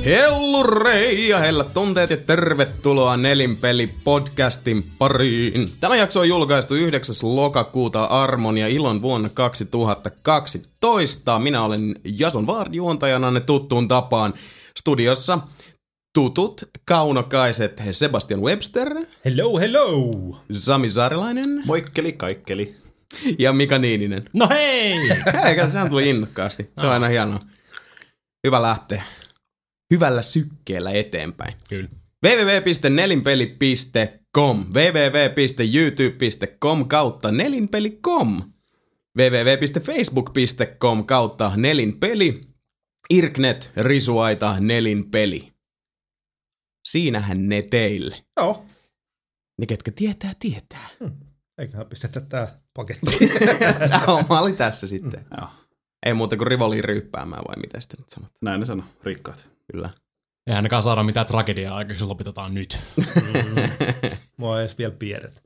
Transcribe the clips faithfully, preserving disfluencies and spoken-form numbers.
Hellurei ja hellät tunteet ja tervetuloa Nelinpeli-podcastin pariin. Tämä jakso on julkaistu yhdeksäs lokakuuta armon ja ilon vuonna kaksituhattakaksitoista. Minä olen Jason Ward juontajananne tuttuun tapaan. Studiossa tutut kaunokaiset Sebastian Webster. Hello, hello! Sami Saarilainen. Moikkeli kaikkeli. Ja Mika Niininen. No hei! Eikä, sehän tuli innokkaasti. Se on aina hienoa. Hyvä lähteä hyvällä sykkeellä eteenpäin. Kyllä. double-u double-u double-u piste nelinpeli piste com double-u double-u double-u piste youtube piste com kautta nelinpeli piste com double-u double-u double-u piste facebook piste com kautta nelinpeli Irknet, Risuaita, Nelinpeli. Siinähän ne teille. Joo. Ne, ketkä tietää, tietää. Hmm. Eiköhän pistetä tää paketti. Tämä homma oli tässä sitten. Mm. Joo. Ei muuta kuin rivoliin ryyppäämään vai mitä sitä nyt sanot? Näin ne sanoo, rikkaat. Kyllä. Eihän ainakaan saada mitään tragediaa aikaisemmin, lopetetaan nyt. Mm. Mua ei edes vielä piirret.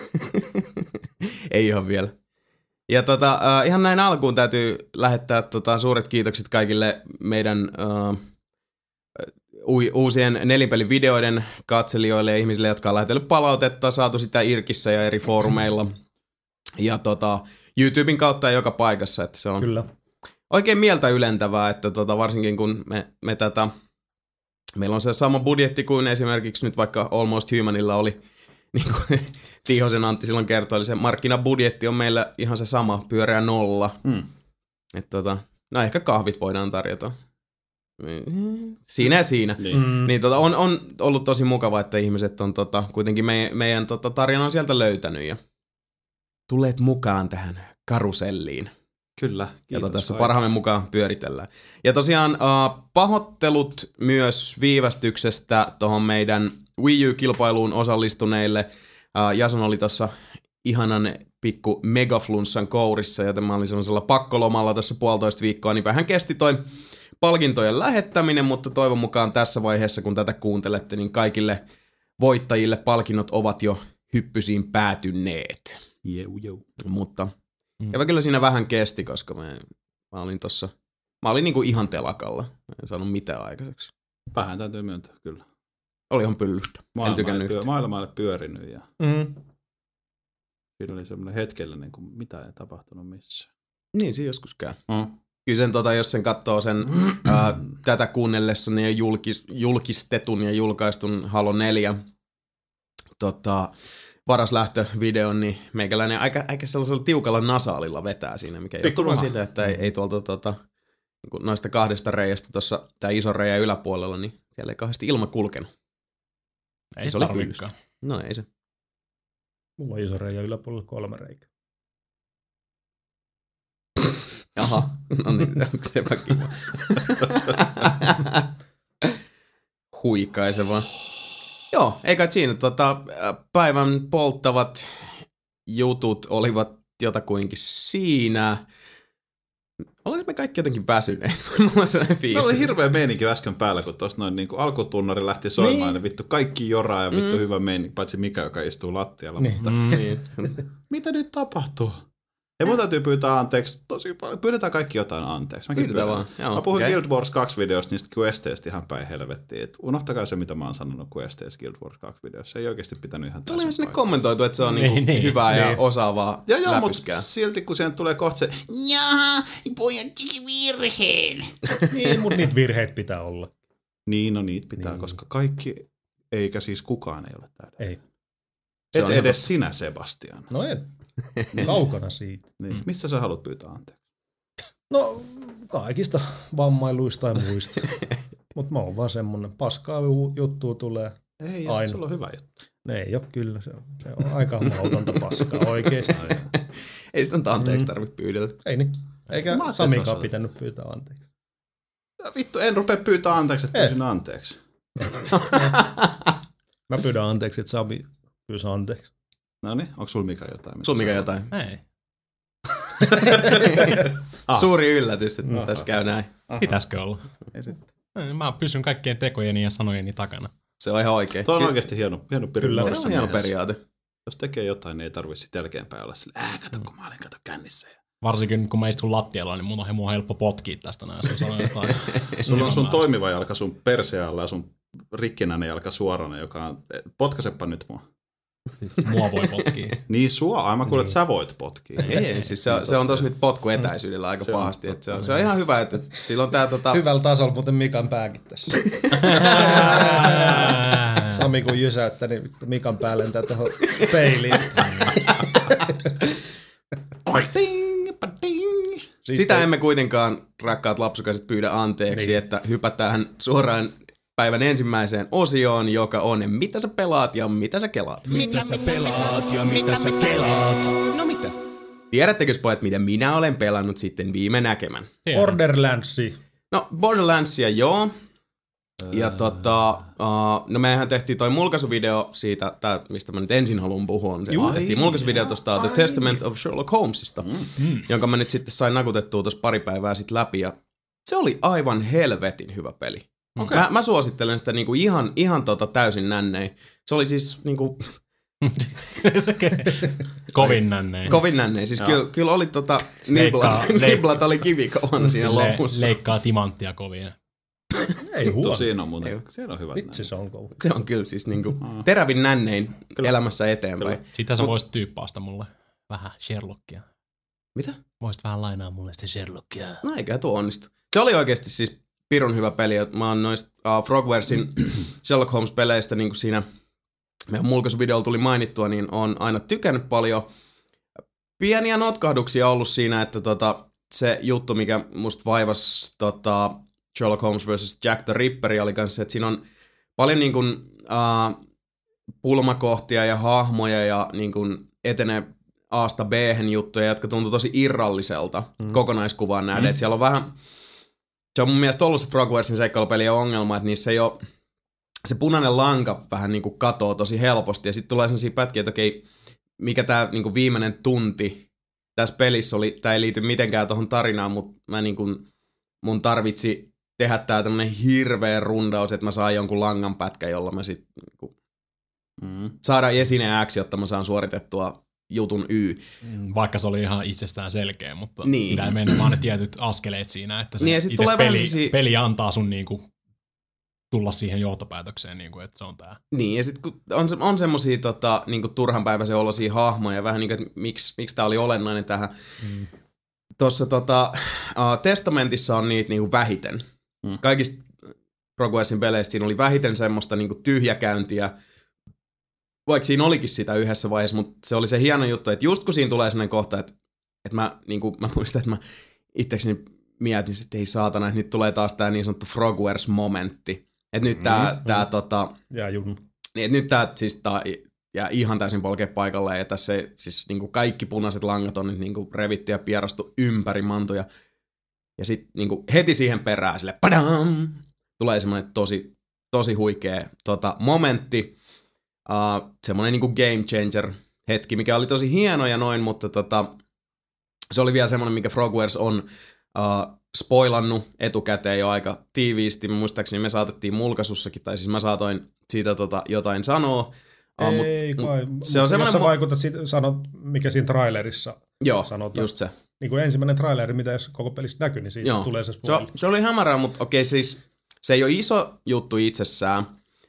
Ei ihan vielä. Ja tota, uh, ihan näin alkuun täytyy lähettää tota, suuret kiitokset kaikille meidän uh, u- uusien Nelinpelin videoiden katselijoille ja ihmisille, jotka on lähetellyt palautetta, saatu sitä Irkissä ja eri foorumeilla. Ja tota, YouTuben kautta ja joka paikassa, että se on Kyllä. oikein mieltä ylentävää, että tota, varsinkin kun me, me tätä, meillä on se sama budjetti kuin esimerkiksi nyt vaikka Almost Humanilla oli, niin kuin Tiihosen Antti silloin kertoi, eli se markkinabudjetti on meillä ihan se sama, pyöreä nolla. Mm. Että tota, no ehkä kahvit voidaan tarjota. Siinä ja siinä. Niin. Mm. Niin tota, on, on ollut tosi mukava, että ihmiset on tota, kuitenkin me, meidän tota, tarinan sieltä löytänyt ja tulleet mukaan tähän karuselliin. Kyllä. Jota tässä kaikille. parhaamme mukaan pyöritellään. Ja tosiaan uh, pahoittelut myös viivästyksestä tuohon meidän Wii U-kilpailuun osallistuneille. Uh, Jason oli tuossa ihanan pikku megaflunssan kourissa, joten mä olin sellaisella pakkolomalla tässä puolitoista viikkoa, niin vähän kesti toi palkintojen lähettäminen, mutta toivon mukaan tässä vaiheessa, kun tätä kuuntelette, niin kaikille voittajille palkinnot ovat jo hyppysiin päätyneet. Jeu, jeu. Mutta mm. ja kyllä siinä vähän kesti, koska mä, mä olin tossa, mä olin niinku ihan telakalla. Mä en saanut mitään aikaiseksi. Vähän täytyy myöntää, kyllä. Oli ihan pyllystä. En Maailma tykännyt ei, pyö, yhtään. maailma ei ole pyörinyt ja Mm. siinä oli semmoinen hetkellinen, kun mitä ei tapahtunut missään. Niin, se joskus käy. Mm. Kyllä sen, tota, jos sen katsoo sen ää, tätä kuunnellessa niin julkis, julkistetun ja julkaistun Halo neljä tota, paras lähtövideon, niin meikäläinen aika, aika sellaisella tiukalla nasaalilla vetää siinä, mikä johtuu vaan siitä, että ei, ei tuolta tota, niin noista kahdesta reiästä tuossa tämä iso reijä yläpuolella, niin siellä ei kauheasti ilma kulkenut. Ei se oli tarvikaan. No ei se. Mulla on iso reikä yläpuolella kolme reikä. Aha, no niin, onko sepä kiva. Huikaiseva. Joo, eikä siinä tota, päivän polttavat jutut olivat jotakuinkin siinä. Oliko me kaikki jotenkin väsyneet? Mulla on sellainen fiilis. Meillä oli hirveä meininki äsken päällä, kun tuossa noin niin alkutunnari lähti soimaan, niin. niin vittu kaikki joraa ja vittu mm. hyvä meininki, paitsi Mika, joka istuu lattialla. Niin. Mutta Mm. Niin. mitä nyt tapahtuu? Ja mun täytyy pyytää anteeksi tosi paljon. Pyydetään kaikki jotain anteeksi. Mäkin Pyydetään pyydän. vaan. Joo, Mä puhuin okay. Guild Wars kaksi-videosta niistä questeistä ihan päin helvettiin. Et unohtakaa se, mitä mä oon sanonut questeista Guild Wars kaksi-videossa. Se ei oikeasti pitänyt ihan Tulihan täysin sinne paikkaa. kommentoitu, että se on niinku Niin, niin, hyvää ja niin. osaavaa Ja joo, läpyskää. mutta silti kun siihen tulee kohta se, jaha, pojat teki virheen. Niin, mutta niitä virheitä pitää olla. Niin, no niitä pitää, Niin. koska kaikki, eikä siis kukaan ei ole täydellinen. Ei. Se Et on edes ihan sinä, Sebastian. No en. Kaukana siitä. Niin. Mm. Missä sä haluat pyytää anteeksi? No, kaikista vammailuista ja muista. Mutta mä oon vaan semmonen, paskaa juttua tulee. Ei, Aina. sulla on hyvä juttu. Ne ei oo kyllä, se on, se on aika mautonta paskaa oikeesti. Ei sitä nyt anteeksi Mm. tarvitse pyydellä. Ei niin. Eikä Mä ajattelin, Samikaan että pitänyt pyytää anteeksi. Ja vittu, en rupea pyytää anteeksi, että Ei. pyysin anteeksi. Mä pyydän anteeksi, että Sami pyysi anteeksi. No niin, onko sulla Mika jotain? mitä Sun mikä sanoa? jotain? Ei. Ah. Suuri yllätys, että Aha. tässä käy näin. Aha. Pitäisikö olla? Ei sitten. Mä pysyn kaikkien tekojeni ja sanojeni takana. Se on ihan oikein. Tuo on Ky- oikeasti hieno, hieno Kyllä, periaate. Se nuoressa on hieno miehessä. periaate. Jos tekee jotain, niin ei tarvitse sitten jälkeenpäin olla silleen, äh, kato kun mä olin kato kännissä. Ja Varsinkin kun mä istun lattialla, niin mun on, mun on helppo potkia tästä näin. Se on jotain. Sulla on sun toimiva jalka sun persealla ja sun rikkinäinen jalka suorana, joka on... Potkaisepa nyt mua. Mua voi potkia. Niin sua, aivan kuulet, että sä voit potkia. Ei, ei siis se, se on tossa nyt potkuetäisyydellä aika se pahasti. On, että se, on, se on ihan hyvä, että sillä on tää tota... Hyvällä tasolla muuten Mikan pääkin tässä. Sami kun jysäyttää, niin Mikan pää lentää tuohon peiliin. Sitä emme kuitenkaan, rakkaat lapsukaiset, pyydä anteeksi, niin. Että hypätään suoraan päivän ensimmäiseen osioon, joka on mitä sä pelaat ja mitä sä kelaat. Mitä sä pelaat ja mitä sä kelaat? No mitä? Tiedättekö pojat, mitä minä olen pelannut sitten viime näkemän? Borderlandsia. No Borderlandsia joo. Ja tota, uh, no mehän tehtiin toi mulkaisuvideo siitä, tää, mistä mä nyt ensin haluan puhua, on se, Juu, tehtiin mulkaisuvideo tosta The Testament of Sherlock Holmesista, mm. jonka mä nyt sitten sain nakutettua tossa pari päivää sit läpi, ja se oli aivan helvetin hyvä peli. Okay. Mä, mä suosittelen sitä niinku ihan, ihan tota täysin nännei. Se oli siis niinku... Kovin nännei. Kovin nännei. Siis kyllä, kyllä oli tota... Niblat, niblat oli kivikovana siinä le- lopussa. Leikkaa timanttia kovin. Ei huono. Siinä on muuten. Siinä on hyvät. Vitsi se on kova. Se on kyllä siis niinku terävin nännein kyllä. Elämässä eteenpäin. Kyllä. Sitä sä Mut, voisit tyyppaasta mulle vähän Sherlockia. Mitä? Voisit vähän lainaa mulle sitä Sherlockia. No eikä tuo onnistu. Se oli oikeasti siis pirun hyvä peli. Mä oon noista uh, Frogwaresin Sherlock Holmes-peleistä niin kuin siinä meidän mulkaisuvideolla tuli mainittua, niin on aina tykännyt paljon. Pieniä notkahduksia ollut siinä, että tota, se juttu, mikä musta vaivasi tota, Sherlock Holmes versus Jack the Ripperi oli kanssa se, että siinä on paljon niin kuin, uh, pulmakohtia ja hahmoja ja niin kuin etenee A:sta B:hen juttuja, jotka tuntuu tosi irralliselta mm. kokonaiskuvaan nähden. Mm. Et siellä on vähän, se on mun mielestä ollut se Frogwaresin seikkailupelien ongelma, että niissä ei ole, se punainen lanka vähän niin kuin katoo tosi helposti ja sitten tulee sellaisia pätkiä, että okei, mikä tää niin kuin viimeinen tunti tässä pelissä oli, tää ei liity mitenkään tohon tarinaan, mutta mä niin kuin, mun tarvitsi tehdä tää tämmönen hirveä rundaus, että mä saan jonkun langan pätkän, jolla mä sit niin kuin, mm. saadaan esineen X, jotta mä saan suoritettua jutun Y. Vaikka se oli ihan itsestään selkeä, mutta niin. pitää mennä vaan ne tietyt askeleet siinä, että se niin, itse peli, sellaisia... peli antaa sun niinku tulla siihen johtopäätökseen, niinku, että se on tää. Niin, ja sitten kun on, on semmosia tota, niinku turhanpäiväisen olosia hahmoja, vähän niinku, että miksi, miksi tää oli olennainen tähän. Mm. Tuossa tota, uh, Testamentissa on niitä niinku vähiten. Mm. Kaikista Frogwaresin peleistä siinä oli vähiten semmoista niinku tyhjäkäyntiä, vaikka siinä olikin sitä yhdessä vaiheessa, mutta se oli se hieno juttu, että just kun siinä tulee sellainen kohta, että, että mä, niin kuin, mä muistan, että mä itsekseni mietin, että ei saatana, että nyt tulee taas tää niin sanottu Frogwares-momentti. Että nyt tää, mm, tää mm. tota... Jää jun. Että nyt tää siis tää jää ihan täysin polkee paikalleen, ja tässä siis niin kuin kaikki punaiset langat on nyt niin kuin revitty ja pierastu ympäri mantuja. Ja sit niin kuin heti siihen perään sille padam! Tulee semmoinen tosi, tosi huikea tota, momentti. Uh, semmoinen niinku game changer hetki, mikä oli tosi hieno ja noin, mutta tota, se oli vielä semmoinen, mikä Frogwares on uh, spoilannut etukäteen jo aika tiiviisti. Muistaakseni me saatettiin mulkaisussakin, tai siis mä saatoin siitä tota, jotain sanoa. Uh, Ei mut, kai, mut se on semmoinen... Jos sä vaikutat, sanot, mikä siinä trailerissa joo, sanotaan. Just se. Niin kuin ensimmäinen traileri, mitä jos koko pelistä näkyy, niin siitä joo. tulee se spoiler. Se, se oli hämärää, mutta okei, siis se ei ole iso juttu itsessään,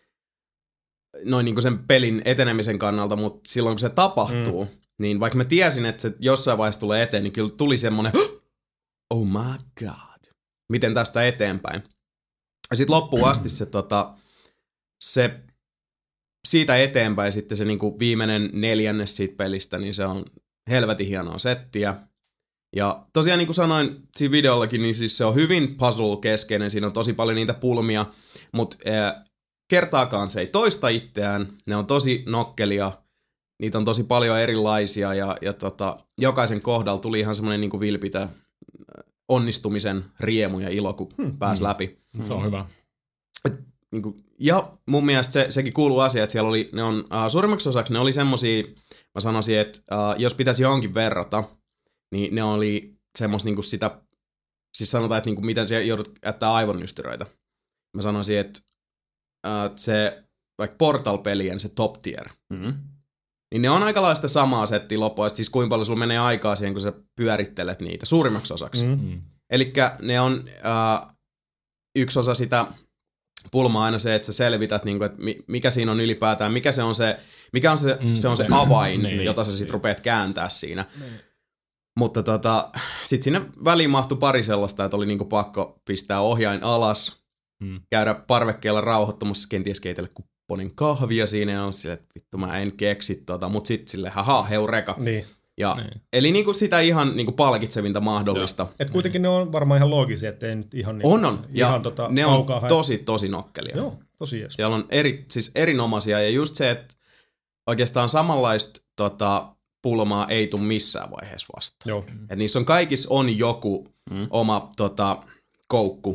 noin niin kuin sen pelin etenemisen kannalta, mutta silloin kun se tapahtuu, mm. niin vaikka mä tiesin, että se jossain vaiheessa tulee eteen, niin kyllä tuli semmoinen, oh my god, miten tästä eteenpäin. Ja sitten loppuun asti se, tota, se siitä eteenpäin sitten se niin kuin viimeinen neljännes siitä pelistä, niin se on helvetin hienoa settiä. Ja tosiaan niin kuin sanoin siinä videollakin, niin siis se on hyvin puzzle-keskeinen, siinä on tosi paljon niitä pulmia, mutta äh, kertaakaan se ei toista itseään, ne on tosi nokkelia, niitä on tosi paljon erilaisia ja, ja tota, jokaisen kohdalla tuli ihan semmoinen niin kuin vilpitä onnistumisen riemu ja ilo, kun hmm. pääsi läpi. Se on hyvä. Et, niin kuin, ja mun mielestä se, sekin kuuluu asia, että siellä oli, ne on uh, suurimmaksi osaksi ne oli semmosia, mä sanoisin, että uh, jos pitäisi johonkin verrata, niin ne oli semmoista niin kuin sitä, siis sanotaan, että niin kuin miten se joudut jättää aivonystyröitä. Mä sanoisin, että Uh, se vaikka Portal-pelien se top tier, mm-hmm. niin ne on aika lailla sitä samaa settiä loppuun, siis kuinka paljon sulla menee aikaa siihen, kun sä pyörittelet niitä suurimmaksi osaksi. Mm. Elikkä ne on äh, yksi osa sitä pulmaa aina se, että sä selvität, niin kuin, että mikä siinä on ylipäätään, mikä se on se, mikä on se, mm, se, on se, se avain, niin, jota sä sit rupeat kääntää siinä. Niin. Mutta tota, sit sinne väliin mahtui pari sellaista, että oli niinku pakko pistää ohjain alas, hmm. käydä parvekkeella rauhoittumassa, kenties keitellä kupponen kahvia siinä ja on silleen, että vittu mä en keksi tota, mut sit silleen, haha, heureka. Niin. Ja, niin. Eli niinku sitä ihan niinku palkitsevinta mahdollista. Et kuitenkin ne on varmaan ihan loogisia, ettei nyt ihan niinku, on, on. Ja ihan tota ne on tosi, tosi nokkelia. Joo, tosi jees. Siellä on eri, siis erinomaisia ja just se, että oikeastaan samanlaista tota, pulmaa ei tule missään vaiheessa vastaan. Joo. Et niissä on kaikissa on joku mm. oma tota, koukku.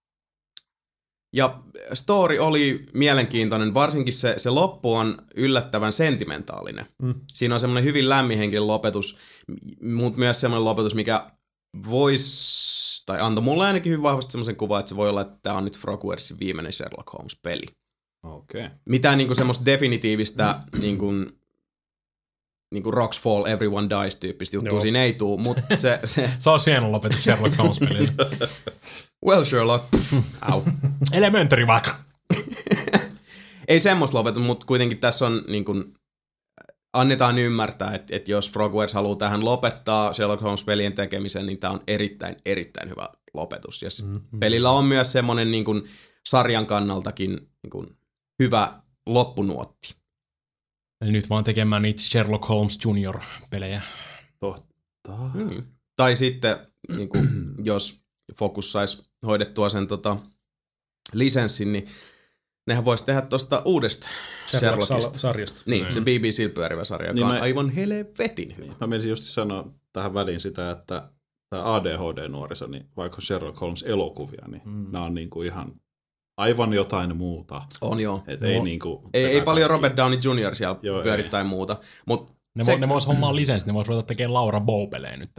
Ja story oli mielenkiintoinen, varsinkin se, se loppu on yllättävän sentimentaalinen. Mm. Siinä on semmoinen hyvin lämminhenkinen lopetus, mutta myös semmoinen lopetus, mikä voisi, tai antoi mulle ainakin hyvin vahvasti semmoisen kuvan, että se voi olla, että tämä on nyt Frogwaresin viimeinen Sherlock Holmes-peli. Okay. Mitään niinku semmoista definitiivistä niinku, niinku Rocks Fall, Everyone Dies -tyyppistä juttua siinä ei tuu, mutta se... Se, se on hieno lopetus Sherlock Holmes-pelille. Well, Sherlock. Au. Elementary vaikka. Ei semmoista lopetus, mutta kuitenkin tässä on niinku, annetaan ymmärtää, että, että jos Frogwares haluaa tähän lopettaa Sherlock Holmes-pelien tekemisen, niin tämä on erittäin, erittäin hyvä lopetus. Ja mm-hmm. pelillä on myös semmoinen niinku, sarjan kannaltakin niinku, hyvä loppunuotti. Eli nyt vaan tekemään niitä Sherlock Holmes Junior-pelejä. Totta. Mm. Tai sitten, niin kuin, jos Focus saisi hoidettua sen tota, lisenssin, niin nehän voisi tehdä tuosta uudesta Sherlock Sherlockista. sarjasta. Niin, mm. se B B C:llä pyörivä sarja, joka niin on mä, aivan helvetin hyvä. Mä menisin just sanoa tähän väliin sitä, että tämä A D H D-nuoriso, niin vaikka Sherlock Holmes-elokuvia, niin mm. nämä on niinku ihan aivan jotain muuta. On joo. Et ei, niinku ei, ei paljon Robert Downey juniori siellä joo, pyörittäin muuta. Mut ne, se, vo, ne vois hommaa lisenssi, ne vois ruveta tekemään Laura Bow-pelejä nyt.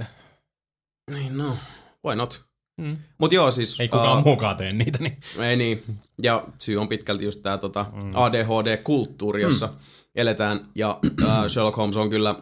Niin no, why not? Mm. Mut joo siis... Ei kukaan uh, muukaan tee niitä. Niin. Ei niin. Ja syy on pitkälti just tää tota, mm. A D H D-kulttuuri, jossa mm. eletään. Ja uh, Sherlock Holmes on kyllä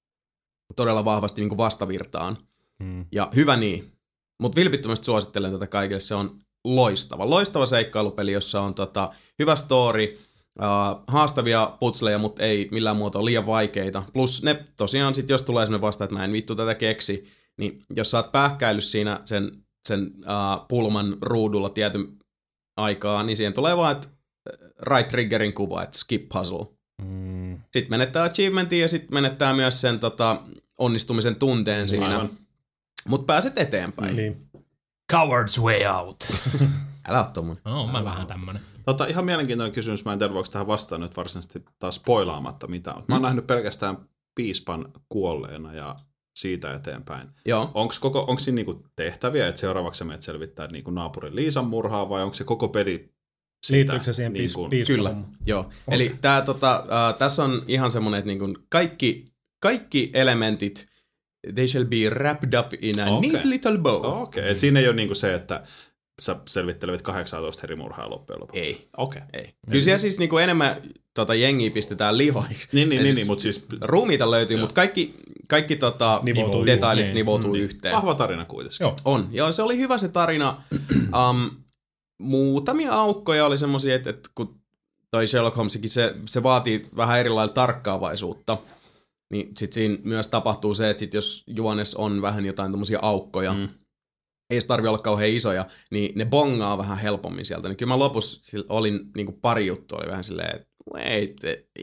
todella vahvasti niinku vastavirtaan. Mm. Ja hyvä niin. Mut vilpittömästi suosittelen tätä kaikille. Se on loistava. Loistava seikkailupeli, jossa on tota, hyvä story, uh, haastavia putsleja, mutta ei millään muotoa liian vaikeita. Plus ne tosiaan sit, jos tulee semmoinen vasta, että mä en vittu tätä keksi, niin jos sä oot pähkäillyt siinä sen, sen uh, pulman ruudulla tietyn aikaa, niin siihen tulee vaan, että right triggerin kuva, että skip puzzle. Mm. Sitten menettää achievementin ja sitten menettää myös sen tota, onnistumisen tunteen siinä. Mutta pääset eteenpäin. Niin. Coward's way out. Älä oo tommonen. No, mä vähän tämmönen. Tota, ihan mielenkiintoinen kysymys. Mä en tiedä, voiko tähän vastaan nyt varsinaisesti taas spoilaamatta mitään. Mä oon mm. nähnyt pelkästään piispan kuolleena ja siitä eteenpäin. Joo. Onko koko, onko siinä niinku tehtäviä, että seuraavaksi menet selvittää niinku naapurin Liisan murhaa, vai onko se koko peli sitä? Liittyykö se siihen niin kuin, piispan? Kyllä, joo. Okay. Eli tää, tota, äh, tässä on ihan semmonen, että niinku kaikki, kaikki elementit, they shall be wrapped up in a okay. neat little bow. Okei, okay. Et siinä ei ole niinku se, että sä selvittelevät kahdeksantoista eri murhaa loppujen lopuksi. Ei. Okei. Okay. Ei. Kyllä siellä siis niinku enemmän tota, jengiä pistetään lihoiksi. Niin, niin, niin, siis mutta siis... Ruumiita löytyy, mutta kaikki, kaikki tota, nivoutuu detailit niin. nivoutuu niin. yhteen. Vahva tarina kuitenkin. Joo. On. Joo, se oli hyvä se tarina. um, muutamia aukkoja oli semmosia, että, että kun toi Sherlock Holmesikin, se, se vaatii vähän erilailla tarkkaavaisuutta. Niin sit siinä myös tapahtuu se, että sit jos juones on vähän jotain tommosia aukkoja, mm. ei se tarvi olla kauhean isoja, niin ne bongaa vähän helpommin sieltä. Niin kyllä mä lopussa olin, niinku pari juttua oli vähän silleen, että wait,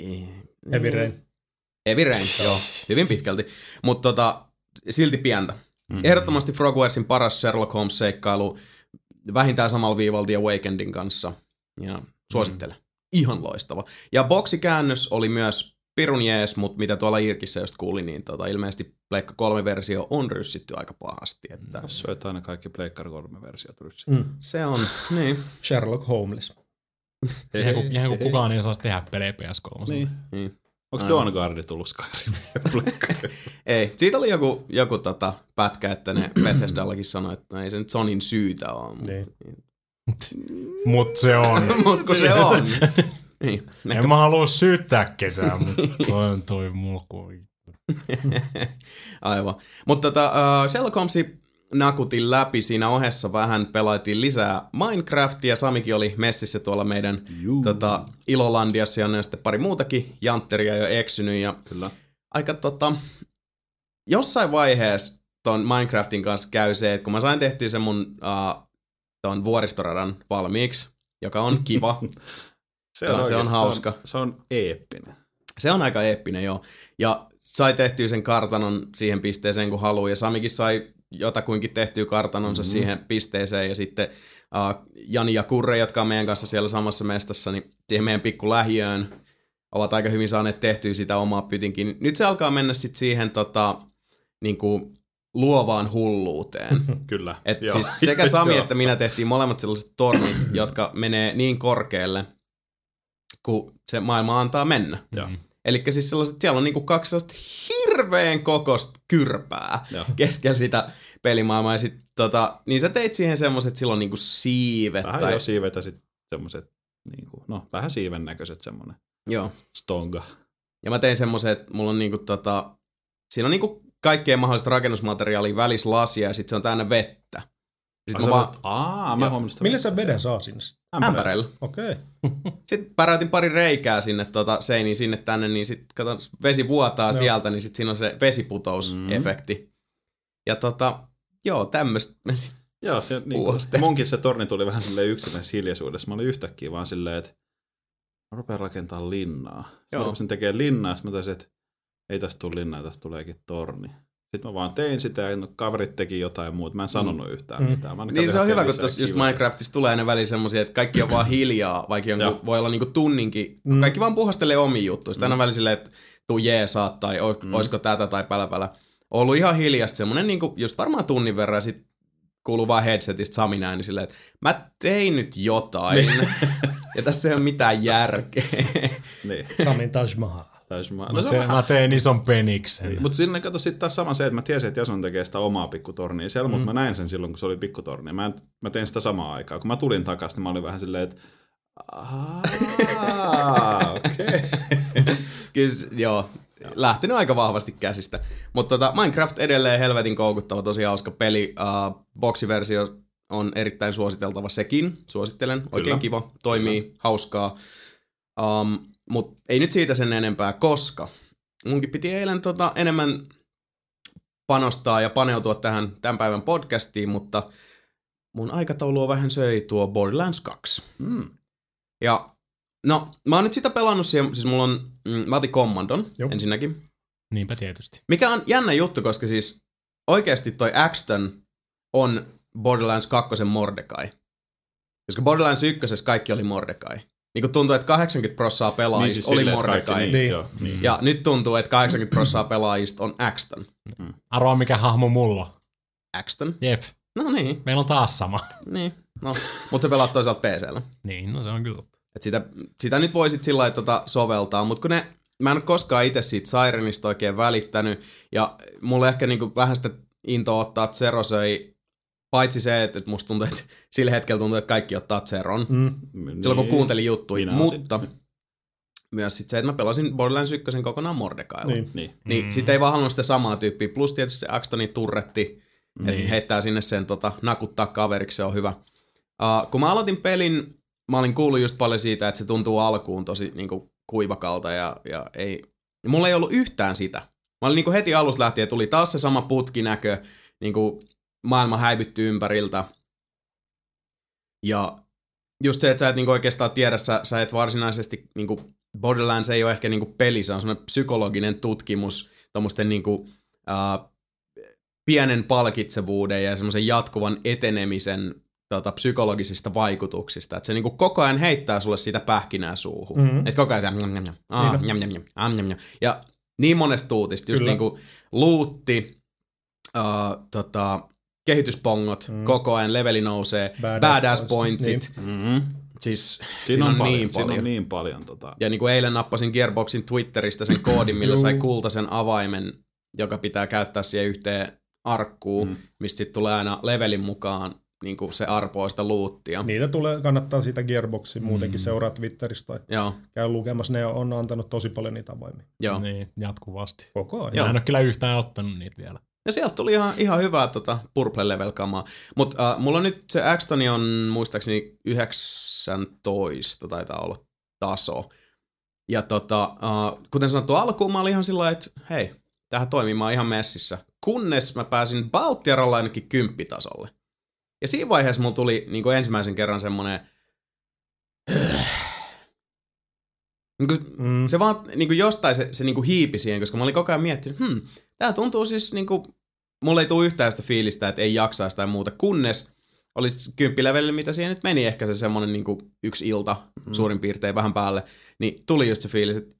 Heavy Rain. Heavy Rain, joo, hyvin pitkälti. Mutta tota, silti pientä. Mm-hmm. Ehdottomasti Frogwaresin paras Sherlock Holmes-seikkailu, vähintään samalla viivalta The Awakenedin kanssa. Ja suosittelen. Mm-hmm. Ihan loistava. Ja boksikäännös oli myös pirun jees, mutta mitä tuolla Irkissä just kuulin, niin tota, ilmeisesti Pleikka kolme versio on ryssitty aika pahasti. Että... Se on aina kaikki Pleikkari kolme versiot ryssitty. Mm. Se on, niin. Sherlock Holmes. Ihan kun, ihan kun kukaan ei osaisi tehdä pelejä P S kolme. Niin. niin. Onko Dawnguard tullut Skyrimia? Ei. Siitä oli joku, joku tota pätkä, että ne Bethesdallakin sanoi, että ei se nyt Sonyn syytä ole. Niin. Mut se on. Mut kun se on. Niin. En mä halua syyttää ketään, mutta toi on toi mulku. Aivan. Mutta tota, uh, Sherlock Holmesin nakutin läpi, siinä ohessa vähän pelaitiin lisää Minecraftia, Samikin oli messissä tuolla meidän tota, Ilolandiassa, ja on sitten pari muutakin jantteria jo eksynyt, ja Kyllä. aika tota, jossain vaiheessa ton Minecraftin kanssa käy se, että kun mä sain tehtyä sen mun uh, ton vuoristoradan valmiiksi, joka on kiva, Se on, se on hauska. Se on, se on eeppinen. Se on aika eeppinen, joo. Ja sai tehtyä sen kartanon siihen pisteeseen, kun haluaa. Ja Samikin sai jotakuinkin tehtyä kartanonsa mm-hmm. siihen pisteeseen. Ja sitten uh, Jani ja Kurre, jotka on meidän kanssa siellä samassa mestassa, niin siihen meidän pikku lähiöön ovat aika hyvin saaneet tehtyä sitä omaa pytinkin. Nyt se alkaa mennä sitten siihen tota, niinku, luovaan hulluuteen. Kyllä. Et siis sekä Sami että minä tehtiin molemmat sellaiset tornit, jotka menee niin korkealle, kun se maailma antaa mennä. Mm. Eli siis sellaiset, siellä on niinku kaksi sellaista hirveän kokosta kyrpää ja. keskellä sitä pelimaailmaa. Ja sit, tota, niin sä teit siihen semmoset, että sillä on niinku siivet. Vähän tai... jo siivet ja sit semmoset, niinku, no vähän siiven näköiset semmonen. Joo. Stonga. Ja mä tein semmoset, että mulla on niinku tota, siinä on niinku kaikkea mahdollista rakennusmateriaalia välissä lasia ja sit se on täynnä vettä. Sit mä vaan... Aa, mä huomasin sitä. Millä sä veden saa sinne? Ämpäreillä. Okei. Okay. Sitten päräytin pari reikää sinne tota, seiniin sinne tänne, niin sitten kato, vesi vuotaa no. sieltä, niin sitten siinä on se vesiputousefekti. Mm. Ja tota, joo, tämmöistä me sitten Joo, se, niin, munkin se torni tuli vähän silleen yksinäisessä hiljaisuudessa. Mä olin yhtäkkiä vaan silleen, että mä rupean rakentamaan linnaa. Mä rupesin tekemään linnaa, sitten mä taisin, että ei tästä tule linnaa, tästä tuleekin torni. Sitten mä vaan tein sitä ja kaverit teki jotain muuta. Mä en sanonut yhtään mm. mitään. Mä niin se on hyvä, kun tuossa just Minecraftissa tulee aina väliin semmosia, että kaikki on vaan hiljaa, vaikka jonkun, voi olla niinku tunninkin. Mm. Kaikki vaan puhastelee omiin juttuja. Sitten mm. aina väliin silleen, että tuu jeesaat tai mm. oisko tätä tai pälä. Ollut ihan hiljasta semmonen niinku just varmaan tunnin verran ja sit kuuluu vaan headsetistä Samin ääni silleen, että mä tein nyt jotain. Ja tässä ei ole mitään järkeä. Niin. Samin Taj Mahal. Mä, no teen, mä teen ison peniksen. Mutta sinne kato sitten taas sama se, että mä tiesin, että Jason tekee sitä omaa pikkutornia siellä, mm. mutta mä näin sen silloin, kun se oli pikkutorni. Mä, mä tein sitä samaa aikaa. Kun mä tulin takaisin, niin mä olin vähän silleen, että aah, okei. Kyllä, joo. Lähtenyt aika vahvasti käsistä. Mutta tota, Minecraft edelleen helvetin koukuttava, tosi hauska peli. Uh, boksiversio on erittäin suositeltava sekin. Suosittelen. Oikein Kyllä. kiva. Toimii. Kyllä. Hauskaa. Um, Mutta ei nyt siitä sen enempää, koska munkin piti eilen tota enemmän panostaa ja paneutua tähän tämän päivän podcastiin, mutta mun aikataulua vähän söi tuo Borderlands kaksi. Mm. Ja no, mä oon nyt sitä pelannut siihen, siis mulla on, mm, mä otin Commandon Joo. ensinnäkin. Niinpä tietysti. Mikä on jännä juttu, koska siis oikeasti toi Axton on Borderlands kaksi Mordecai. Koska Borderlands yksi kaikki oli Mordecai. Niin kun tuntuu, että kahdeksankymmentä prosenttia pelaajista niin, siis oli Mordecai. Niin, niin. Jo, niin. Ja nyt tuntuu, että kahdeksankymmentä prosenttia pelaajista on Axton. Mm. Arvaa mikä hahmo mulla on. Axton? Jep. No niin. Meillä on taas sama. Niin. No, mutta se pelaat toisaalta P C:llä. Niin, no se on kyllä. Et sitä, sitä nyt voisit sillä lailla tota soveltaa, mutta kun ne, mä en ole koskaan itse siitä Sirenista oikein välittänyt, ja mulle ehkä niinku vähän sitä intoa ottaa Zerosei, paitsi se, että musta tuntuu, että sillä hetkellä tuntuu, että kaikki ottaa Zeron. Mm. Silloin kun kuuntelin juttuja, mutta myös sit se, että mä pelasin Borderlands yksi kokonaan Mordekailla. Niin, niin. niin mm. sit ei vaan halunnut sitä samaa tyyppiä. Plus tietysti se Axtonin turretti, niin. että heittää sinne sen tota, nakuttaa kaveriksi, se on hyvä. Uh, kun mä aloitin pelin, mä olin kuullut just paljon siitä, että se tuntuu alkuun tosi niinku kuivakalta ja, ja ei... Ja mulla ei ollut yhtään sitä. Mä olin niinku heti alusta lähtien, tuli taas se sama putkinäkö, niinku maailma häivyttyy ympäriltä. Ja just se, että sä et niinku oikeastaan tiedä, sä, sä et varsinaisesti, niinku Borderlands ei ole ehkä niinku peli, se on semmoinen psykologinen tutkimus tommosten niinku, uh, pienen palkitsevuuden ja semmoisen jatkuvan etenemisen tota, psykologisista vaikutuksista. Että se niinku koko ajan heittää sulle sitä pähkinää suuhun. Mm-hmm. Että koko ajan se njam, njam, njam, aa, njam, njam, njam, njam, njam. Ja niin monesta tuutista, just niinku luutti, uh, tota, kehityspongot, mm. koko ajan leveli nousee, badass, badass pointsit. Niin. Mm-hmm. Siis siinä, siinä on, on paljon, niin paljon. Siinä on niin paljon tota. Ja niin kuin eilen nappasin Gearboxin Twitteristä sen koodin, millä sai kultaisen avaimen, joka pitää käyttää siihen yhteen arkkuun, mm. mistä sitten tulee aina levelin mukaan niinku se arpoo sitä luuttia. Niitä tulee, kannattaa sitä Gearboxia muutenkin mm. seuraa Twitteristä tai Joo. käy lukemassa. Ne on antanut tosi paljon niitä avoimia. Joo. Niin, jatkuvasti. Koko ajan. Joo. Mä en ole kyllä yhtään ottanut niitä vielä. Ja sieltä tuli ihan, ihan hyvää tota, Purple Level kamaa. Mutta uh, mulla on nyt se Axtoni on muistaakseni yhdeksäntoista taitaa olla taso. Ja tota, uh, kuten sanottu alkuun mä olin ihan sillä että hei, tähän toimii, mä oon ihan messissä. Kunnes mä pääsin Baltiaralla ainakin kymppitasolle. Ja siinä vaiheessa mulla tuli niin kuin ensimmäisen kerran semmonen niin kuin, mm. se vaan niin kuin jostain se, se niin kuin hiipi siihen, koska mä olin koko ajan miettinyt, hmm, tää tuntuu siis niin kuin, mulla ei tule yhtään sitä fiilistä, että ei jaksaisi tai muuta, kunnes olisi kymppilevelillä, mitä siihen nyt meni, ehkä se semmonen niin kuin yksi ilta mm. suurin piirtein vähän päälle, niin tuli just se fiilis, että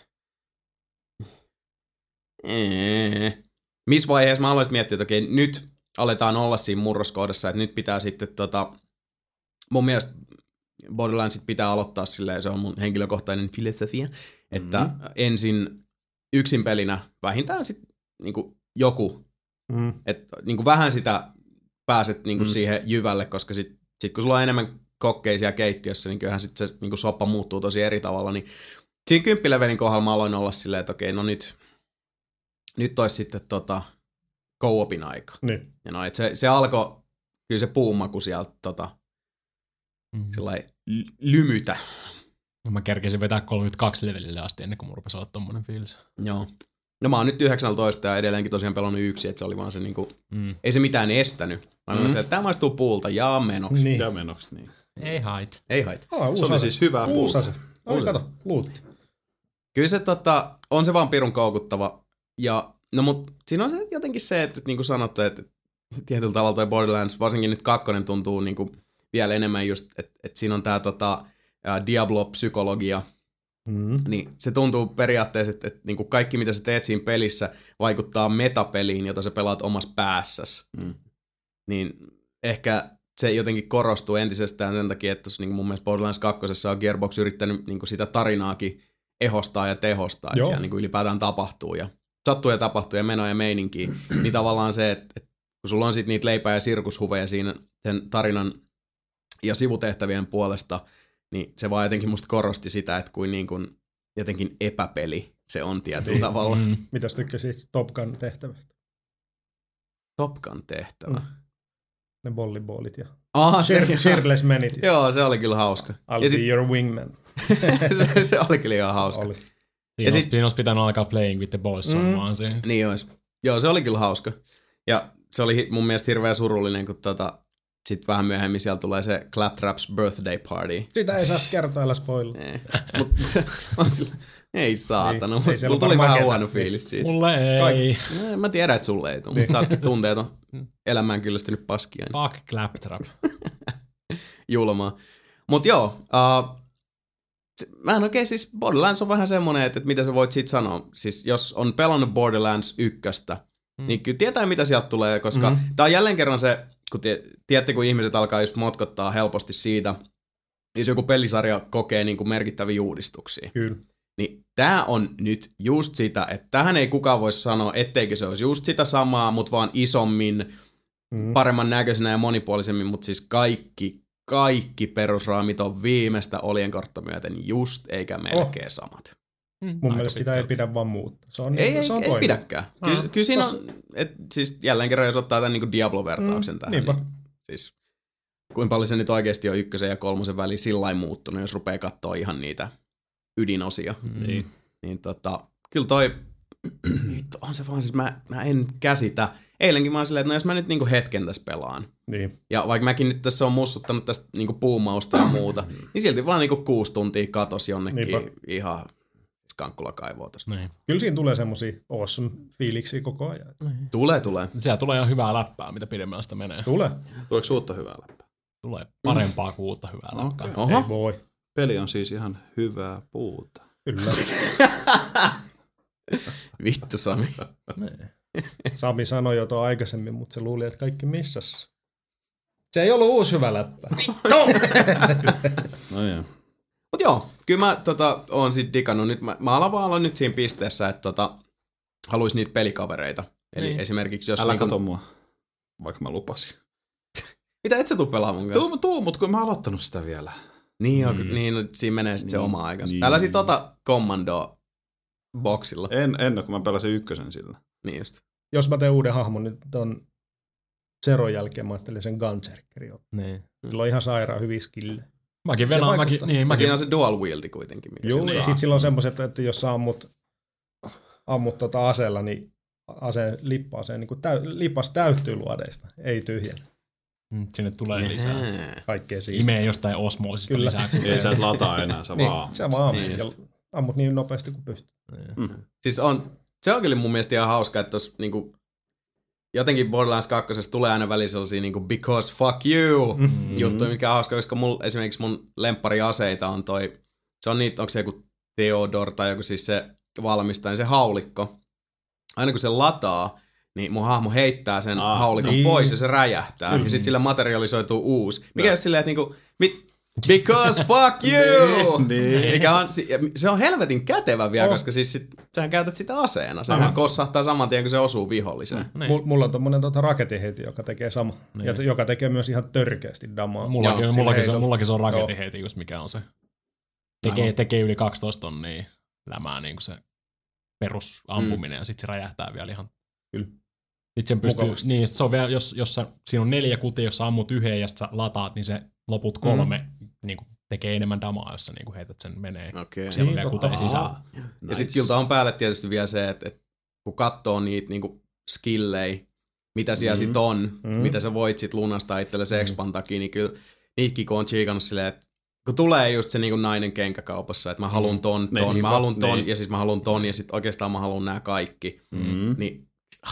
eee. Missä vaiheessa mä aloin miettiä, että okei, nyt aletaan olla siinä murroskohdassa, että nyt pitää sitten tota, mun mielestä Borderlandsit pitää aloittaa silleen, se on mun henkilökohtainen filosofia, että mm-hmm. ensin yksin pelinä vähintään sit niinku joku, mm. että niinku vähän sitä pääset niinku mm. siihen jyvälle, koska sit, sit kun sulla on enemmän kokkeisia keittiössä, niin kyllähän sit se niinku soppa muuttuu tosi eri tavalla, niin siinä kymppilevelin kohdalla mä aloin olla silleen, että okei, no nyt, nyt olisi sitten tota co-opin aika. Niin. Ja no, et se, se alkoi, kyllä se puumaku sieltä tota, mm. sellainen lymytä. No mä kerkesin vetää kolmekymmentäkaksi levelille asti ennen kuin mun rupesi olla tommonen fiilis. Joo. No mä oon nyt yhdeksäntoista ja edelleenkin tosiaan pelannut yksi, että se oli vaan se niinku, mm. ei se mitään estänyt. Mä mm. se, että tää maistuu puulta ja menoksi. Niin. Ja menoksi, niin. Ei hait. Ei hait. Oh, se oli siis hyvää puulta. Uusi Oi, kato, luutti. Kyllä se tota, on se vaan pirun koukuttava. Ja, no mut siinä on se jotenkin se, että, että niin kuin sanottu, että tietyllä tavalla toi Borderlands, varsinkin nyt kakkonen tuntuu niin kuin vielä enemmän just, että, että siinä on tää tota, Diablo-psykologia, mm. niin se tuntuu periaatteessa, että, että niin kuin kaikki mitä sä teet siinä pelissä vaikuttaa metapeliin, jota sä pelaat omassa päässäsi. Mm. Niin ehkä se jotenkin korostuu entisestään sen takia, että niin kuin mun mielestä Borderlands kaksi on Gearbox yrittänyt niin kuin sitä tarinaakin ehostaa ja tehostaa, että siellä niin kuin ylipäätään tapahtuu ja sattuu ja tapahtuu ja menoja ja meininkiä, niin tavallaan se, että, että kun sulla on sit niitä leipää ja sirkushuveja siinä sen tarinan ja sivutehtävien puolesta, niin se vaan jotenkin musta korosti sitä, että kuin, niin kuin jotenkin epäpeli se on tietyllä tavalla. Mm. Mitäs tykkäsit Top Gun tehtävästä? Top Gun tehtävä? Mm. Ne volleyballit ja ah, se, shirtless menit. Joo, se oli kyllä hauska. I'll be sit, your wingman. se, se oli kyllä ihan hauska. Oli. Ja sit, siinä olisi pitänyt alkaa playing with the boys mm. vaan siihen. Niin olisi. Joo, se oli kyllä hauska. Ja se oli mun mielestä hirveän surullinen, kun tota, sit vähän myöhemmin siellä tulee se Claptrap's birthday party. Sitä ei saa kertoa, älä spoil. Mut se on sillä, ei saatana, mutta mulla tuli vähän ketä. Huono fiilis siitä. Mulle ei. No, mä tiedän, että sulle ei tule, mutta sä ootkin tunteeton elämään kyllästynyt paskia. Niin. Fuck Claptrap. Julmaa. Mut joo, uh, mä en oikein siis, Borderlands on vähän semmonen, että, että mitä sä voit sit sanoa. Siis jos on pelannut Borderlands ykköstä, mm. niin kyllä tietää mitä sieltä tulee, koska mm. tää on jälleen kerran se, kun tie, tiedätte kun ihmiset alkaa just motkottaa helposti siitä, jos joku pelisarja kokee niin kuin merkittäviä uudistuksia. Kyllä. Niin tää on nyt just sitä, että tähän ei kukaan voi sanoa, etteikö se olisi just sitä samaa, mutta vaan isommin, mm. paremman näköisenä ja monipuolisemmin, mutta siis kaikki Kaikki perusraamit on viimeistä oljenkortta myöten just eikä melkein oh. samat. Mm. Mun Aika mielestä sitä ei pidä vaan muuttaa. Se on, ei, se on ei, ei pidäkään. Kyllä, ah. kyllä siinä on, et, siis jälleen kerran jos ottaa tämän niin kuin Diablo-vertauksen mm, tähän, niin, siis kuinka paljon se nyt oikeasti on ykkösen ja kolmosen väliin sillain muuttunut, jos rupeaa katsoa ihan niitä ydinosia. Mm. Niin, niin tota, kyllä toi, on se vaan siis, mä, mä en käsitä. Eilenkin mä oon silleen, että no jos mä nyt niinku hetken tässä pelaan. Niin. Ja vaikka mäkin nyt tässä on mussuttanut tästä niinku puumausta ja muuta, niin silti vaan niinku kuusi tuntia katos jonnekin Niinpä. Ihan Kankkula-kaivoa tosta. Niin. Kyllä siinä tulee semmosia awesome fiiliksiä koko ajan. Niin. Tulee, tulee. Siellä tulee ihan hyvää läppää, mitä pidemmällä sitä menee. Tulee. Tuleeko uutta hyvää läppää? Tulee parempaa kuin uutta hyvää läppää. Okay. Oho. Ei voi. Peli on siis ihan hyvää puuta. Kyllä. Vittu Sami. Sami sanoi jo tuon aikaisemmin, mutta se luuli, että kaikki missas. Se ei ollut uusi hyvä läppä. No joo. Mut joo, kyllä mä tota, oon sit digannut nyt. Mä, mä alan vaan olla nyt siinä pisteessä, että tota, haluais niitä pelikavereita. Eli niin. Esimerkiksi jos... Älä niinku... kato mua, vaikka mä lupasin. Mitä et sä tuu pelaamaan mun kanssa? Tuu, tuu, mut kun mä oon aloittanut sitä vielä. Niin, on, mm. niin no, siinä menee sitten niin, se oma aikansa. niin. Älä sit ota Commandoa boksilla. En, en kun mä pelasin ykkösen sillä. Niin just. Jos mä teen uuden hahmon, niin ton Zeron jälkeen mä ajattelin sen Gunzerkerin. Niin. Sillä on ihan sairaan hyviä skillejä. Mäkin venaan, mäkin, niin, mäkin. Siinä on se dual wieldi kuitenkin. Joo, ja sit sillä on semmoset, että jos sä ammut, ammut tota aseella, niin aseen lippaaseen, niin täy, lipas täyttyy luodeista, ei tyhjä. Mm, sinne tulee lisää. Kaikkea siistiä. Imee jostain osmoosista Kyllä. lisää. Ei sä et lataa enää, sä niin, vaan. sä vaan niin ja ammut niin nopeasti kuin pystyt. Mm. Siis on, se on kyllä mun mielestä ihan hauska, että tos niinku, jotenkin Borderlands kaksi tulee aina väliin sellaisia niinku because fuck you mm-hmm. juttuja, mikä on hauska, koska mul, esimerkiksi mun lemppariaseita on toi, se on niitä, onko se joku Theodor tai joku siis se valmistaja, se haulikko. Aina kun se lataa, niin mun hahmo heittää sen ah, haulikon niin. pois ja se räjähtää. Mm-hmm. Ja sit sillä materialisoituu uusi. Mikä no. on silleen, että niinku, mit, because fuck you! niin. Mikä on, se on helvetin kätevä vielä, oh. koska siis sit, sähän käytät sitä aseena. Sehän Aha. kossahtaa saman tien, kun se osuu viholliseen. Mm, niin. Mulla on tommonen tota raketinheiti, joka tekee sama. Niin. Ja joka tekee myös ihan törkeästi damaa. Mullakin, Joo, mullakin, se, mullakin se on raketinheiti, just mikä on se. Tekee, tekee yli kaksitoista tonnia lämää niin kuin se perusampuminen mm. ja sit se räjähtää vielä ihan. Kyllä. Sitten sen pystyy, niin se on vielä, jos, jos sä, siinä on neljä kutia, jos sä ammut yhden ja sä lataat, niin se loput kolme mm. niin kuin, tekee enemmän damaa, jos sä niin kuin heität sen menee. Okay. Siellä on vielä kuteen sisään. Nice. Ja sitten kyllä on päälle tietysti vielä se, että, että kun katsoo niitä niin kuin skillejä, mitä siellä mm. sit on, mm. mitä sä voit sit lunastaa itsellesi mm. expan takia, niin kyllä niitäkin kun on chiikannut silleen, että kun tulee just se niin kuin nainen kenkäkaupassa, että mä haluun ton, ton, mm. mä haluun ton, niin. ja siis mä haluun ton, ja sit oikeastaan mä haluun nää kaikki. Mm. Niin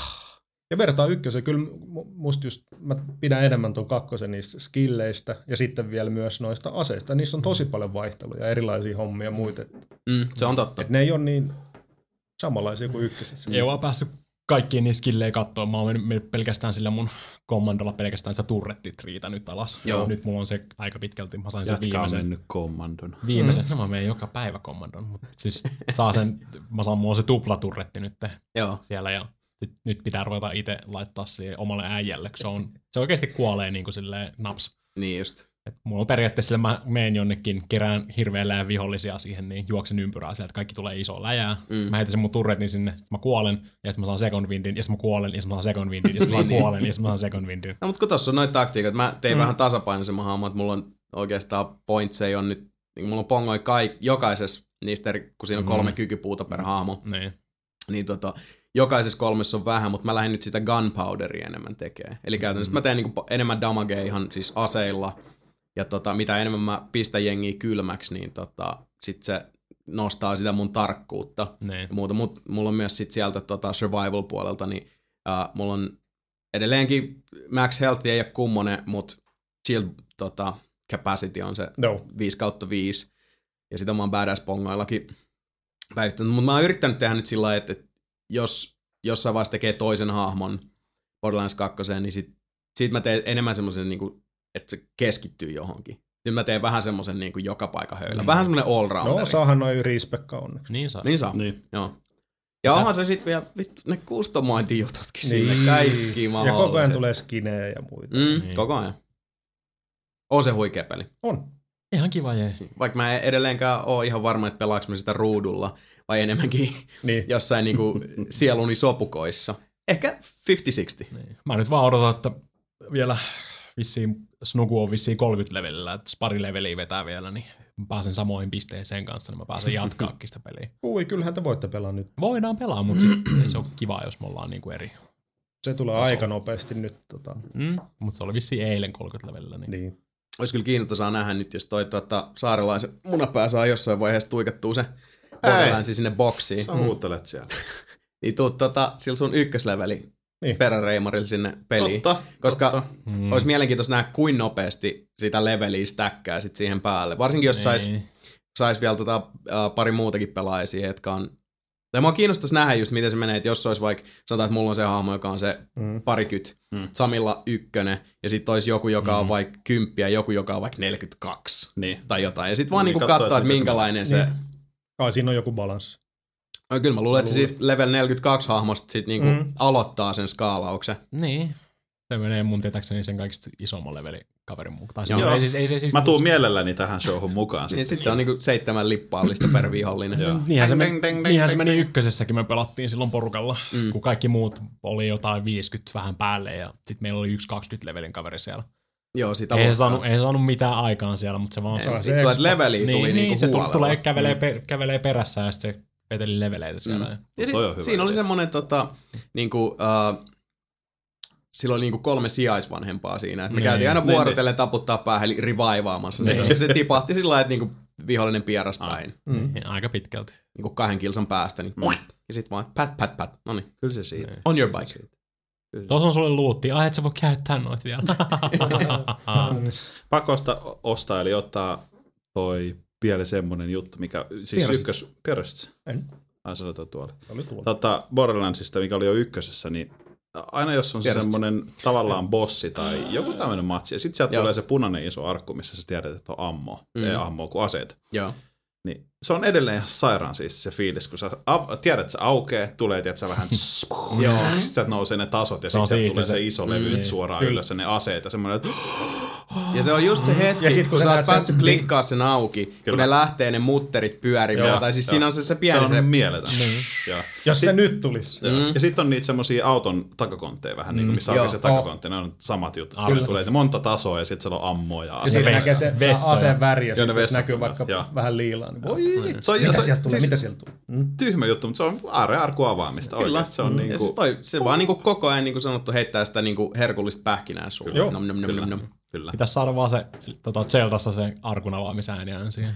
ja vertaa ykkösen, kyllä musta just, mä pidän enemmän tuon kakkosen niistä skilleistä ja sitten vielä myös noista aseista. Niissä on tosi paljon vaihteluja, erilaisia hommia ja muita. Mm, se on totta. Et ne ei ole niin samanlaisia kuin ykkösessä. Ei ole vaan päässyt kaikkiin niistä skillejä katsoa. Mä oon mennyt pelkästään sillä mun kommandolla pelkästään se turrettit riitä nyt alas. Joo. Nyt mulla on se aika pitkälti. Mä sain sen Jätkä viimeisen. on mennyt kommandon. Viimeisen. Mm. No mä menen joka päivä kommandon. Mutta siis saa sen, mä saan, mulla on se tuplaturretti nyt Joo. siellä ja nyt pitää ruveta itse laittaa siihen omalle äijälle, kun se, on, se oikeasti kuolee niin kuin silleen naps. Niin just. Et mulla on periaatteessa sille, mä menen jonnekin, kerään hirveän läjän vihollisia siihen, niin juoksen ympyrää sieltä, kaikki tulee iso läjää. Mm. Sitten mä heitän sen mun turretin sinne, sitten mä kuolen, ja sitten mä saan second windin, ja sitten mä kuolen, ja sitten mä saan second windin, ja sitten mä kuolen, ja sitten mä saan second windin. No mutta kun tossa on noita taktiikat, mä tein mm. vähän tasapainoisemman hahmon, että mulla on oikeastaan points ei on nyt, niin mulla on pongoi kaik, jokaisessa niistä, kun siinä on kolme mm. kykypuuta per hahmo. Niin. Niin tota, jokaisessa kolmessa on vähän, mutta mä lähdin nyt sitä gunpowderia enemmän tekemään. Eli käytännössä mm. mä teen niinku enemmän damagea ihan siis aseilla, ja tota, mitä enemmän mä pistän jengiä kylmäksi, niin tota, sit se nostaa sitä mun tarkkuutta. Niin. Ja muuta. Mut mulla on myös sit sieltä tota survival-puolelta, niin uh, mulla on edelleenkin max health ei ole kummonen, mut shield tota, capacity on se no. viisi kautta viisi. Ja sitä mä oon badass-pongoillakin päivittänyt. Mutta mä oon yrittänyt tehdä nyt sillä lailla, että jos jossain vaiheessa tekee toisen hahmon Borderlands kaksi, niin sit, sit mä teen enemmän semmoisen, niinku, että se keskittyy johonkin. Nyt mä teen vähän semmoisen niinku joka paikka höylä. Vähän semmoinen all-rounderi. No, saahan noin respectka onneksi. Niin saa. Niin saa, niin. Joo. Ja onhan se sit vielä, vittu, ne customointijututkin niin. Sinne, kaikki mahdolliset. Ja koko ajan tulee skinejä ja muita. Mm, niin. Koko ajan. On se huikea peli. On. Ihan kiva jee. Vaikka mä en edelleenkään ole ihan varma, että pelaanko mä sitä ruudulla, vai enemmänkin niin. jossain niinku sieluni sopukoissa. Ehkä viisikymmentä kuusikymmentä. Niin. Mä nyt vaan odotan, että vielä vissiin Snugu on vissiin kolmekymmentä levelillä, että pari leveliä vetää vielä, niin mä pääsen samoihin pisteeseen kanssa, niin mä pääsen jatkaakin sitä peliä. Ui, kyllähän te voitte pelaa nyt. Voidaan pelaa, mutta ei se ole kiva, jos me ollaan niinku eri. Se tulee taso. Aika nopeasti nyt. Tota. Mm, mutta se oli vissiin eilen kolmekymmentä levelillä. Niin. niin. Olisi kyllä kiinnostavaa nähdä nyt, jos toi tuota, saarelaisen munapää saa jossain vaiheessa tuikattua se Borderlandsin sinne boksiin. Sä huutelet siellä. Niin tuu tota, sillä sun ykkösleveli niin. peräreimarilla sinne peliin. Totta, koska totta. Mm. olisi mielenkiintoista nähdä, kuin nopeasti sitä leveliä stäkkää sit siihen päälle. Varsinkin jos sais, sais vielä tota, uh, pari muutakin pelaajia siihen, jotka on... Tai mua kiinnostaisi nähdä just, miten se menee, että jos olisi vaikka, sanotaan, että mulla on se hahmo, joka on se mm. parikyt, mm. Samilla ykkönen, ja sitten olisi joku, joka on mm. vaikka kymppiä, ja joku, joka on vaikka neljäkymmentäkaksi. Niin. Tai jotain. Ja sitten vaan niin, niinku katsoa, että minkälainen se... Niin. Kai siinä on joku balanssi. No, kyllä mä luulen, että se sit level neljäkymmentäkaksi hahmosta sit niinku mm. aloittaa sen skaalauksen. Niin. Se menee mun tietääkseni sen kaikista isomman levelin kaverin mukaan. Joo. Ei, siis, ei, siis, Mä tuun mielelläni tähän showhun mukaan. Niin sit se on niinku seitsemän lippaallista per vihollinen. Niinhän se, Ding, meni, ding, ding, niinhän se ding, meni ding. ykkösessäkin, me pelattiin silloin porukalla, Mm. kun kaikki muut oli jotain viisikymmentä vähän päälle ja sit meillä oli yksi kaksikymmentä levelin kaveri siellä. Joo, sitä Ei se, luokkaa. saanut, ei se saanut mitään aikaan siellä, mutta se vaan... Ei, se on mut se vittu, extra. että leveliä tuli niin, niinku niin, se tuli, huolella. tulee kävelee, pe, kävelee perässä ja sitten se veteli leveleitä siellä. Mm. Ja Ja sit, Toi on hyvä siinä oli idea. semmonen tota, niinku, uh, sillä oli niinku kolme sijaisvanhempaa siinä. Et me Niin. käytiin aina Niin, vuorotellen taputtaa päähän, eli rivaivaamassa sitä. Niin. Se tipahti sillä lailla, että niinku vihollinen pieras päin. Mm. Niin, aika pitkälti. Niinku kahden kilsan päästä. Niin, ja sit vaan pat, pat, pat. Noniin, Kyllä se siitä. on your bike. Tuossa on sulle luutti. Ai, et sä voi käyttää noit vielä. Pakko ostaa, ostaa, eli ottaa toi vielä semmonen juttu, mikä siis Piersits. ykkös... Piersits. En. Ai se oli tuo tuolla. Oli tuolla. Tota, Borderlandsista, mikä oli jo ykkösessä, niin aina jos on Piersits. semmonen tavallaan bossi tai joku tämmönen matsi, ja sit sieltä Joo. tulee se punainen iso arkku, missä sä tiedät, että on ammo. Mm. Ei ammoa kuin aseet. Joo. Niin se on edelleen ihan sairaan siisti se fiilis, kun sä av- tiedät, että se aukee, tulee, tiedät sä vähän Joo. sitten sieltä nousee ne tasot ja Se on sitten sieltä tulee siisti se se- iso levy Mm. suoraan Kyllä. ylös ja ne aseet ja semmoinen, että Ja se on just se hetki, Ja sit, kun, kun sä sä oot näet sen- päässyt klikkaa sen auki, kun Kyllä. ne lähtee ne mutterit pyörimään. Joo, Tai siis joo. siinä on se, se pieni se on se... mieletön. Niin. Joo. Jos se nyt tulisi. Joo. Ja sitten on niitä semmosia auton takakontteja vähän, niin kuin missä Joo. aukeaa se takakontti, ne on samat jutut. Kyllä. Kyllä. Tulee monta tasoa ja sitten siellä on ammoa ja Ja aseita. siinä vessa- näkee se, se vessoja. aseen väri ja Joo, ne sitten jos vessat näkyy tulee. vaikka Joo. vähän liilaa, niin voi vittu. Se on- Mitä se- sieltä tulee? siis- Mitä sieltä tulee? Mm. Tyhmä juttu, mutta se on aarrearkku avaamista Kyllä. oikeasti. Se on Ja niinku... siis toi, se vaan niinku koko ajan niinku sanottu heittää sitä niinku herkullista pähkinää suuhun. Joo, Nom, nom, nom, Kyllä. nom, nom. Kyllä. Pitäis saada vaan se tota, Zeltassa se arkun avaamisääni aina siihen.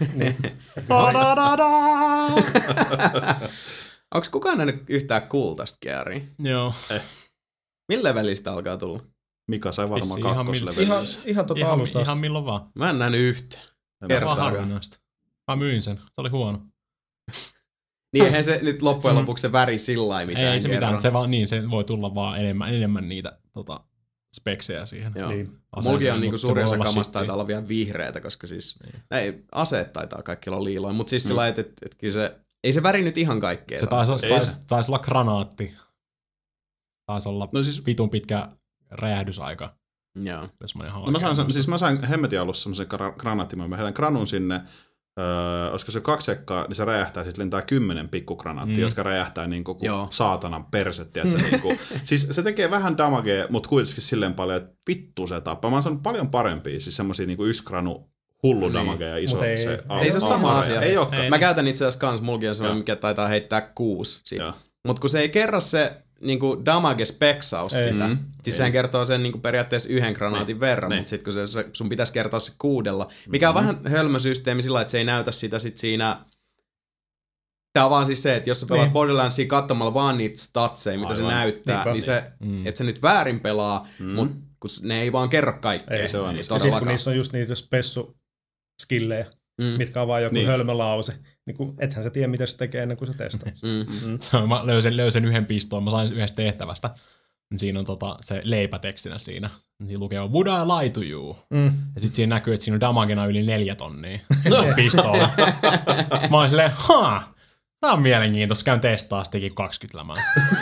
Onks kukaan nähnyt yhtään kultaista gearia? Joo. Millä levelistä alkaa tulla? Mika sai varmaan Vissiin ihan kakkoslevelillä. Ihan, ihan tota Ihan, alusta asti. ihan milloin vaan. Mä en nähnyt yhtä. Vaan Kertaakaan. harvinaista. Mä myin sen. Se oli huono. Niin eihän se nyt loppujen lopuksi se väri sillä lailla mitään Ei se kerro. mitään. Se vaan niin, se voi tulla vaan enemmän, enemmän niitä tota, speksejä siihen. Joo. Niin. Mullakin aseeseen, on niinku mut se suurin voi osa olla kamasta shittiä. taitaa olla vielä vihreätä, koska siis ei, aseet taitaa kaikki olla liiloja, mutta siis mm. sillä lailla, että et, et kyllä se, ei se väri nyt ihan kaikkea Se saa. taisi, Ei taisi, taisi olla granaatti. Taisi olla No siis, vitun pitkä räjähdysaika. Joo. Jos mä, no mä sain, sen- siis mä sain hemmetin alussa semmoisen gra- granaattimon. Mä heitän granun sinne, öö, olisiko se kaksi sekkaa, niin se räjähtää, sitten lentää kymmenen pikkugranaattia, Mm. jotka räjähtää niinku kuin Joo. saatanan perset. Se, niinku, siis se tekee vähän damagea, mutta kuitenkin silleen paljon, että vittu se tappaa. Mä oon saanut paljon parempia, siis semmosia niinku yksi granu hullu damagea ja iso Mut ei- se ei Ei se ole sama aura. asia. Ei olekaan. Ei. Mä käytän itse asiassa kans, mulki on semmoinen, Joo. mikä taitaa heittää kuusi siitä. Joo. Mut kun se ei kerro se niinku damage-speksaus Ei. sitä. Mm. Siis sehän kertoo sen niinku periaatteessa yhden granaatin Niin. verran, Niin. mutta sitten kun se, se, sun pitäisi kertoa se kuudella, mikä on vähän hölmö systeemi sillä lailla, että se ei näytä sitä sit siinä. Tää on vaan siis se, että jos sä pelaat Niin. Borderlandsia katsomalla vaan niitä statseja, mitä se Aivan. näyttää, Niinpä. niin se, Mm. että sä nyt väärin pelaa, Mm. mut kun s- ne ei vaan kerro kaikkea. Ei, se on. Ei Ja Ja sitten kun todellakaan. niissä on just niitä spessu skillejä, Mm. mitkä on vaan joku Niin. niin. hölmölause, niin kun, ethän sä tiedä, mitä se tekee ennen kuin sä testaat. Mm. Se on- Mä löysin, löysin yhden pistoon, mä sain yhdestä tehtävästä. Siinä on tota, se leipätekstinä siinä. Siinä lukee, would I lie to you? Mm. Ja sit siinä näkyy, että siinä on damagena yli neljä tonnia pistoolla. Sitten mä olin silleen, haa, tää on mielenkiintoista, käyn testaa sittenkin kaksikymmentä lämää.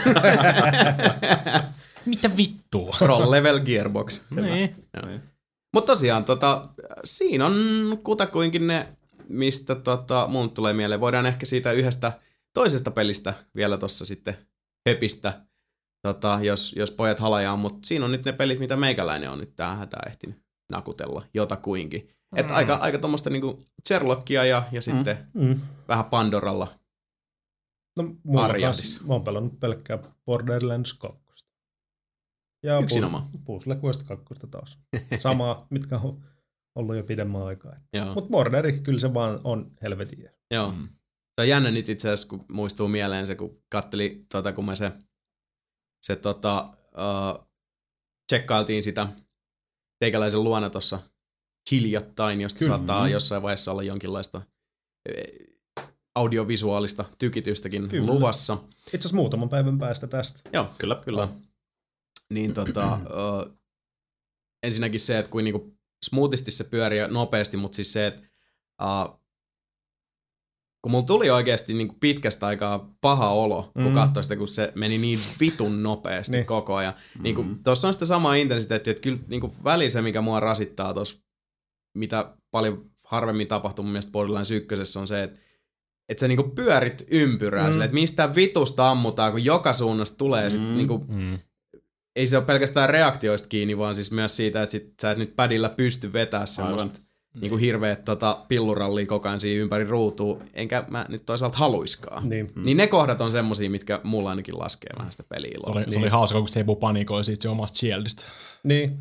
Mitä vittua? Pro level gearbox. Niin. Mutta tosiaan, tota, siinä on kutakuinkin ne, mistä tota, mun tulee mieleen. Voidaan ehkä siitä yhdestä toisesta pelistä vielä tossa sitten höpistä, tota, jos, jos pojat halajaa, mutta siinä on nyt ne pelit, mitä meikäläinen on nyt tähän hätään ehtinyt nakutella jotakuinkin. Mm. Että aika, aika tuommoista niinku Sherlockia ja, ja sitten Mm. vähän Pandoralla. No, mulla on Ariadis. kans, mä oon pelannut pelkkää Borderlands kaksi. Ja Yksinomaan. Puzzle Quest kaksi taas. Samaa, mitkä on ollut jo pidemmän aikaa. Joo. Mutta Borderi, kyllä se vaan on helvetin jees. Joo. Mm. Se on jännä nyt itse asiassa, kun muistuu mieleen se, kun katteli, tota, kun me se, se tota, uh, tsekkailtiin sitä teikäläisen luona tuossa hiljattain, josta Kyllä. saattaa jossain vaiheessa olla jonkinlaista eh, audiovisuaalista tykitystäkin Kyllä. luvassa. Itse asiassa muutaman päivän päästä tästä. Joo, Kyllä. kyllä. Niin tota, uh, ensinnäkin se, että kuin niinku smoothisti se pyörii ja nopeasti, mutta siis se, että uh, kun mulla tuli oikeasti niin kuin pitkästä aikaa paha olo, kun mm. katsoi sitä, kun se meni niin vitun nopeasti niin. koko ajan. Mm. Niin kuin, tuossa on sitä samaa intensiteettiä, että kyllä niin kuin väli se, mikä mua rasittaa tuossa, mitä paljon harvemmin tapahtuu mun mielestä Borderlands ykkösessä, on se, että että sä niinku pyörit ympyrää, mm. silleen, että mistä vitusta ammutaan, kun joka suunnasta tulee. Mm. Sit niinku, mm. ei se ole pelkästään reaktioista kiinni, vaan siis myös siitä, että sit sä et nyt pädillä pysty vetämään semmoista niinku hirveet tota, pillurallia koko ajan siinä ympäri ruutua, enkä mä nyt toisaalta haluiskaan. Niin, mm. niin ne kohdat on semmosia, mitkä mulla ainakin laskee vähän sitä peliiloa. Se oli, niin. se oli hauska, kun Sebu panikoi siitä omasta shieldistä. Niin.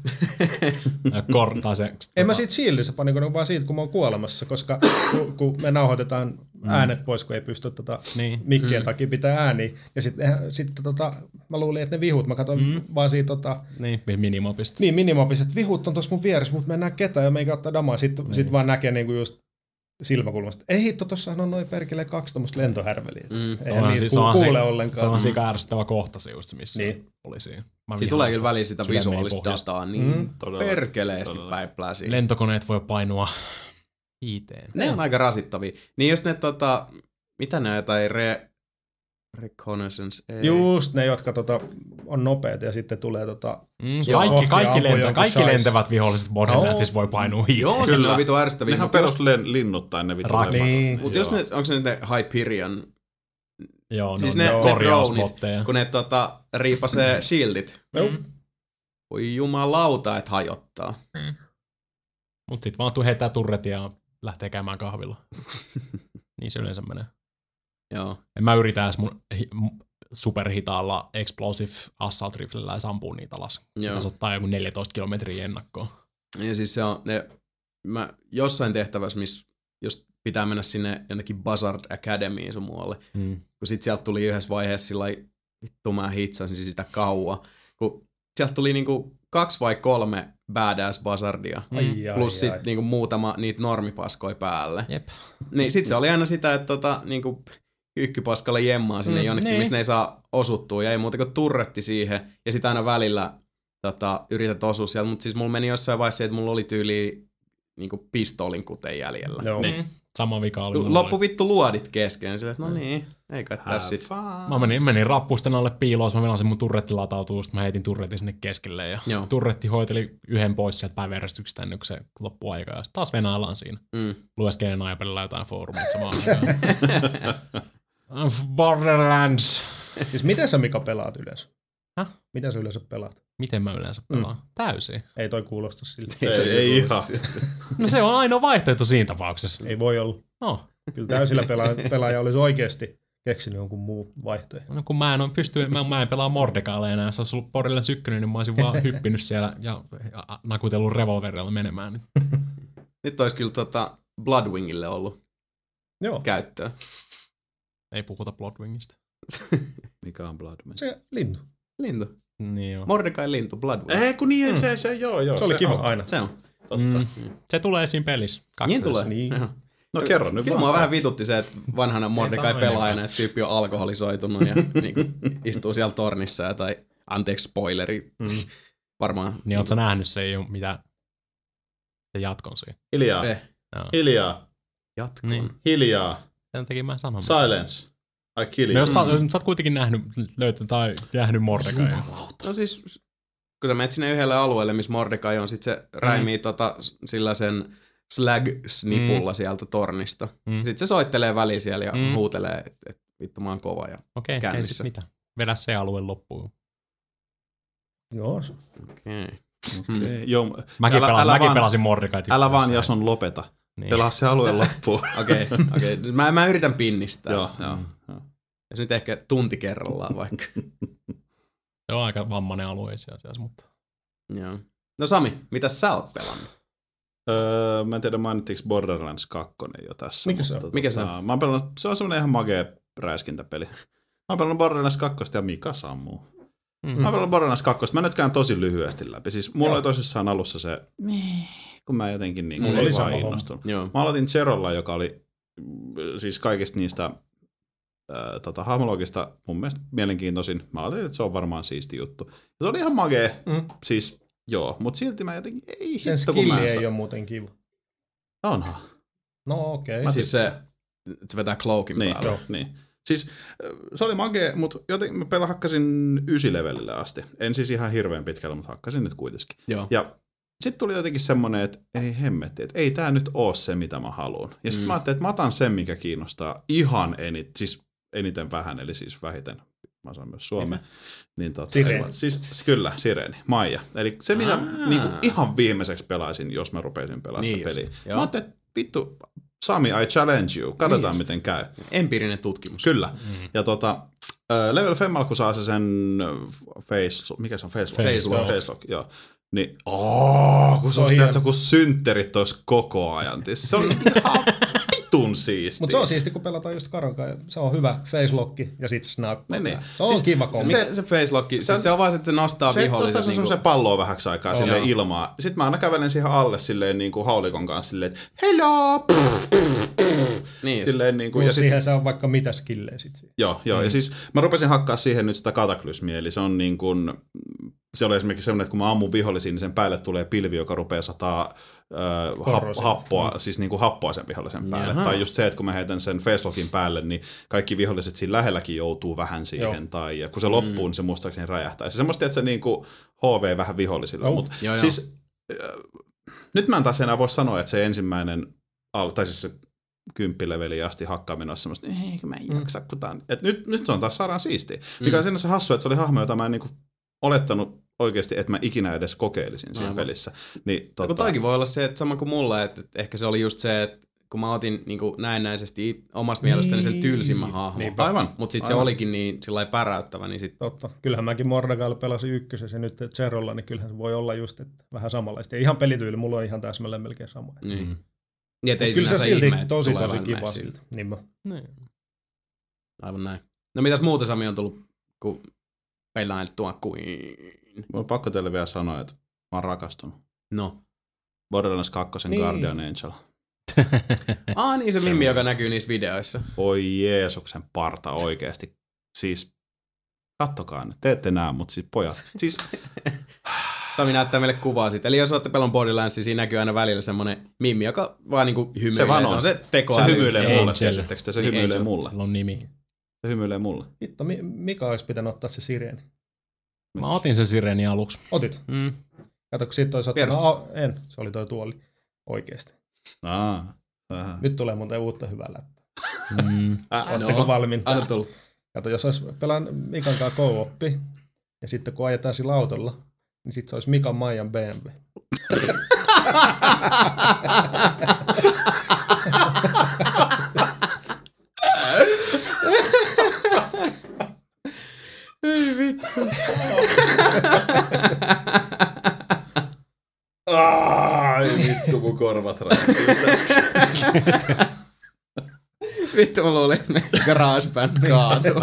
Kortaa se. En tota... mä siitä shieldistä panikoinut, vaan siitä, kun mä oon kuolemassa, koska kun, kun me nauhoitetaan äänet pois, kun ei pysty tota, niin. mikkien mm. takia pitää ääniä. Ja sitten sit, tota, mä luulin, että ne vihut, mä katson mm. vaan siitä... Tota, niin, minimapista. Niin, minimapista, että vihut on tossa mun vieressä, mutta mä en näe ketään ja me ei ottaa damaa. Sitten niin. sit vaan näkee niinku just silmäkulmasta. Ei hitto, tossahan on noin perkeleen kaksi tommoista lentohärveliä. Mm. Eihän niitä si- ku- kuule si- ollenkaan. Se on sika ärsyttävä kohta se just, missä niin. oli siinä. Siinä tulee kyllä väliin sitä visuaalista dataa niin mm. perkeleesti päippläisiä. Lentokoneet voi painua viiteen. Ne on aika rasittavia. Niin jos ne tota, mitä ne on jotain re... reconnaissance? Ei. Just ne, jotka tota, on nopeat ja sitten tulee tota... Mm, kaikki kaikki, lentä, kaikki lentävät viholliset Borderlandsissa voi painua hiiteen. Joo, kyllä. Ne on vitu ärsyttäviä. Nehän perus len, linnut tai ne vitu lemmat. Niin. Mutta jos ne, onko se ne Hyperion? Joo, siis no, ne, ne droneit, kun ne tota, riipasee mm. shieldit. Mm. Voi jumalauta, et hajottaa. Mm. Mut sit vaan tuu heittää turret ja lähtee käymään kahvilla. Niin se yleensä menee. Joo. En mä yritä edes mun hi- superhitaalla explosive assault riflellä ja sampuu niitä alas. Tässä ottaa joku neljätoista kilometriä ennakkoon. Ja siis se on ne, mä jossain tehtävässä, missä jos pitää mennä sinne jonnekin Buzzard Academyin sun muualle, mm. kun sit sieltä tuli yhdessä vaiheessa sillai, vittu mä hitsasin sitä kauan, kun sieltä tuli niinku kaksi vai kolme badass Buzzardia, mm. plus sit ai. Niinku muutama niitä normipaskoja päälle. Jep. Niin sit se oli aina sitä, että tota, niinku ykkypaskalle jemmaa sinne mm, jonnekin, niin. Mistä ne ei saa osuttua, ja ei muuta kuin turretti siihen, ja sit aina välillä tota, yrität osua sieltä, mutta siis mulla meni jossain vaiheessa, että mulla oli tyyli niinku pistoolin kuten jäljellä. Joo. Niin. Sama vika oli. Loppu vittu luodit kesken, silleen, että no niin, ei kai tässä sit. Mä menin, menin rappusten alle piiloon, mä melasin mun turretti latautuu, sit mä heitin turretin sinne keskelle, ja Joo. turretti hoiteli yhden pois sieltä päiväjärjestyksestä ennen kuin se loppui aika, ja sit taas venaillaan siinä. Mm. Lueskelen ajapelilla jotain foorumeita samaan aikaan. Borderlands. Siis miten sä Mika pelaat yleensä? Häh? Miten sä yleensä pelaat? Miten mä yleensä pelaan? Mm. Täysin. Ei toi kuulosta siltä. Ei, ei, ei ihan. No se on ainoa vaihtoehto siinä tapauksessa. Ei voi olla. No. Kyllä täysillä pelaaja, pelaaja olisi oikeasti keksinyt jonkun muu vaihtoehto. No kun mä en, pysty, mä, mä en pelaa Mordekailla enää. Se olisi ollut Borderlands yksi, niin mä olisin vaan hyppinyt siellä ja nakutellut revolverilla menemään. Nyt olisi kyllä tota Bloodwingille ollut Joo. käyttöä. Ei puhuta Bloodwingista. Mikä on Bloodwing? Se lintu. Lintu. Niin joo. Mordecai lintu, Bloodwing. Ei kun niin, mm. se, se, joo, joo. Se oli se kiva on. aina. Se on. Totta. Mm. Se tulee siinä pelissä. Niin tulee. Niin. No kerro nyt Kyllä mua vähän vitutti se, että vanhana Mordecai pelaajana, että tyyppi on alkoholisoitunut ja niinku, istuu siellä tornissa ja tai, anteeksi spoileri, mm. varmaan. Niin ootko sä nähnyt se, ei ole mitään, se jatkon siinä? Hiljaa. Eh. No. Hiljaa. Jatkon. Niin. Hiljaa. Sen takia mä sanon. Silence. I kill you. No jos sä, mm. sä oot kuitenkin nähnyt, löytänyt tai nähnyt Mordecai. No siis, kun sä menet sinne yhdelle alueelle, missä Mordecai on, sit se räimii mm. tota, sillä sen slag-snipulla mm. sieltä tornista. Mm. Sitten se soittelee väliin siellä ja mm. huutelee, että et, vittu mä oon kova ja Okei, okay, ei sit mitä. Vedä se alue loppuun. Joo. Okei. Okay. Okay. Joo. Mäkin, älä, pelasin, älä mäkin vaan, pelasin Mordecai. Älä vaan Jason lopeta. Niin. Pelaa se alue loppuun. Okei, okay, okei. Okay. Mä, mä yritän pinnistää. Joo, joo. Ja nyt ehkä tunti kerrallaan vaikka. Se on aika vammainen alue itse asiassa, mutta... Joo. No Sami, mitä sä oot pelannut? Öö, mä en tiedä, mainittiinko Borderlands kaksi jo tässä. Mikä se on? Mutta, Mikä se on? Tota, mä oon pelannut, se on semmonen ihan magea räiskintäpeli. Mä oon pelannut Borderlands kaksi ja Mika sammuu. Mm-hmm. Mä oon pelannut Borderlands kaksi. Mä nyt käyn tosi lyhyesti läpi. Siis mulla Joo. oli tosissaan alussa se, kun mä jotenkin niin kuin ei vaan innostunut. Mä aloitin Zerolla, joka oli siis kaikista niistä äh, tota, hahmologista mun mielestä mielenkiintoisin. Mä ajattelin, että se on varmaan siisti juttu. Ja se oli ihan magea. Mm. Siis joo, mutta silti mä jotenkin, ei sen hitto kun mä skilli ei saa. ole muuten kiva. Onhan. No okei. Okay. Siis se se vetää cloakin niin, päälle. Niin. Siis se oli magee, mutta jotenkin mä pelä hakkasin ysilevelille asti. En siis ihan hirveän pitkällä, mutta hakkasin nyt kuitenkin. Joo. Ja sitten tuli jotenkin semmoinen, että ei hemmetti, että ei tää nyt oo se, mitä mä haluan. Ja sitten mm. mä ajattelin, että mä otan sen, mikä kiinnostaa ihan eniten, siis eniten vähän, eli siis vähiten. Mä osaan myös suomea. Niin tota, Sireeni. Siis, kyllä, Sireeni, Maija. Eli se, mitä niinku ihan viimeiseksi pelaisin, jos mä rupeisin pelaamaan niin sitä peliä. just, Mä ajattelin, että vittu, Sami, I challenge you. Katsotaan, niin miten käy. Empiirinen tutkimus. Kyllä. Mm. Ja tota, Level Femmalla, kun saa se sen face, mikä se on? Facelock. Facelock. Facelock, joo. Niin, ooo, kun se on sieltä kun synttärit ois koko ajan. Se on ihan vitun siistiä. Mutta se on siisti, kun pelataan just Karonkaan. Se on hyvä facelocki ja sit snap. Niin, niin. Se on siis kiva kombo. Se, se facelocki, se, siis se on vaan, että se nostaa se, viholliset. Se on niinku... se palloa vähäksi aikaa silleen ilmaa. Sitten mä aina kävelen siihen alle silleen niin kuin haulikon kanssa silleen, että hello! Niin silleen niin kuin, ja ja siihen sit, saa vaikka mitä skillejä sit. Joo, joo. Mm. Ja siis mä rupesin hakkaa siihen nyt sitä kataklysmiä, eli se on niin kuin, se oli esimerkiksi semmoinen, että kun mä ammun vihollisiin, niin sen päälle tulee pilvi, joka rupeaa sataa äh, hap, happoa, mm. siis niin kuin happoa sen vihollisen päälle. Jaha. Tai just se, että kun mä heitän sen facelockin päälle, niin kaikki viholliset siinä lähelläkin joutuu vähän siihen. Joo. Tai ja kun se loppuu, mm. niin se muistaakseni räjähtää. Se semmoista, että se niin kuin H V vähän vihollisilla. Oh. Mut joo, siis, äh, nyt mä en taas enää voi sanoa, että se ensimmäinen, tai siis se kymppileveliin asti hakkaaminen on semmoista, ei mä en jaksa, kun tää on. Et nyt, nyt se on taas saadaan siistiä. Mikä on sinänsä hassu, että se oli hahmo, jota mä en niinku olettanut oikeasti, että mä ikinä edes kokeilisin siinä Aivan. pelissä. Niin, tota... toikin voi olla se, että sama kuin mulla, että, että ehkä se oli just se, että kun mä otin niin kuin näennäisesti omasta niin. mielestäni sen tylsimmän hahmon. Niin, aivan. Mutta sitten se olikin niin sillai päräyttävä. Niin sit... Totta. Kyllähän mäkin Mordekailla pelasin ykkösessä ja nyt Zerolla, niin kyllähän se voi olla just että vähän samanlaista. Ja ihan pelityyli, mulla on ihan täsmälleen melkein sama. Niin. Mm. Ja ei kyllä se silti ihme, tosi tosi kiva siltä. Niin mä. Niin. Aivan näin. No mitäs muuta Sami on tullut, kun pelailtua kuin... Mä on pakko teille vielä sanoa, että mä oon rakastunut. No. Borderlands kaksi niin. Guardian Angel. Ah niin se mimmi, joka näkyy niissä videoissa. Oi Jeesuksen parta oikeesti. Siis kattokaa nyt, te ette näe, mutta siis pojat. Siis... Sami näyttää meille kuvaa siitä. Eli jos olette pelon Borderlands, niin siinä näkyy aina välillä semmonen mimmi, joka vaan niinku hymyilee. Se, vaan on. se on se tekoäly. Se hymyilee mulle, tiesittekö te? Se niin hymyilee Angel. mulle. Sillä on nimi. Se hymyilee mulle. Vittu, Mika olisi pitänyt ottaa se sireeni. Mä otin sen sireeni aluksi. Otit? Mm. Kato, kun siitä olisi ottanut... No, en, se oli toi tuoli. Oikeesti. Aa, vähän. Nyt tulee muuten uutta hyvää läppää. Mm. Oletteko no, valmiin? Anna tullut. Kato, jos olisi pelaan Mikan kanssa co-oppi, ja sitten kun ajetaan sillä autolla, niin sitten se olisi Mikan Maijan B M W. Ei vittu. Ai vittu, kun korvat räjähti. Vittu, mä luulin, että me GarageBand kaatuu.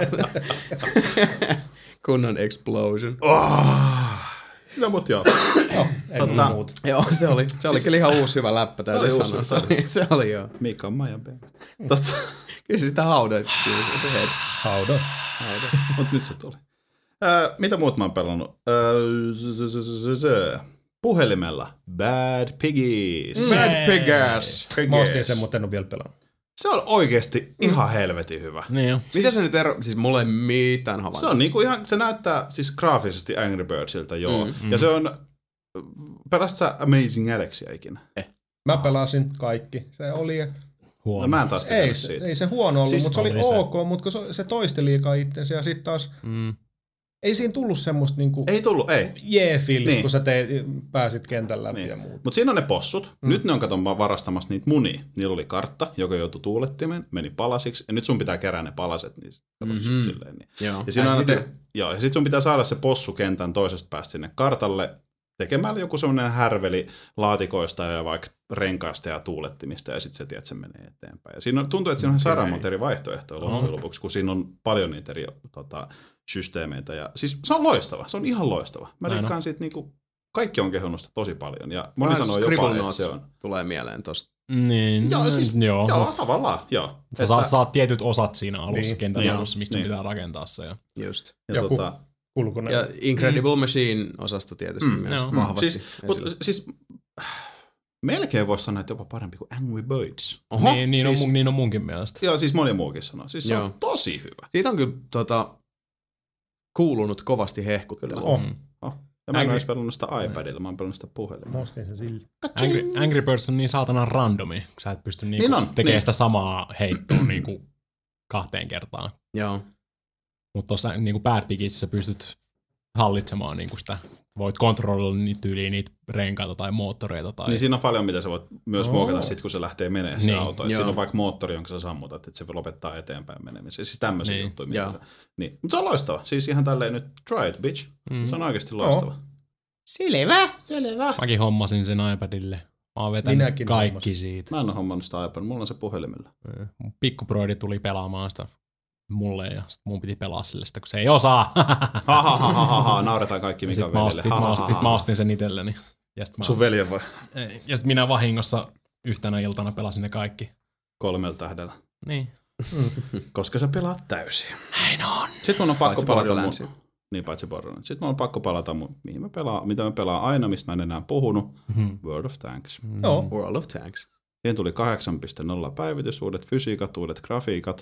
Kunnon explosion. Oh. No mut joo. No, ei tota, muuta. Joo, se oli, se oli siis, kyllä ihan uusi hyvä läppä, täytyy sanoa. Uusi, se, oli, se oli joo. Mika on Maija B. Totta. Kyllä sitä haudoit. Haudo. Haudo. Mut nyt se tuli. Äh, mitä muut mä oon pelannut? Äh, puhelimella. Bad Piggies. Bad Piggies. Mä ostin sen, mutta en ole vielä pelannut. Se on oikeesti ihan helvetin hyvä. Niin jo. Mitä se nyt ero... Siis mulla ei mitään havaintoa. Se on niinku ihan, se näyttää siis graafisesti Angry Birdsiltä, joo. Mm, ja mm. se on, pelasit sä Amazing Alexia ikinä? Eh. Mä pelasin kaikki. Se oli... Huono. No mä en taas ei, siitä. Ei se huono ollut, siis mutta se oli, oli ok, mutta se, se toisti liikaa itsensä ja sitten taas... Mm. Ei siinä tullut semmoista niinku... Ei tullut, ei. Jee-fiilis, niin. kun sä teet, pääsit kentän läpi niin. ja muuta. Mutta siinä on ne possut. Mm. Nyt ne on katon varastamassa niitä munia. Niillä oli kartta, joka joutui tuulettimeen, meni palasiksi. Ja nyt sun pitää kerää ne palaset. Niin mm-hmm. silleen, niin. Joo. Ja, siinä te, joo, ja sit sun pitää saada se possu kentän toisesta päästä sinne kartalle tekemällä joku semmoinen härveli laatikoista ja vaikka renkaista ja tuulettimista, ja sitten se tiedät, että se menee eteenpäin. Ja siinä on, tuntuu, että siinä on sadan monta eri vaihtoehtoja loppujen lopuksi, kun siinä on paljon niitä eri tota, systeemeitä. Ja, siis se on loistava, se on ihan loistava. Mä rikkaan siitä, niinku, kaikki on kehunut sitä tosi paljon, ja moni sanoo jopa, että se on... tulee mieleen tosta. Niin, joo, siis, joo, joo mut... tavallaan, joo. Sä että... saat, saat tietyt osat siinä alussa, niin, kentän niin, alussa, mistä niin. pitää rakentaa se. Ja... Just. Ja, Joku tota... kulkuneen. Ja Incredible mm. Machine-osasta tietysti mm, myös no. vahvasti. Siis, mut, siis, melkein voisi sanoa, että jopa parempi kuin Angry Birds. Oho, niin, niin, siis, on, niin on munkin mielestä. Joo, siis moni muukin sanoo. Siis se Joo. on tosi hyvä. Siitä on kyllä tota, kuulunut kovasti hehkuttelua. Oh. Oh. Ja mä en Angry- ole edes pelannut sitä iPadilla, mä oon pelannut sitä puhelimella. Mä ostin sen sillä. Angry, Angry Birds on niin saatanan randomi. Sä et pysty niinku Niin on, tekemään niin. sitä samaa heittoa niinku kahteen kertaan. Joo. Mutta tuossa niinku Bad Piggissä pystyt hallitsemaan niinku sitä. Voit kontrolloida niitä tyyliä, niitä renkaita tai moottoreita. Tai... Niin siinä on paljon, mitä sä voit myös Oo. muokata sit, kun se lähtee menemään se Niin, auto. Et joo. siinä on vaikka moottori, jonka sä sammutat, että se lopettaa eteenpäin menemisen. Siis tämmöisiä Niin, juttuja. Mitä joo. sä... niin. Mutta se on loistava. Siis ihan tälleen nyt try it, bitch. Mm. Se on oikeasti loistava. Selvä. Selvä. Mäkin hommasin sen iPadille. Mä oon vetänyt Minäkin kaikki hommasin. siitä. Mä en ole hommannut sitä iPad, mulla on se puhelimella. Mun pikkuproidi tuli pelaamaan sitä mulle ja sit mun piti pelaa sille sitä, kun se ei osaa. Ha ha ha ha ha ha, nauretaan kaikki mikä Sitten on mä, ostin, veljelle. sit, Ha, mä, ha, ostin, ha, sit mä ha. ostin sen itselleni. Ja sit, mä, Sun veljen vai? ja sit minä vahingossa yhtenä iltana pelasin ne kaikki. Kolmella tähdellä. Niin. Koska sä pelaat täysin. Näin on. Sitten mun on pakko Paitsi palata Borderlands. mun... Niin, paitsi Borderlands. Sitten mun on pakko palata mun, mihin mä pelaan, mitä mä pelaan aina, mistä mä en enää puhunut. Mm-hmm. World of Tanks. Joo. World of Tanks. Siihen tuli kahdeksan piste nolla päivitys, uudet fysiikat, uudet grafiikat.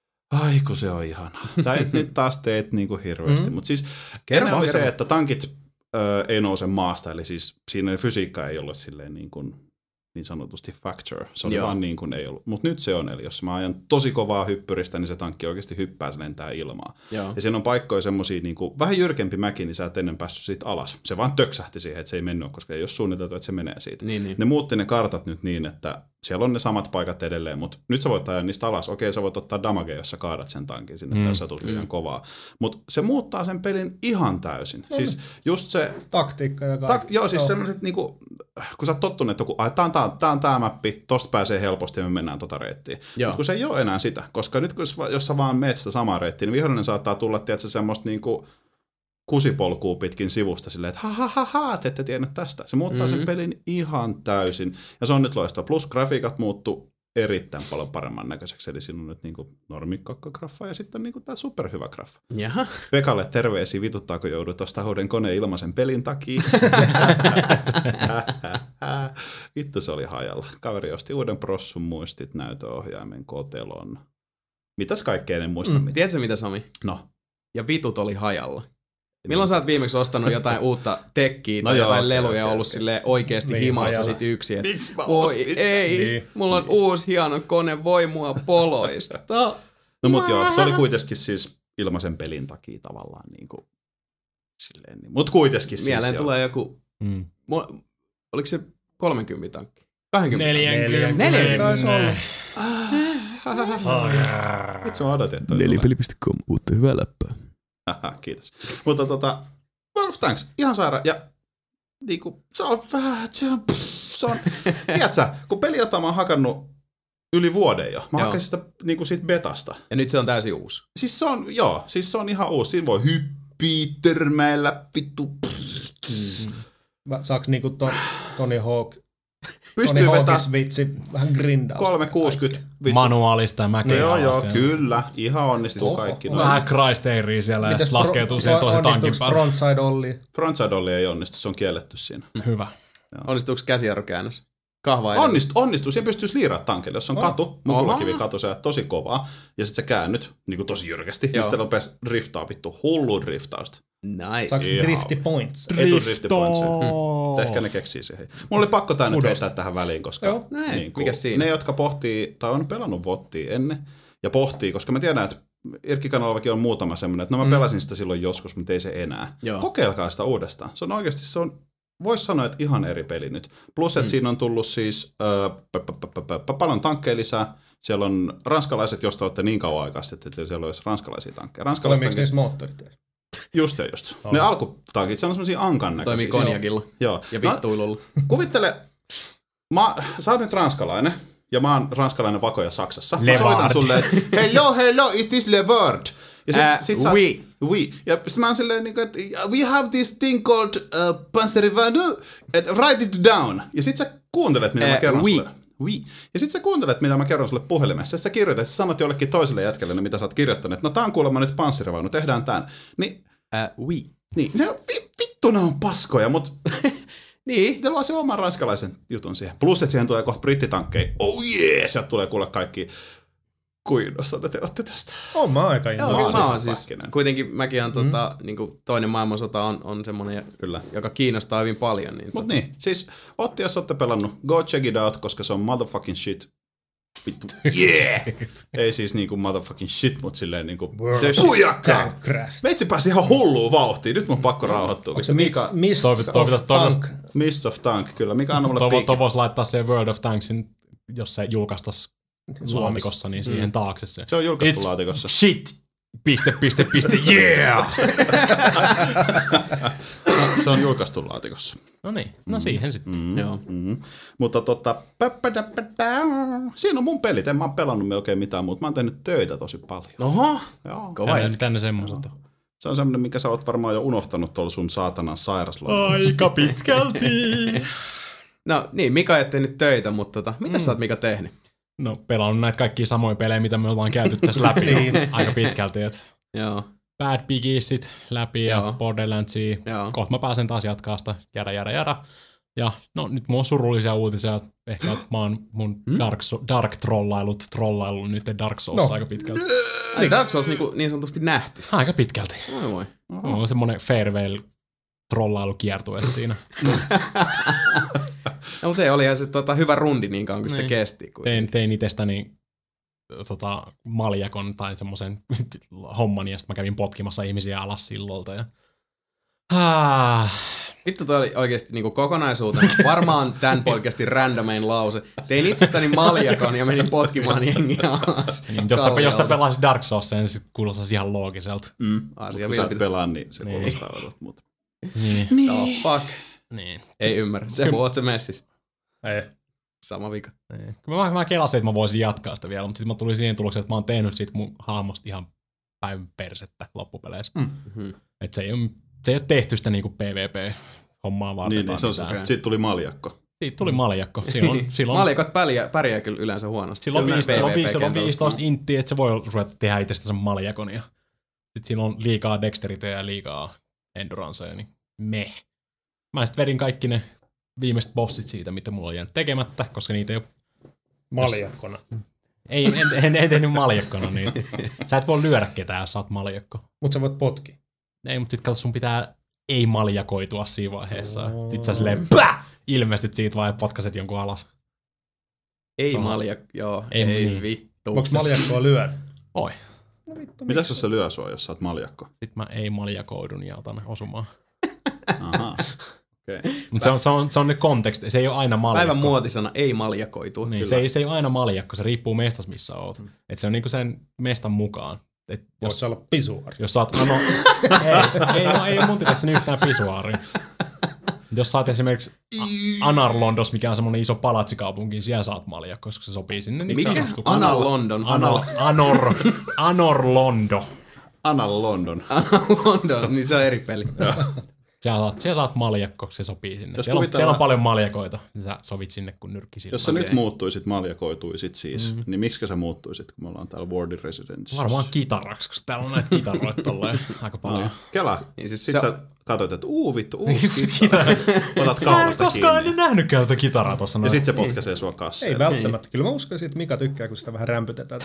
Ai kun se on ihanaa. Tää et nyt taas teet niinku hirveästi. Mm. Mutta siis Kerro, ennen oli kerro. se, että tankit ö, ei nouse maasta. Eli siis siinä fysiikka ei ollut silleen niin kuin niin sanotusti factor. Se oli Joo. vaan niin kuin ei ollut. Mutta nyt se on. Eli jos mä ajan tosi kovaa hyppyristä, niin se tankki oikeasti hyppää, se lentää ilmaa. Joo. Ja siinä on paikkoja semmosia niinku, vähän jyrkempi mäki, niin sä et ennen päässyt siitä alas. Se vaan töksähti siihen, että se ei mennyt, koska ei ole suunniteltu, että se menee siitä. Niin, niin. Ne muutti ne kartat nyt niin, että siellä on ne samat paikat edelleen, mutta nyt sä voit ajaa niistä alas. Okei, sä voit ottaa damagea, jos sä kaadat sen tankin sinne, mm. tai sä tulet liian kovaa. Mutta se muuttaa sen pelin ihan täysin. Mm. Siis just se... Taktiikka ja kaikki. Tak, joo, siis semmoiset niinku, kun sä oot tottunut, että kun, tää on tää, tää on tää mappi, tosta pääsee helposti ja me mennään tota reittiä. Mutta kun se ei ole enää sitä, koska nyt kun, jos sä vaan meet sitä samaa reittiä, niin vihollinen saattaa tulla, tiedätkö, semmoista niinku kusipolkua pitkin sivusta silleen, että ha ha ha ha, te ette tiennyt tästä. Se muuttaa mm-hmm. sen pelin ihan täysin. Ja se on nyt loistava. Plus grafiikat muuttuu erittäin paljon paremman näköiseksi. Eli siinä on nyt niinku normikakkagraffa ja sitten niinku tää superhyvä graffa. Jaha. Pekalle terveisiä, vituttaako joudut ostaa uuden koneen ilmaisen pelin takia. Vittu se oli hajalla. Kaveri osti uuden prossun muistit, näytöohjaimen, kotelon. Mitäs kaikkea en muista mm. mitä. Tiedätkö mitä, Sami? No. Ja vitut oli hajalla. Milloin sä oot viimeksi ostanut jotain uutta tekkiä tai No joo, jotain okei, leluja okei, ja ollut okei. silleen oikeesti Niin, himassa hajalla. sit yksi. Et, Miksi mä voi ostin? ei, Niin. mulla on uusi hieno kone, voi mua poloista. No mut joo, se oli kuitenkin siis ilmaisen pelin takia tavallaan niinku silleen. Niin. Mut kuitenkin siis Mieleen joo. tulee joku, Mm. mu- oliko se kolmekymmentä tankki? kaksikymmentä. neljäkymmentä. Neljäkymmentä. Taisi olla. Vitsi mä odotin, että toi Nelipeli piste com, uutta hyvää läppää. tulee. Kiitos. Mutta tota, World of Tanks, ihan saira. Ja niinku, se on vähän, se on, pff, se on, tiedätkö, kun peli, jota mä oon hakannut yli vuoden jo. Mä Joo. hakkasin sitä niinku siitä betasta. Ja nyt se on täysin uusi. Siis se on, joo, siis se on ihan uusi. Siinä voi hyppiä, törmäillä, vittu. Mä- Saaks niinku to, Tony Hawk, Tony Pystyy vetämään Hawkis vitsi vähän grindaus. kolmesataakuusikymmentä. vittu. Manuaalista ja mäkeä. No joo, joo, alas ja- kyllä. Ihan onnistuu Oho, kaikki. oho. noin. Vähän Christairia siellä ja Mites sitten laskeutuu siihen toisen tankin onnistuuko päälle. frontside ollie? Frontside ollie ei onnistu, se on kielletty siinä. Hyvä. Onnistuuko käsijarrukäännös? Kahva Onnistuu, onnistuu. Siinä pystyy sliiraamaan tankille. Jos on Oh. katu, mukulakivi katu, se on tosi kovaa. Ja sit sä käännyt niin kuin tosi jyrkästi. Ja Joo. sitten rupes driftaa vittu hullun driftausta. Nice. Saaks Ihan. drifti points? Etu drifti pointsia. Ehkä ne keksii siihen. Mulla oli pakko tää nyt Kudosta. heittää tähän väliin, koska Joo. Näin. niin kuin, Mikäs siinä? ne, jotka pohtii, tai on pelannut Vottia ennen, ja pohtii, koska mä tiedän, että Irkki-kanavallakin on muutama semmoinen, että no mä pelasin sitä silloin joskus, mutta ei se enää. Joo. Kokeilkaa sitä uudestaan. Se on oikeasti, se on, vois sanoa, että ihan eri peli nyt. Plus, että mm. siinä on tullut siis äh, p- p- p- p- p- paljon tankkeja lisää. Siellä on ranskalaiset, josta olette niin kauan aikaa sitten, että siellä olisi ranskalaisia tankkeja. Ranskalaiset Toimiiko niissä moottorit? just ja just. Ne alkutankit, se on semmosia ankan näköisiä. Toimii konjakilla Joo. ja No, vittuilulla. kuvittele, mä, sä oot nyt ranskalainen, ja mä oon ranskalainen vakoja Saksassa. Mä Levard. soitan sulle, että hello, hello, is this Le Word? Ja sit, Ää, sit sä, oui. oui. Ja sit mä oon silleen, niin kuin, että we have this thing called uh, Panzerivanu, että write it down. Ja sit sä kuuntelet, mitä Ää, mä kerron oui. sulle. Oui. Ja sit sä kuuntelet, mitä mä kerron sulle puhelimessa. Ja sä kirjoitat, sä sanot jollekin toiselle jätkelle, mitä sä oot kirjoittanut. No tää on kuulemma nyt panssarivaunu, tehdään tän. Niin, Äh, oui. niin, ne on, vi, vittu ne on paskoja, mut Niin. Se luo se oman ranskalaisen jutun siihen. Plus, että siihen tulee kohta brittitankkeja. Oh yeah! Sieltä tulee kuule kaikki kuinnossa ne te olette tästä. Oon mä aika Joo, innoissa. mä oon siis, kuitenkin mäkin on mm. tota, niin kuin toinen maailmansota on, on semmoinen, Kyllä. joka kiinnostaa hyvin paljon. Niin, Mut tota. niin, siis Otti, jos olette pelannut, go check it out, koska se on motherfucking shit. Vittu, yeah! Ei siis niinku motherfucking shit, mut silleen niinku huijakkaa! Meitsi pääsi ihan hulluun vauhtiin, nyt mun on pakko rauhoittua. Onko se Mika, Mists Toi- of toi pitäis- toi pitäis- Tank? Mists of Tank, kyllä. Mikä anna mulle Tuo piikin? voisi laittaa se World of Tanksin, jos se julkaistaan laatikossa, niin siihen taakse se. Se on julkaistu It's laatikossa. Shit! Piste, piste, piste, yeah! Se on julkaistu laatikossa. No niin, no siihen sitten. Mm, Joo. mm. Mutta tota, siinä on mun pelit. En mä oon pelannut me oikein mitään muuta. Mä oon tehnyt töitä tosi paljon. Oho, Joo. kova Tänne, jätkä. tänne semmoiset on. Se on semmoinen, mikä sä oot varmaan jo unohtanut tuolla sun saatanan sairaslomalla. Aika pitkälti. No niin, Mika ei tehnyt töitä, mutta tota, mitä mm. sä oot Mika tehnyt? No pelannut näitä kaikkia samoja pelejä, mitä me ollaan käyty tässä läpi niin. aika pitkälti. Et Joo. Bad Piggisit läpi Joo. ja Borderlandsia. Joo. Kohta mä pääsen taas jatkaa sitä, jada jada jada. Ja no nyt mulla on surullisia uutisia. Ehkä mä oon mun Hmm? dark, dark trollailut trollaillut nyt Dark Souls No. aika pitkälti. Ai Dark Souls niin, niin sanotusti nähty. Aika pitkälti. Oi voi. Mulla on semmonen farewell trollailu kiertueessa siinä. No, mutta ei, olihan se tota, hyvä rundi niin kauan kuin sitä Niin. kesti. Tein, tein itsestäni tota, maljakon tai semmoisen homman, ja sitten mä kävin potkimassa ihmisiä alas sillolta. Ja... Ah. Vittu, toi oli oikeesti niinku kokonaisuutena varmaan tämän podcastin randomein lause. Tein itsestäni maljakon ja menin potkimaan jengiä alas. Niin, jos, sä, jos sä pelaisit Dark Soulsia, niin se kuulostaisi ihan loogiselta. Mm. Asia Kun sä et vilpitä. pelaa, niin se Niin. kuulostaa odot. Mutta. Niin. Oh, fuck. niin. Ei ymmärrä. Se oot se messis. Ei. Sama vika. niin. Mä, mä kelasin, että mä voisin jatkaa sitä vielä, mutta sitten mä tulin siihen tulokseen, että mä oon tehnyt siitä mun hahmosta ihan päivän persettä loppupeleissä. Mm-hmm. Että se ei ole, se ei ole tehty sitä niinku PvP-hommaa varten. Niin, niin, se on, mitään. siitä tuli maljakko. Siitä tuli maljakko. Silloin, silloin, Maljakot pärjää, pärjää kyllä yleensä huonosti. silloin, Kyllä viisi, silloin, PvP viisi, silloin kentällä. viisitoista inttiä, että se voi ruveta tehdä itsestä sen maljakon. Ja sitten siinä on liikaa dexterityä ja liikaa endurancea, niin meh. Mä sitten vedin kaikki ne viimeiset bossit siitä, mitä mulla on jäänyt tekemättä, koska niitä ei ole... Maljakkona. Ei, en, en, en tehnyt maljakkona niin. Sä et voi lyödä ketään, jos sä oot maljakko. Mut sä voit potki. Ei, mutta sit kato, sun pitää ei maljakoitua siinä vaiheessa. Sit sä silleen pää! Ilmestyt siitä vaan ja potkaset jonkun alas. Ei Se on- maljak, joo. Ei Ei, niin. vittu. Onks maljakkoa lyödä? Oi. No vittu, Mitäs jos se lyö sua, jos sä oot maljakko? Sit mä ei maljakoidun ja otan osumaan. Ahaa. Okay. Mutta se on, se, on, se on nyt konteksti. Se ei ole aina maljakko. Päivän muotisana ei maljakoitu. Niin, se, ei, se ei ole aina maljakko. Se riippuu mestas, missä oot. Mm. Et se on niinku sen mestan mukaan. Et Voit jos, sä olla pisuari. jos sä oot... Ano, ei, ei, no, ei ole mun tietääkseni yhtään pisuaaria. Jos sä oot esimerkiksi Anarlondos, mikä on semmonen iso palatsikaupunki, niin siellä saat maljakko, koska se sopii sinne. Niin Mikä? Anal London. Anal, Anor, Anorlondo. Anal London. Anal London, niin se on eri peli. Siellä saat, siellä saat maljakko, se sopii sinne. Jos Siellä on, kuvitellaan- siellä on paljon maljakoita, niin sä sovit sinne kun nyrkki silmään. Jos sä Okei. nyt muuttuisit, maljakoituisit siis, mm. niin miksi sä muuttuisit, kun me ollaan täällä Warden Residence? Varmaan kitaraksi, koska täällä on näitä kitaroita tolleen aika paljon. No, Kela. Niin siis Sitten se- sä katsoit, että uu vittu, uu Kitara. Otat Mä en kaulasta koskaan kiinni. ennen nähnytkään tätä kitaraa tossa Ja noin. sit se potkaisee sua kasseen. Ei välttämättä. Kyllä mä uskoisin, että Mika tykkää, kun sitä vähän rämpytetään.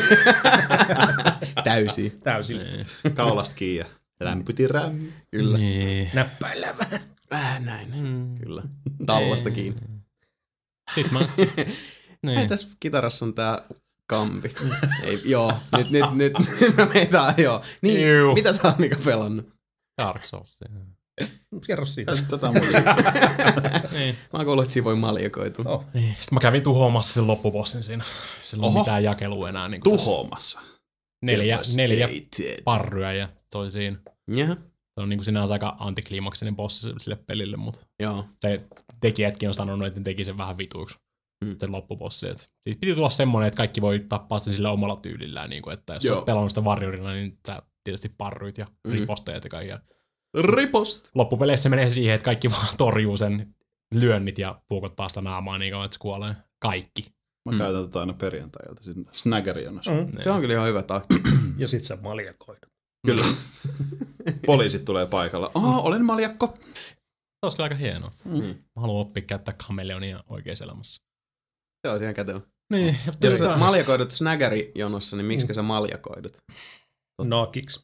Täysin. Täysin. Kaulasta kiinni ja rämpyti räm. Kyllä. Niin. Näppäillä vähän. Vähän näin. Kyllä. Tallasta kiinni. Sit mä... Ei, niin. tässä kitarassa on tää kampi. Ei, joo, nyt, nyt, nyt, mä meitä, joo. Niin, Juu. mitä sä oot Mika pelannut? Dark Souls. Kerro siitä. Tätä muuta. Niin. Mä oon kuullut, että siinä voi maljakoitua. Oh. Niin. Sitten mä kävin tuhoamassa sen loppubossin siinä. Sillä ei Oho. ole mitään jakelua enää. Niin kuin Tuhoamassa. neljä, neljä Devastated. parryä ja toi siinä. Jaha. Se on niin kuin sinänsä aika antikliimaksinen bossi sille pelille, mutta Joo. se tekijätkin on sanonut, että ne teki sen vähän vituiksi. Mm. Sen loppubossi. Et siitä piti tulla semmoinen, että kaikki voi tappaa sen sillä omalla tyylillään. Niin kuin, että jos Joo. olet pelannut sitä varjurina, niin sä tietysti parryit ja Mm. riposteet ja kaikkia. Ripost. Loppupeleissä se menee siihen, että kaikki vaan torjuu sen lyönnit ja puukottaa sitä naamaa niin kauan, että se kuolee. Kaikki. Mä Mm. käytän tätä aina perjantailta sinne snaggerijonossa. Mm. Se on kyllä ihan hyvä tahti. Ja sit sä maljakoidut. Kyllä. Poliisit tulee paikalla. Oh, olen maljakko. olisi kyllä aika hienoa. Mm. Mä haluan oppia käyttää kameleonia oikeassa elämässä. Se olisi ihan kätevä. Niin. Jos sä maljakoidut snägäri-jonossa, niin miksi mm. sä maljakoidut? Nokiksi.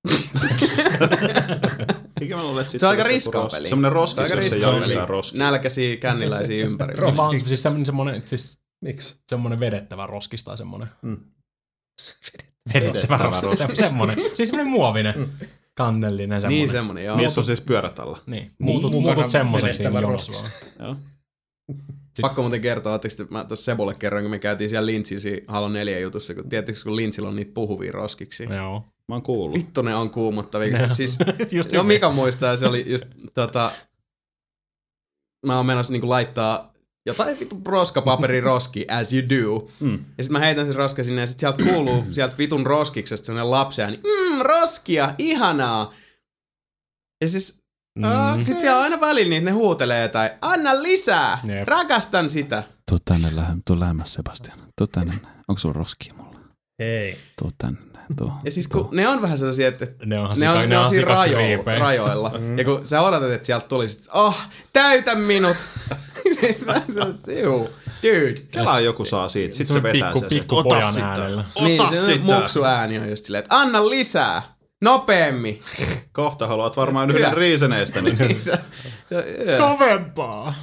Mikä mä luulen, että se on aika riskaa peli. Semmoinen roskis, jos se ei yhtään roskis. Nälkäisiä känniläisiä ympäri. Roskis. Siis semmoinen, siis miksi? Semmoinen vedettävä roskis tai semmoinen. Mm. Vedettävä roskis. Semmoinen. Siis semmoinen muovinen. Mm. Kannellinen semmoinen. Niin semmoinen, joo. Mies on siis pyörät alla. Niin. Muutut, niin. muutut semmoiseksi siinä jonossa. Joo. Pakko muuten kertoa, ootteko mä tuossa Sebolle kerroin, kun me käytiin siellä Lynchin Halo neljä jutussa, kun tiedätkö, kun Lynchillä on niitä puhuvia roskiksi. Joo. Mä oon kuullut. Vittu ne on kuumottavia. Siis, no Mika muistaa, se oli just tota, mä oon menossa niinku laittaa jotain vittu roskapaperi roski, as you do. Mm. Ja sit mä heitän sen roska sinne ja sit sieltä kuuluu sieltä vitun roskiksesta sellainen lapsiääni, mmm, roskia, ihanaa. Ja siis Mm. Sitten siellä on aina välillä niitä, ne huutelee jotain, anna lisää, Jep. rakastan sitä. Tuu tänne, tuu lähemmäs Sebastian, tuu tänne, onko sulla roskia mulla? Ei. Tuu tänne, tuu. Ja siis kun ne on vähän sellaisia, että ne on, ne on, ne ne on, on siinä rajo, rajoilla. Mm. Ja kun sä odotat, että sieltä tulisi, oh, täytä minut. Siis juu, dude. Kelaa joku saa siitä, sit se vetää pikku, sen. Pikku pojan äänellä. Ota niin, se muksu ääni on just silleen, että anna lisää. Nopeemmin. Kohta haluat varmaan yhden riiseneistä. Niin. Kovempaa.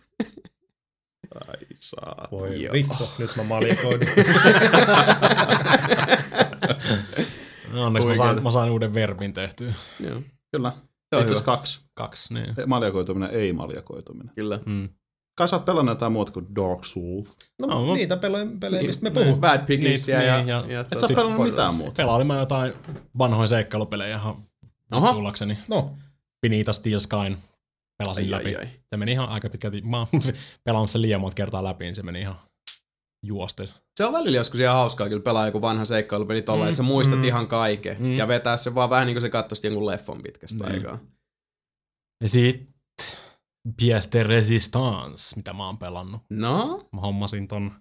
Ai saat. Voi vittu, nyt mä maljakoidun. No onneksi mä saan, mä saan uuden verbin tehtyä. Joo. Kyllä. Itse asiassa kaksi. Kaksi, niin. Maljakoituminen, ei maljakoituminen. Kyllä. Mm. Kai sä oot pelannut jotain muuta kuin Dark Souls. No, no niitä pelejä, pelejä mistä me puhutaan. Bad Piggiesiä niin, ja... Niin, ja, ja et sä oot pelannut mitään muuta. Pelailin mä jotain vanhoja seikkailupelejä ihan tullakseni. No. Benita Steel Skyn pelasin ai, läpi. Ai, ai. Se meni ihan aika pitkälti. Mä oon pelannut sen liian monta kertaa läpi, niin se meni ihan juosten. Se on välillä joskus ihan hauskaa kyllä pelaa joku vanha seikkailupeli tolla, mm, että sä muistat mm, ihan kaiken. Mm. Ja vetää se vaan vähän niin kuin se kattoisi jonkun leffon pitkästä mm. aikaa. Ja sit Pièce de Resistance, mitä mä oon pelannut. No? Mä hommasin ton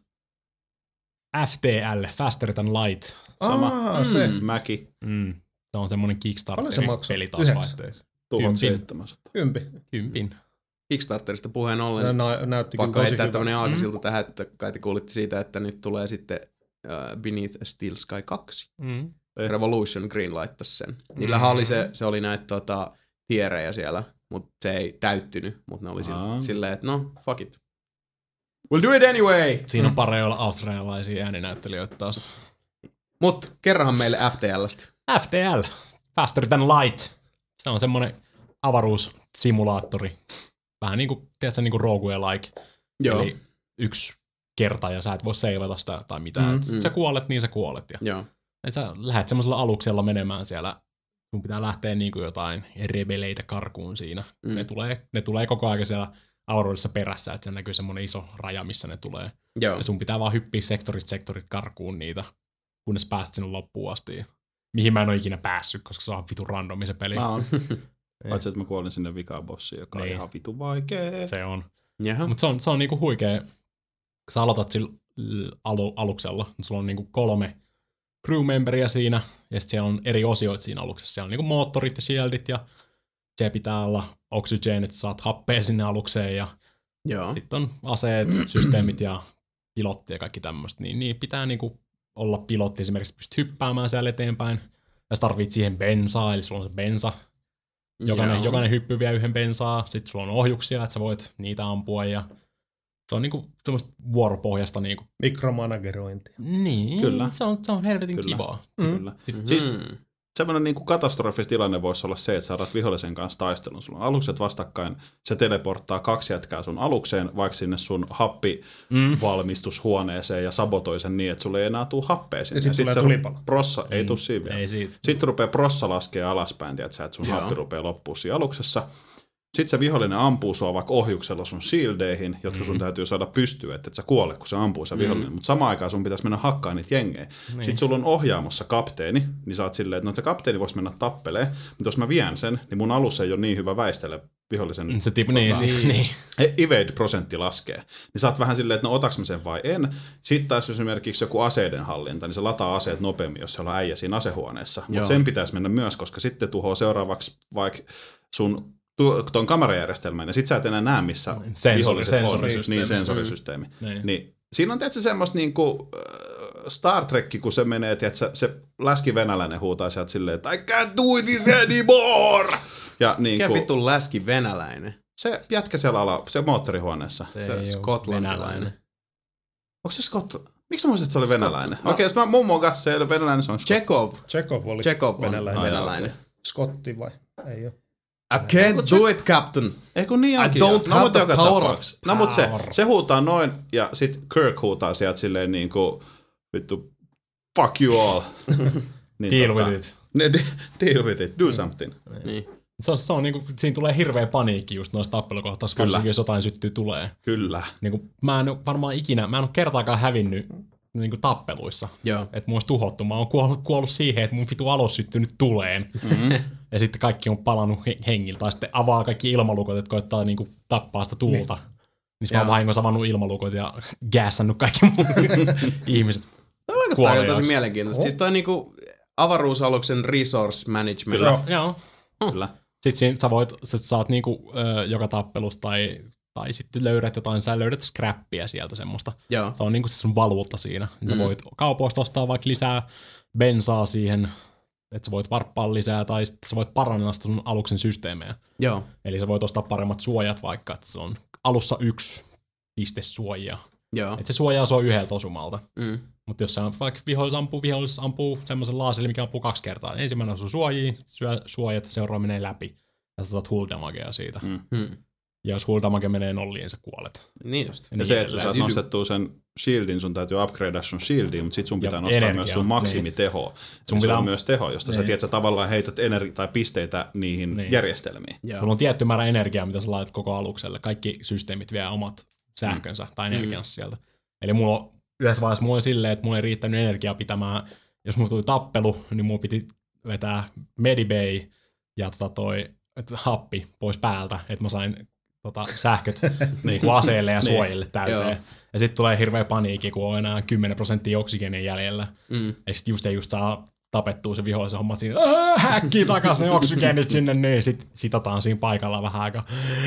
F T L, Faster Than Light. Sama. Aa, se. Mm. Mäki. Mm. Se on semmonen Kickstarter-peli taas vaihteessa. Tuhat seitsemänsataa. Kympi. Kympin. Kickstarterista puheen ollen. No, näytti pakko heittää tämmönen aasisilta mm. tähän, että kai te kuulitte siitä, että nyt tulee sitten uh, Beneath a Steel Sky kaksi. Mm. Revolution Green laittaisi sen. Niillähän mm. oli se, se oli näitä tota, tierejä siellä, mutta se ei täyttynyt, mutta ne oli sille, silleen, että no, fuck it. We'll do it anyway! Siinä on pari olla australialaisia ääninäyttelijöitä taas. Mut kerrohan meille F T L:stä. F T L, Faster Than Light. Se on semmonen avaruussimulaattori. Vähän niinku, tiedätkö, niinku Rogue-like. Joo. Eli yksi kerta ja sä et voi seivata sitä tai mitään. Mm, mm. Sä kuolet, niin sä kuolet. Ja joo. Et sä lähdet semmoisella aluksella menemään siellä. Sun pitää lähteä niinku jotain rebeleitä karkuun siinä. Mm. Ne, tulee, ne tulee koko ajan siellä avaruudessa perässä, että se näkyy semmonen iso raja, missä ne tulee. Joo. Ja sun pitää vaan hyppiä sektorit sektorit karkuun niitä, kunnes pääst sinne loppuun asti. Mihin mä en ole ikinä päässyt, koska se on vitun randomi se peli. Mä oon. Paitsi, että mä kuolin sinne vikabossiin, joka on ihan vitun vaikee. Se on. Jaha. Mut se on, se on niinku huikee, kun sä aloitat sillä alu, aluksella, niin sulla on niinku kolme crewmemberia siinä, ja sit siellä on eri osioita siinä aluksessa. Siellä on niinku moottorit ja shieldit, ja se pitää olla oxygen, että saat happea sinne alukseen, ja sitten on aseet, systeemit ja pilotti ja kaikki tämmöistä. Niin, niin pitää niinku olla pilotti, esimerkiksi pystyt hyppäämään siellä eteenpäin, ja sä tarvit siihen bensaa, eli sulla on se bensa. Jokainen, jokainen hyppy vie yhden bensaa, sit sulla on ohjuksia, että sä voit niitä ampua, ja se on niinku semmoista vuoropohjasta niinku. Mikromanagerointia. Niin, kyllä. Se on, se on helvetin kyllä. kivaa. Mm. Kyllä. Mm-hmm. Siis semmoinen niinku katastrofitilanne voisi olla se, että sä otat vihollisen kanssa taistelun. Sulla on alukset vastakkain, se teleporttaa kaksi jätkää sun alukseen, vaikka sinne sun happivalmistushuoneeseen ja sabotoi sen niin, että sulla ei enää tuu happea sinne. Ja sit, ja sit tulee tulipalo. Prossa, mm. ei tuu siinä vielä. Ei siitä. Sitten rupeaa prossa laskee alaspäin, tiedätkö, että sun Joo. happi rupeaa loppua siinä aluksessa. Sitten se vihollinen ampuu sua vaikka ohjuksella sun shieldeihin, jotka mm-hmm. sun täytyy saada pystyä, että et sä kuole, kun se ampuu se vihollinen. Mm-hmm. Mutta samaan aikaan sun pitäisi mennä hakkaan niitä jengejä. Niin. Sitten sulla on ohjaamossa kapteeni, niin sä oot silleen, että no se kapteeni voisi mennä tappeleen, mutta jos mä vien sen, niin mun alus ei ole niin hyvä väistellä vihollisen. Se tip, niin, niin, niin. Evade-prosentti laskee. Niin sä oot vähän silleen, että no otaks mä sen vai en. Sitten taas esimerkiksi joku aseiden hallinta, niin se lataa aseet nopeammin, jos siellä on äijä siinä asehuoneessa. Mutta sen pitäisi mennä myös, koska sitten tuhoaa seuraavaksi vaikka sun tu- tuon kamerajärjestelmän, ja sit sä et enää näe, missä Sensori, viholliset on. sensorisysteemi. Niin, sensorisysteemi. Mm. Niin. Niin, siinä on tietysti semmoista niinku Star Trek, kun se menee, että se, se läski venäläinen huutaa sieltä silleen, että I can't do this anymore! Ja Mikä niinku, vittu läski venäläinen? se jätkä siellä ala, se moottorihuoneessa. Se, Se ei on oo skotlantilainen. Onko se Scott? Miksi mä muistin, että se oli venäläinen? Okei, okay, jos mä mummo kanssa, se ei ole venäläinen, se on Scott. Chekhov. Chekhov oli Chekhov on venäläinen. venäläinen. Skotti vai? Ei ole. I can't do it, captain. Ei kun niin I onkin. don't no, have mutta the joka power. tapauksessa. No mutta se, se huutaa noin, ja sit Kirk huutaa sieltä silleen niinku, vittu, fuck you all. niin, Deal tota, with it. Ne, de, deal with it, do something. Niin. Se on, se on niinku, siinä tulee hirveä paniikki just noissa tappelukohtaisissa, varsinkin jos jotain syttyy tulee. Kyllä. Niinku, mä en oo varmaan ikinä, mä en oo kertaakaan hävinnyt niinku tappeluissa. Joo. Että mun olisi tuhottu. Mä oon kuollut, kuollut siihen, että mun vitu alus syttyy nyt tuleen. Mm-hmm. Ja sitten kaikki on palannut hengiltä. Tai sitten avaa kaikki ilmalukot, että koittaa niinku tappaa sitä tuulta. Niin, niin mä oon vahingossa avannut ilmalukot ja gäässännyt kaikki mun ihmiset. Tämä on tosi mielenkiintoista. Siis toi niinku avaruusaluksen resource management. Kyllä. Joo. Kyllä. Sitten siinä sä voit, sä saat niinku ö, joka tappelusta tai, tai sitten löydät jotain, sä löydät scrappia sieltä semmoista. Joo. Se on niinku se sun valuutta siinä. Mm. Sä voit kaupoista ostaa vaikka lisää bensaa siihen, että sä voit varppaa lisää, tai sitten sä voit parannella sitä sun aluksen systeemejä. Joo. Eli sä voit ostaa paremmat suojat vaikka, että se on alussa yksi piste suojia. Joo. Että se suojaa se on yhdeltä osumalta. Mm. Mutta jos se on vaikka vihollis ampuu, vihollis ampuu semmoisen laaselin, mikä ampuu kaksi kertaa. Ensimmäinen osuu suojia, syö suojat, seuraava menee läpi. Ja sä saat hull damagea siitä. Mm. Mm. Ja jos hull damage menee nolliin, sä kuolet. Niin just. Ja se, että sä saat nostettua sen shieldin, sun täytyy upgradea sun shieldiin, mutta sit sun pitää ja nostaa energia, myös sun maksimitehoa. Sun pitää... pitää... on myös teho, josta niin. sä tiedät, sä tavallaan heität energi- tai pisteitä niihin niin. järjestelmiin. Joo. Sulla on tietty määrä energiaa, mitä sä laitat koko alukselle. Kaikki systeemit vie omat sähkönsä mm. tai energiansa mm. sieltä. Eli mulla on yhdessä vaiheessa mulla on silleen, että mulla ei riittänyt energiaa pitämään, jos mulla tuli tappelu, niin mulla piti vetää medibay ja tota toi happi pois päältä, että mä sain tota, sähköt niin kuin aseelle ja suojille täyteen. Ja sitten tulee hirveä paniikki, kun on enää kymmenen prosenttia oksigeenia jäljellä. Mm. Ja sitten just, just saa tapettua se vihollisen homma siinä, häkkii takaisin oksigeenit sinne, niin sitten sitataan siinä paikalla vähän aikaa.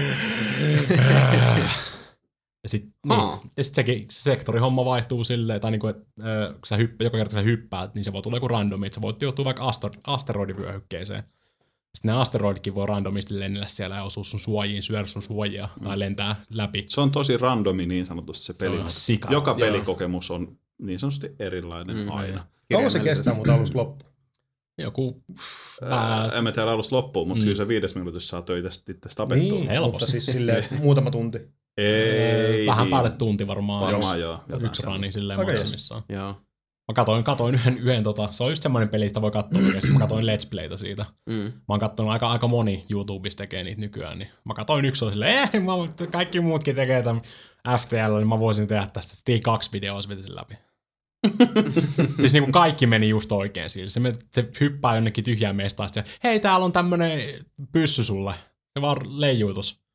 Ja sitten niin, sit sekin se sektorihomma vaihtuu silleen, tai niinku, että äh, kun sä hyppä, joka kerta sä hyppäät, niin se voi tulla joku randomi, että sä voit joutua vaikka aster- asteroidivyöhykkeeseen. Sitten ne asteroiditkin voi randomisti lennellä siellä ja osua sun suojiin, syödä sun suojia mm. tai lentää läpi. Se on tosi randomi niin sanotusti se peli. Se joka pelikokemus on niin sanotusti erilainen mm, aina. Kauan se kestää mutta alusta loppuun? Joku... Ää, en mä tiedä alusta loppuun, mutta mm. kyllä se viides minuutissa saatoi itse tapettua. Niin, mutta siis silleen muutama tunti. Ei, vähän niin. päälle tunti varmaan. Varmaan joo. Yksi rani silleen okay, maksimissaan. Joo. Mä katoin, katoin yhden, yhden tota, se on just semmoinen peli, sitä voi katsoa oikeasti. Mä katoin Let's Playtä siitä. Mm. Mä oon kattonut aika, aika moni YouTubessa tekee niitä nykyään, niin mä katoin yksi on silleen, eh, mä, kaikki muutkin tekee tämän F T L, niin mä voisin tehdä tästä. Sitten kaksi videoa se vetäisin läpi. Siis niinku kaikki meni just oikein sillä. Se, se hyppää jonnekin tyhjään mestaan ja hei, täällä on tämmönen pyssy sulle. Se vaan leijuitus.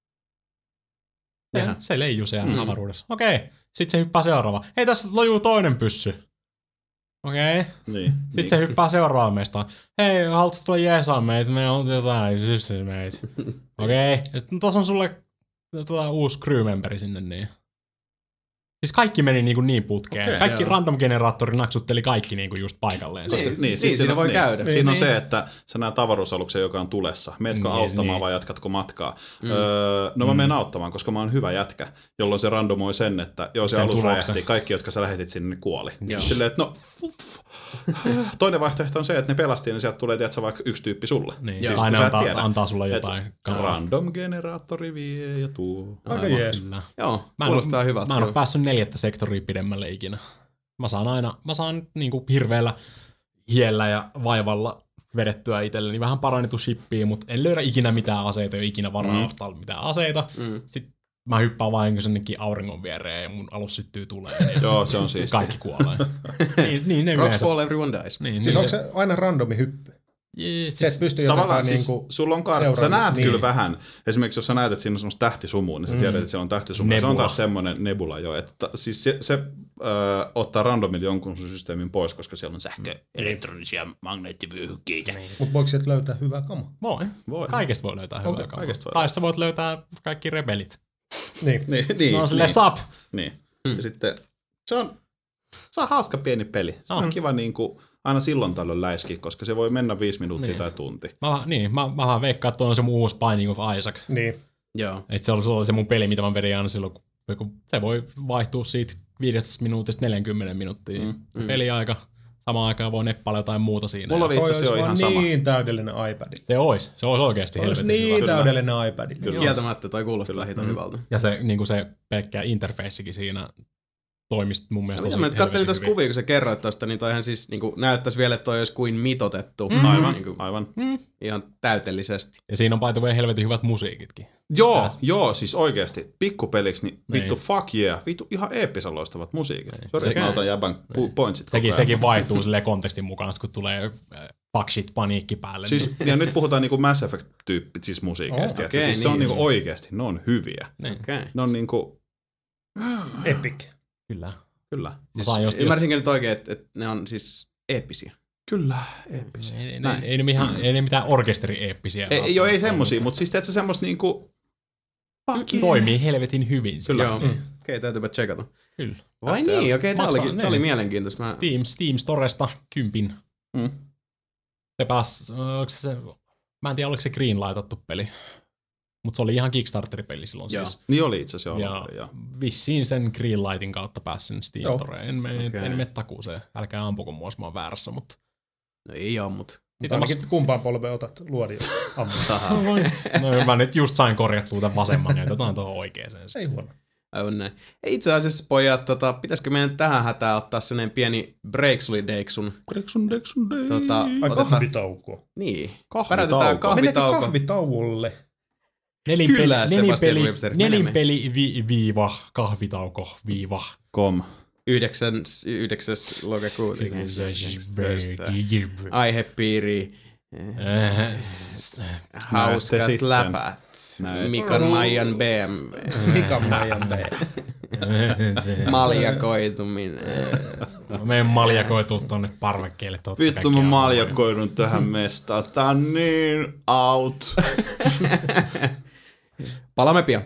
Se, se leijuu siellä mm. avaruudessa. Okei. Okay. Sitten se hyppää seuraava. Hei, tässä lojuu toinen pyssy. Okei. Okay. Niin, Sitten niin. se hyppää seuraavaan mestaan. Hei, haluatko tulla jeesaa meitä? Me on jotain syssys meitä. Okei. Okay. Tuossa on sulle tota, uusi crew memberi sinne niin. Siis kaikki meni niin, kuin niin putkeen. Okay, kaikki joo. Random-generaattori naksutteli kaikki niin kuin just paikalleen. Niin, niin, niin, siinä, siinä voi niin, käydä. Niin, siinä on niin. se, että sä näet avaruusaluksen, joka on tulessa. Meetkö niin, auttamaan niin. vai jatkatko matkaa? Mm. Öö, no mä mm. menen auttamaan, koska mä oon hyvä jätkä, jolloin se randomoi sen, että joo, se sen alus räjähti. Kaikki, jotka sä lähetit sinne, niin kuoli. Silleen, että no... Toinen vaihtoehto on se, että ne pelastiin ja sieltä tulee, tiedätkö, vaikka yksi tyyppi sulle. Niin. Siis, aina antaa, antaa sulle jotain. Random-generaattori vie ja tuo. Aika jees. Joo, kuulostaa hyvältä. Mä en ole päässyt neljättä sektoria pidemmälle ikinä. Mä saan aina, mä saan niinku hirveällä hiellä ja vaivalla vedettyä itselleni vähän parannettu shippiä, mutta en löydä ikinä mitään aseita, ei ole ikinä varaa mm. ostaa mitään aseita. Mm. Sitten mä hyppään vain jonnekin auringon viereen ja mun alus syttyy tuleen. Joo, se on siistiä. Kaikki kuolee. niin, niin ne Rocks fall, everyone dies. Niin, siis niin onko se, se aina randomi hyppy? Siis, Se, että pystyy jotenkaan siis, niinku sulla on kar- sä näet niin. kyllä vähän. Esimerkiksi jos sä näet, että siinä on semmoista tähtisumua, niin sä tiedät, että siellä on tähtisumua. Se on taas semmoinen nebula jo. Että, siis se, se äh, ottaa randomilla jonkun sun systeemin pois, koska siellä on sähkö, elektronisia magneettivyöhykkeitä. Niin. Mutta voiko sieltä löytää hyvää kamaa? Voi. Voi. Kaikesta voi löytää hyvää Okay, kamaa. voi. Tai sä voit löytää kaikki rebelit. Niin. Niin, No niin, on silleen niin. sap. Niin. Mm. Ja sitten se on, se on hauska pieni peli. Se on Oh. kiva niin kuin, aina silloin tällöin läiskiä, koska se voi mennä viisi minuuttia niin. tai tunti. Mä, niin, mä, mä vaan veikkaan, että toi on se mun uusi Binding of Isaac. Niin. Joo. Että se oli, se oli se mun peli, mitä mä vedin aina silloin, kun se voi vaihtua siitä viidestätoista minuutista neljäänkymmeneen minuuttia. Mm, mm. Peliaika. Samaan aikaan voi neppailla jotain muuta siinä. Mulla oli itse asiassa jo ihan sama. niin täydellinen iPad. Se ois. Se olisi oikeasti Olisi helvetin niin hyvä. täydellinen iPad. Kieltämättä toi kuulostaa hito hyvältä. Ja se, niin se pelkkä interfeissikin siinä toimisi mun mielestä Mitä tosi mä nyt kattelin helvetin tässä hyvin. kuvia, kun sä kerroit tosta, niin toihan siis niin näyttäisi vielä, että toi olisi kuin mitotettu. Mm. Aivan, niin kuin, aivan. mm. Ihan täytellisesti. Ja siinä on by the way helvetin hyvät musiikitkin. Joo, Tästä. joo, siis oikeesti pikkupeliksi, niin vittu Niin. fuck yeah, vittu ihan eeppisen loistavat musiikit. Niin. Sori, että mä otan jäbän pu- pointsit koko Sekin, ajan. sekin vaihtuu silleen kontekstin mukaan, kun tulee äh, fuck shit paniikki päälle. Siis, ja nyt puhutaan niinku Mass Effect-tyyppit siis musiikeista. Oh, okay, okei, siis se on niin niinku oikeesti, ne on hyviä. niin. Okei. Ne on niinku, Epic. Kyllä. kyllä, Mä saan just, Ymmärsinkö nyt oikein, että, että ne on siis eeppisiä? kyllä, eeppisiä. Ei, ei, ei, ei, ne ihan, ei ne mitään orkesteri-eeppisiä. Ei, joo, ei semmosia, mutta siis teetkö semmoista niinku, fuck yeah. Toimii helvetin hyvin. Kyllä. Joo. Okei, okay, täytyypä tsekata. Kyllä. Vai F T L. niin, okei, okay, tää, Maksaa, olikin- tää niin. oli mielenkiintoista. Mä... Steam, Steam Storesta kympin. Mm. Se pääs, onko se, mä en tiedä oliko se greenlightattu peli. Mutta se oli ihan Kickstarter-peli silloin Joo. siis. Niin oli itse asiassa. Ja Joo. joo. vissiin sen greenlightin kautta pääsin Steam Joo. Storeen. En, me, Okei. en mene takuuseen. Älkää ampuko mua, jos mä oon väärässä, mutta... No ei oo, mut. Mutta ainakin kumpaan polveen otat luodin ammun. No, mä nyt just sain korjattua tämän vasemman, ja otetaan tuohon oikeeseen. Ei huono. Aivan näin. Itse asiassa pojat, tota, pitäisikö meidän tähän hätään ottaa sellainen pieni breaksulideiksun? Dexun, Dexun, Day. Tota, Ai otetaan, kahvitauko. niin. Kahvitauko. Pärätetään Meneekö kahvitauko. kahvitauolle? Nelinpeli, Kyllä, Sebastian nelinpeli, Webster, menemme. nelinpeli vi, viiva, kahvitauko viiva. Kom. Yhdeksäs, yhdeksäs lokakuuta. Aihepiiri. Hauskat Näette sitten. läpät. Näin. Mikan Maijan B M W. Mikä Maijan B? Maljakoituminen. Meidän maljakoituu tonne parvekkeelle. Vittu mä maljakoidun tähän mestaan. Tää on niin out. Palaamme pian.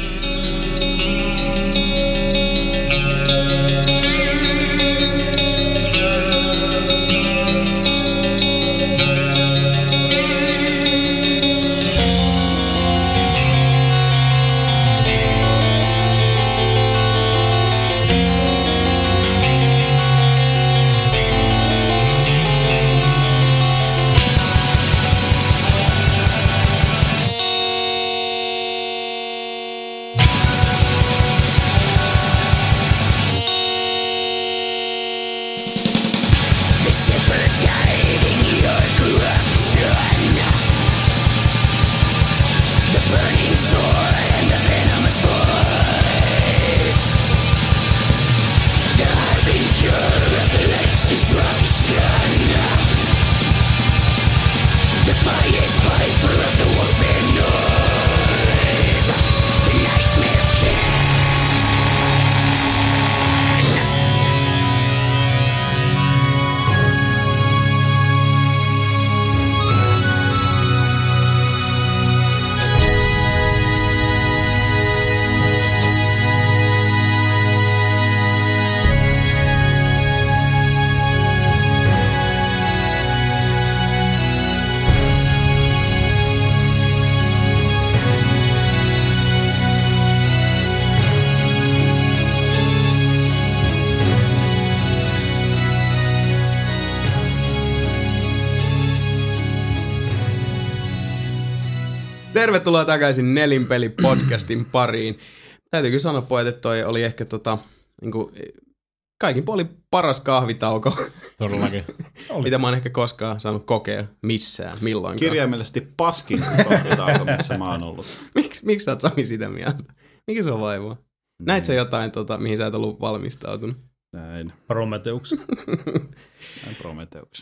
Tervetuloa takaisin Nelinpeli-podcastin pariin. Täytyy kyllä sanoa, pojat, että toi oli ehkä tota, niinku, kaikin puolin paras kahvitauko, Todellakin. mitä mä oon ehkä koskaan saanut kokea missään, milloinkaan. Kirjaimellisesti paskin kahvitauko, missä mä oon ollut. Miksi miks sä oot Sami sitä mieltä? Mikä se on vaivaa? Näit sä jotain, tota, mihin sä et ollut valmistautunut? Näin. Prometheus. Näin Prometheus.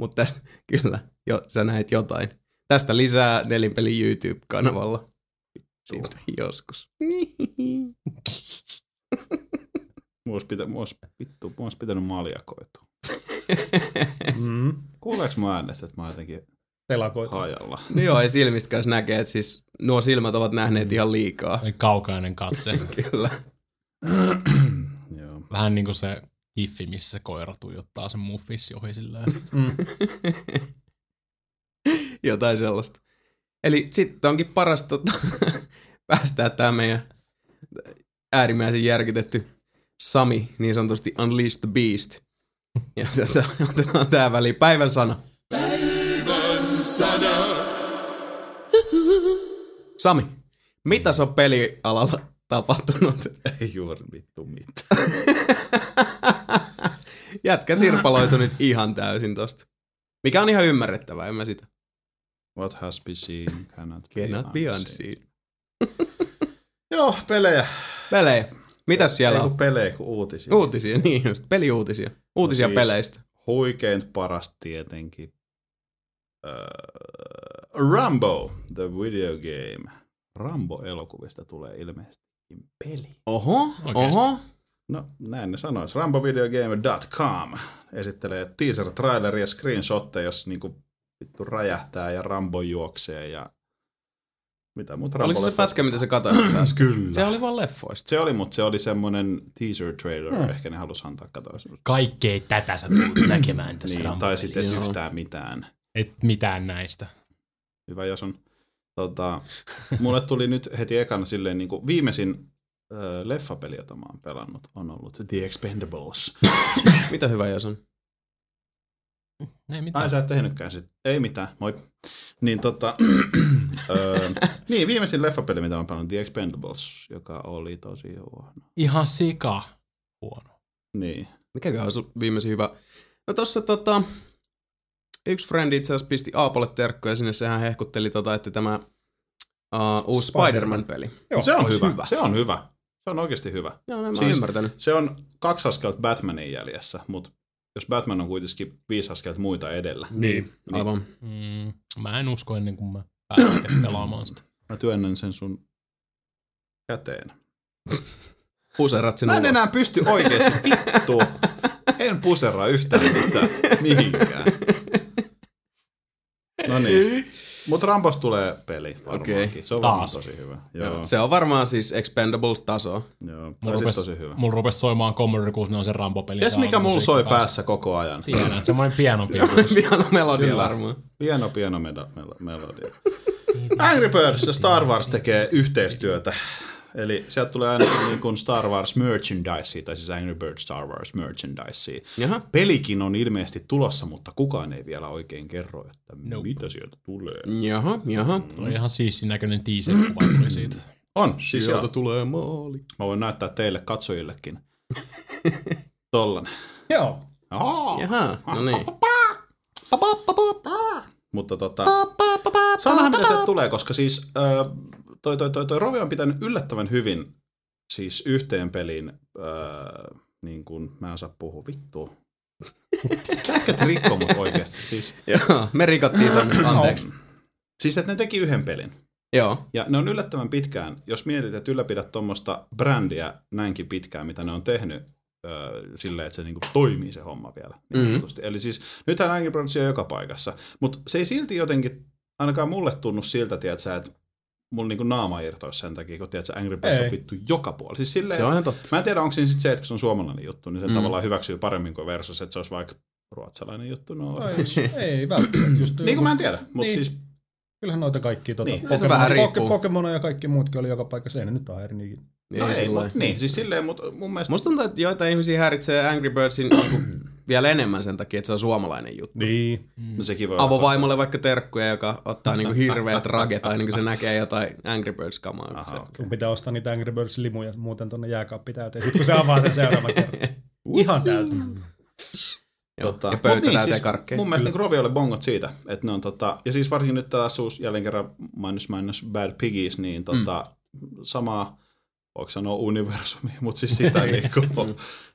Mutta tästä kyllä, jo, sä näet jotain. Tästä lisää Nelinpeli YouTube-kanavalla. Siitä joskus. Muus pitä, muus, vittu, muus pitänyt maljakoitua. Mm. Kuuleeko mä äänestä, että mä oon jotenkin Telakoita. hajalla? No joo, ei silmistäkään näkee, että siis nuo silmät ovat nähneet ihan liikaa. Kaukainen katse. Kyllä. Joo. Vähän niinku se giffi, missä se koira tuijottaa sen muffissi ohi silleen. Mm. Jotain sellaista. Eli sitten onkin paras tota, päästää tää meidän äärimmäisen järkytetty Sami, niin sanotusti Unleash the Beast. Ja tätä, otetaan tää väliin. Päivän sana. Päivän sana. Sami, mitä on pelialalla tapahtunut? Ei juuri vittu mitään. Jätkä sirpaloitu nyt ihan täysin tosta. Mikä on ihan ymmärrettävää, en mä sitä. What has been seen cannot, Cannot be unseen. Joo, pelejä. Pelejä. Mitäs siellä Ei on? kun pelejä, kuin uutisia. Uutisia, niin just. Peliuutisia. Uutisia No siis peleistä. Huikein paras tietenkin. Uh, Rambo, the video game. Rambo-elokuvista tulee ilmeisesti peli. Oho, Oikeesti? oho. No, näin ne sanois. rambo video game dot com esittelee teaser-traileria ja screenshotteja, jos niinku vittu räjähtää ja Rambo juoksee ja mitä muuta Rambo Oliko se leffoista? pätkä, mitä se katsoit äsken? Kyllä. Se oli vaan leffoista. Se oli, mutta se oli semmonen teaser trailer, hmm. ehkä ne halus antaa katsoa. Kaikkea tätä sä tulet näkemään tässä Niin, Rambo-pelissä. tai sitten Joo. yhtään mitään. Et mitään näistä. Hyvä, jos on. Tota, mulle tuli nyt heti ekana silleen niin kuin viimeisin ö, leffapeli, jota mä oon pelannut, on ollut The Expendables. Mitä hyvä jos on? Ei mitään. Ai sä et tehnytkään sit. Ei mitään, moi. Niin tota, ö, niin viimeisin leffapeli, mitä mä oon pelannut, The Expendables, joka oli tosi huono. Ihan sika huono. Niin. Mikäkään olisi viimeisin hyvä? No tossa tota, yksi frendi itse asiassa pisti Aapolle terkkuja sinne, sehän hehkutteli tota, että tämä uh, uusi Spider-Man. Spider-Man-peli. Joo, se on olisi hyvä. hyvä. Se on hyvä. Se on oikeasti hyvä. Joo, näin mä Siis- oon ymmärtänyt. Se on kaksi askelta Batmanin jäljessä, mutta jos Batman on kuitenkin viisi askelta muita edellä. Niin, aivan. Mm, mä en usko ennen kuin mä pääsen pelaamaan sitä. Mä työnnän sen sun käteen. Puserat sen Mä en ulos. enää pysty oikeesti vittu. En puseraa yhtään mitään mihinkään. No niin. Mut Rambos tulee peli varmaankin. Okei. Se on varmaan Taas. tosi hyvä. Joo. Se on varmaan siis Expendables-tasoa. Joo. Mulla Tai sit rupes, tosi hyvä. mulla rupes soimaan Commodore kuusikymmentäneljä Rambo-peli. Ties mikä mulla soi päässä koko ajan. Tiedän, semmoinen pianon piirus. Piano melodia Kyllä. varmaan. Pieno, pieno melo- melo- melodia. Angry Birds ja Star Wars tekee yhteistyötä. Eli sieltä tulee aina niin kuin Star Wars merchandise, tai siis Angry Birds Star Wars merchandise. Jaha. Pelikin on ilmeisesti tulossa, mutta kukaan ei vielä oikein kerro, että Nope. mitä sieltä tulee. Jaha, jaha. Se oli ihan siistin näköinen teaser-kuva tuli siitä. On, siis Sieltä joo. tulee maali. Mä voin näyttää teille katsojillekin. Tollanen. Joo. Aa. Jaha, no niin. Mutta tota, saa nähdä mitä sieltä tulee, koska siis ö, toi, toi, toi, toi Rovi on pitänyt yllättävän hyvin siis yhteen peliin, ö, niin kuin mä en osaa puhua vittua. Jätkät rikko mut oikeesti siis. Joo, me rikottiin sen, anteeksi. Siis että ne teki yhden pelin. Joo. Ja ne on yllättävän pitkään, jos mietit, että ylläpidät tuommoista brändiä näinkin pitkään, mitä ne on tehnyt, öö, silleen, että se niinku toimii se homma vielä. Niin Mhm. Eli siis nythän Angry Birds on joka paikassa, mutta se ei silti jotenkin, ainakaan mulle tunnu siltä, tiedätkö, että mulla niinku naama irtoisi sen takia, kun tiedätkö, Angry Birds Ei. on vittu joka puolella. Siis silleen, Se on ihan totta. mä en tiedä, onko siinä sit se, että kun se on suomalainen juttu, niin sen Mm. tavallaan hyväksyy paremmin kuin versus, että se olisi vaikka ruotsalainen juttu. No, Ei, ei välttämättä. Just niin kuin mä en tiedä, mutta Niin. siis Kyllähän noita kaikki tota, Niin, se vähän Pokemon, riippuu. Pokemon ja kaikki muutkin oli joka paikassa. Ei ne nyt ole eri niihin. Niin, no ei, sillä mut, niin, siis silleen, mutta mun mielestä Musta tuntuu, että joita ihmisiä häiritsee Angry Birdsin niinku vielä enemmän sen takia, että se on suomalainen juttu. Niin. no, sekin voi olla Avovaimolle vaikka terkkuja, joka ottaa niinku hirveät raget aina kun se näkee jotain Angry Birds-kamaa. Aha, Se- okei. Sun pitää ostaa niitä Angry Birds limuja muuten tonne jääkaappi täyteen. Sitten kun se avaa sen seuraavan kerran. Ihan täyteen. Joo, Tota, ja mut pöytä niin, täyteen siis karkkeja. mun mielestä niin Roviolle bongot siitä, että ne on tota, ja siis varsinkin nyt taas uusi jälleen kerran minus minus Bad Piggies, niin tota, mm. samaa, voiko sanoa universumia, mutta siis sitä niinku,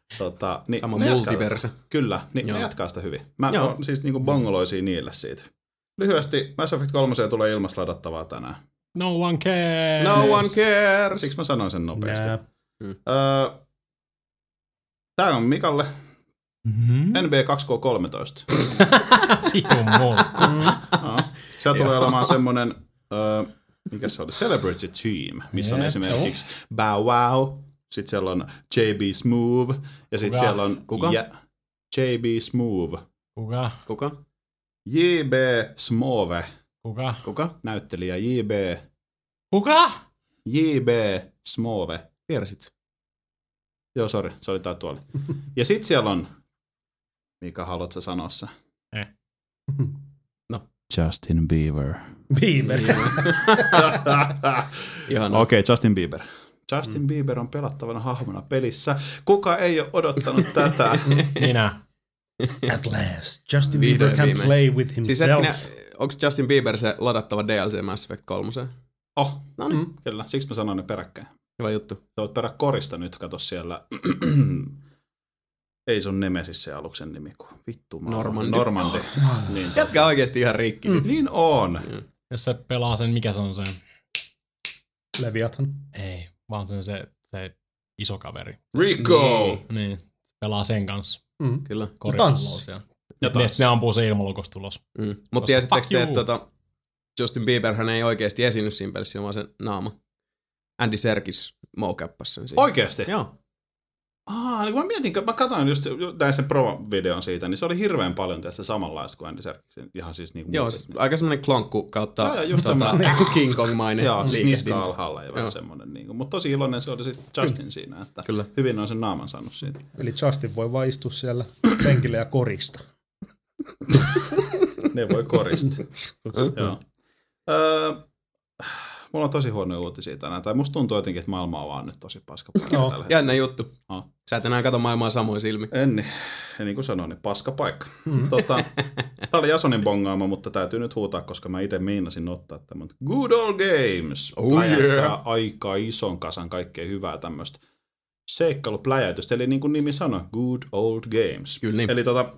Tota, niin Sama ne multiverse. Jatkaa, kyllä, niin Joo. ne jatkaa sitä hyvin. Mä Joo. oon siis niinku bongoloisia niille siitä. Lyhyesti, Mass Effect kolme tulee ilmasta ladattavaa tänään. No one cares. No one cares. Siksi mä sanoin sen nopeasti. Nää. Mm. Öö, tää on Mikalle. Mm-hmm. N B A kaksi K kolmetoista. Vitun mulkku. No. Siellä tulee olemaan semmonen, öö, mikä se oli, Celebrity Team, missä on Jep. esimerkiksi Bow Wow, sitten siellä on J B Smooth, ja sitten Kuka? siellä on Kuka? Ja, J B Smooth. Kuka? Kuka? J B Smove, Kuka? Kuka? näyttelijä J B. Kuka? J B Smove. Tiedäsit? Joo, sori, se oli tää tuoli. Ja sit siellä on, Mika, haluat sä sanoa se? Eh. No. Justin Bieber. Bieber. Ihan Okei, okay, Justin Bieber. Justin mm. Bieber on pelattavana hahmona pelissä. Kuka ei ole odottanut tätä? Minä. At last, Justin Vihdoin Bieber can viimein. play with Siis himself. hetkinen, onko Justin Bieber se ladattava D L C Mass Effect kolme? Oh, No niin, Mm. kyllä. Siksi mä sanoin ne peräkkäin. hyvä juttu. Sä oot perä korista nyt, kato siellä. Ei se on Nemesis se aluksen nimi, kun vittu mä Normandi. Normandi. Niin, Jätkä oikeesti ihan rikki nyt. niin on. Jos se pelaa sen, mikä se on se? Leviathan. Ei, vaan se, se, se iso kaveri. Rico! Niin. Niin, pelaa sen kanssa. Mm. Kyllä. Koripalloa siellä. Ja Ne, taas. ne ampuu se ilmalukosta tulos. Mm. Mutta Koska tiesittekö fuck te, että you. tota, Justin Bieberhän ei oikeesti esiinny siinä pelissä, vaan se naama. Andy Serkis mocappasi sen siinä. Oikeesti? Joo. Aa, niin kun mä mietin, kun mä katsoin just näin sen pro-videon siitä, niin se oli hirveän paljon tässä samanlaista kuin Andy Serkis. Ihan siis niin kuin Joo, s- aika semmonen klonkku kautta Joo, joo, just tota, semmonen. King Kong-mainen Joo, siis liikehdintä. niska alhaalla ja vähän Joo. semmoinen. Niin kuin, mutta tosi iloinen se oli sitten Justin siinä, että Kyllä. hyvin on sen naaman saanut siitä. Eli Justin voi vaan istua siellä penkillä ja korista. Ne voi korista. Joo. Öö, mulla on tosi huonoja uutisia tänään. Tai musta tuntuu jotenkin, että maailma on vaan nyt tosi paska paikka Joo. tällä hetkellä. Jännä juttu. Oh. Sä et enää kato maailmaa samoin silmin. En, niin- ja niin kuin sanoin, niin paska paikka. Mm. Tota, tää oli Jasonin bongaama, mutta täytyy nyt huutaa, koska mä itse meinasin ottaa tämän Good Old Games. Oh Pläjäyttää yeah. aika ison kasan kaikkea hyvää tämmöistä seikkailupläjäytystä. Eli niin kuin nimi sanoi, Good Old Games. Kyllä niin. Eli tota,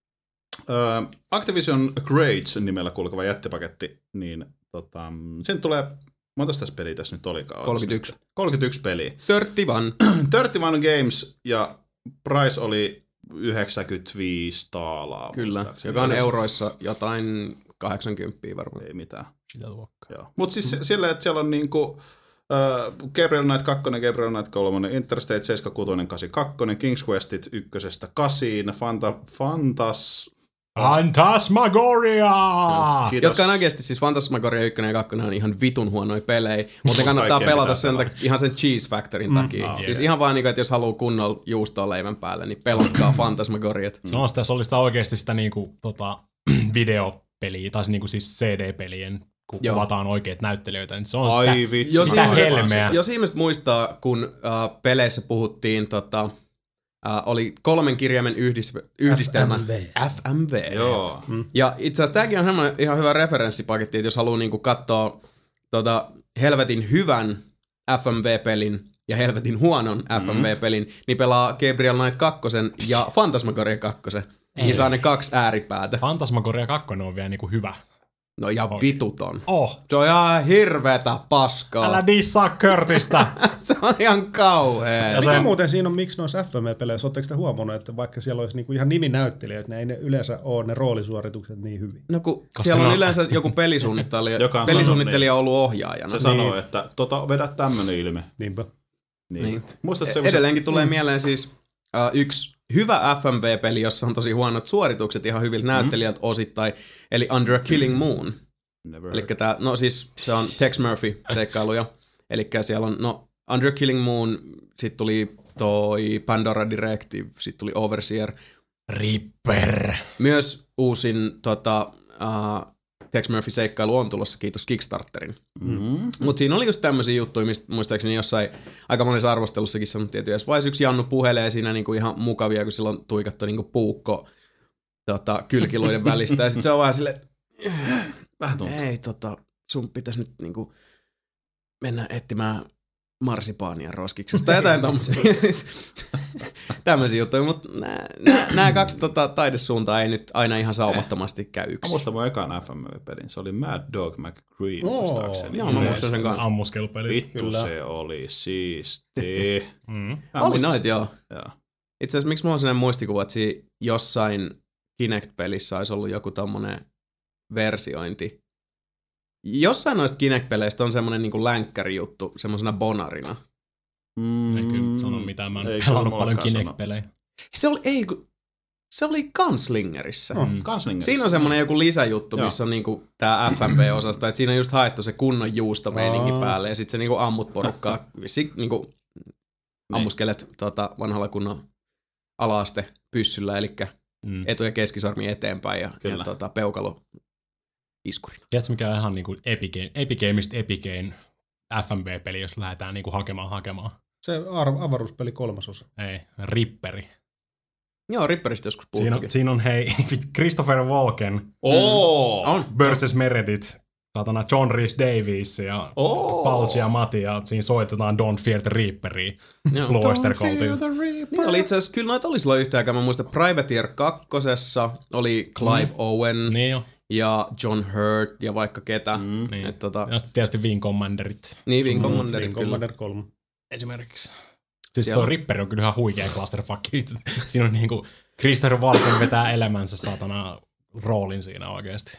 äh, Activision Grades nimellä kulkeva jättipaketti, niin tota, sen tulee, monta tässä peliä tässä nyt olikaan? kolmekymmentäyksi. kolmekymmentäyksi peliä. Törttivan. kolmekymmentäyksi Games ja price oli yhdeksänkymmentäviisi taalaa. Kyllä, muistaakseni. joka on Yhdeksän- euroissa jotain kahdeksankymmentä varmaan. Ei mitään. Sitä luokkaa. Joo. Mutta siis mm-hmm. silleen, että siellä on niinku äh, Gabriel Knight kaksi, Gabriel Knight kolme, Interstate seitsemänkymmentäkuusi, kahdeksankymmentäkaksi, King's Questit ykkösestä kasiin, Fanta, Fantas... Phantasmagoria! Kiitos. Jotka on oikeasti siis Phantasmagoria yksi ja kaksi on ihan vitun huonoja pelejä, mutta kannattaa kaikkien pelata pitää sen pelata. tak- ihan sen Cheese Factorin takia. ah, Siis yeah. ihan vaan niinku, että jos haluaa kunnolla juustoa leivän päälle, niin pelatkaa Phantasmagoriat. Se on sitä, se oli sitä oikeasti sitä niinku, tota, videopeliä, tai niinku siis C D-pelien, kun Joo. kuvataan oikeat näyttelijöitä, niin se on Ai sitä, vitsi. Jos sitä ihmiset- helmeä. Jos ihmiset muistaa, kun äh, peleissä puhuttiin, tota, äh, oli kolmen kirjaimen yhdis- yhdistelmä F M V. F M V. Joo. Mm. Ja itse asiassa tämäkin on semmoinen ihan hyvä referenssipaketti, että jos haluaa niinku katsoa tota, helvetin hyvän F M V-pelin ja helvetin huonon F M V-pelin, niin pelaa Gabriel Knight kaksi ja Phantasmagoria kaksi. Niin saa ne kaksi ääripäätä. Phantasmagoria kaksi on vielä niinku hyvä. No ja vituton. Oh, Se on ihan hirveetä paskaa. älä dissaa Curtista! Se on ihan kauhea. Mikä se- muuten siinä on, miksi noissa F M V-peleissä, oletteko te huomannut, että vaikka siellä olisi niinku ihan niminäyttelijöitä, ne ei ne yleensä ole ne roolisuoritukset niin hyvin? No kun siellä ne on on- yleensä joku pelisuunnittelija, Joka on pelisuunnittelija sanonut ollut ohjaajana. Se sanoo, että tota, vedä tämmönen ilme. Niinpä. Niin. Niin. Muistatko E- semmoisen? Edelleenkin tulee mieleen siis uh, yksi hyvä F M V-peli, jossa on tosi huonot suoritukset ihan hyviltä näyttelijältä osittain, eli Under a Killing Moon. Never Eli heard. tää, no siis se on Tex Murphy-seikkailuja. Eli siellä on, no Under a Killing Moon, sit tuli toi Pandora Directive, sit tuli Overseer. Ripper! Myös uusin tota, uh, Tex Murphy-seikkailu on tulossa, kiitos Kickstarterin. Mm-hmm. Mutta siinä oli just tämmöisiä juttuja, mistä muistaakseni jossain aika monessa arvostelussakin sanottiin, että jos vaiheessa yksi Jannu puhelee siinä niinku ihan mukavia, kun sillä on tuikattu niinku puukko tota, kylkiluiden välistä. Ja sit se on vähän silleen, Vähän tuntuu. ei tota, sun pitäisi nyt niinku mennä etsimään marsipaania roskiksesta tai jotain tämmöisiä juttuja, mutta nämä kaksi tota, taidesuuntaa ei nyt aina ihan saumattomasti käy yksin. Mä muistan mun ekan F M V-pelin, se oli Mad Dog McQueen, Oo, muistaakseni. Joo, mä muistan sen kanssa. Ammuskelupeli. Vittu Kyllä. se oli siisti. Mm. Oli noit, joo. Joo. Itse asiassa miksi mulla on sellainen muistikuva, että siinä jossain Kinect-pelissä olisi ollut joku tommonen versiointi. Jossain noista Kinect-peleistä on semmonen niinku länkkäri-juttu, semmosena bonarina. Mm, En kyllä sano mitään, mä en ei kyllä pelannut paljon mullakaan sano. Kinect-pelejä. Se oli, ei kun, se oli Gunslingerissä. Oh, Gunslingerissä. Siinä on semmonen joku lisäjuttu, Joo. missä on niinku tää F M V-osasta, että siinä on just haettu se kunnon juustomeininki Aa. päälle, ja sit se niinku ammut porukkaa, vissi niinku ammuskelet tota, vanhalla kunnon ala-aste pyssyllä, elikkä Mm. etu- ja keskisormi eteenpäin ja, ja Kyllä. tota, peukalo iskurina. Tiedätkö mikä on ihan niinku Epic, Epigameista Epigain F M V-peli, jos lähdetään niinku hakemaan hakemaan? Se ar- avaruuspeli kolmasosa. Ei, Ripperi. Joo, Ripperistä joskus Siinä on, puhuttukin. siinä on hei, Christopher Walken Oo! On. versus Meredith, saatana John Rhys Davies ja Oo! Paul Giamatti, ja siinä soitetaan Don't Fear the Reaperia Joo. Blue Oyster Cultin. Niin oli itse asiassa, kyllä noita oli silloin yhtä aikaa. Mä muistan Privateer kakkosessa oli Clive mm. Owen Niin jo. ja John Hurt ja vaikka ketä. Mm. Niin. Et, tota, Ja sitten tietysti Wing Commanderit niin, Wing Wing Commanderit kyllä. Commander kolme. esimerkiksi. Siis Siellä- tuo Ripper on kyllä ihan huikea clusterfuck. Siinä on niinku Christopher Walken vetää elämänsä satana roolin siinä oikeesti.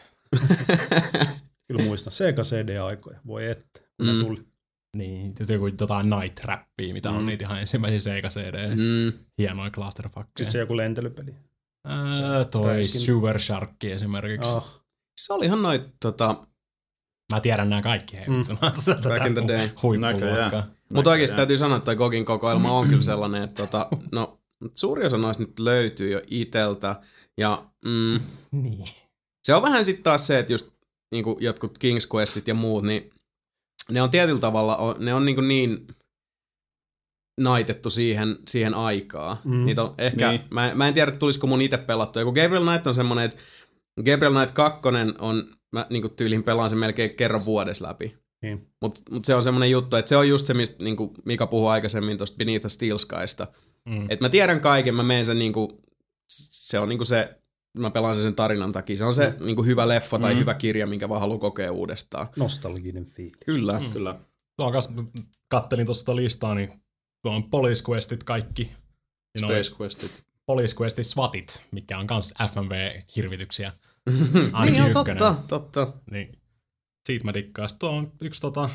Kyllä muistan. Sega C D-aikoja. Voi että. Kun Mm. ne tuli. Niin, joku jotain night rappia, mitä on Mm. niitä ihan ensimmäisiä Sega C D. Mm. Hienoja clusterfuckeja. Sitten se joku lentelypeli. Ää, toi Räiskin. Sewer Shark esimerkiksi. Ah, Se oli ihan noit tota, Mä tiedän nämä kaikki. Hei, Mm. Back in the day. Huippuluokkaa. Näköjään. Mutta oikeasti täytyy sanoa, että toi Gogin kokoelma on kyllä sellainen, että tota, no, suuri osa noista nyt löytyy jo iteltä. Ja mm, Niin. se on vähän sitten taas se, että just niinku jotkut King's Questit ja muut, niin ne on tietyllä tavalla, ne on niinku niin naitettu siihen, siihen aikaan. Mm. Niitä on ehkä, Niin. mä, mä en tiedä, tulisiko mun itse pelattua. Joku Gabriel Knight on semmonen, että Gabriel Knight kaksi on, mä niinku tyyliin pelaan sen melkein kerran vuodessa läpi. niin. Mutta mut se on semmonen juttu, että se on just se, mistä niinku Mika puhui aikaisemmin tuosta Beneath the Steel Skysta. Mm. Että mä tiedän kaiken, mä menen sen niinku, se on niinku se, mä pelaan sen sen tarinan takia. Se on se mm. niinku hyvä leffa tai Mm. hyvä kirja, minkä vaan haluaa kokea uudestaan. Nostalginen fiilis. Kyllä. Mm. Kyllä. Tuo on kas, kattelin tuosta listaa, niin tuo on Police Questit kaikki. Siinä on Space Questit. Police Questit SWATit, mikä on kans F M V-hirvityksiä. niin Ainakin on ykkönen. totta, totta. Niin. Siitä mä dikkaan. Sitten tuo on yksi tota,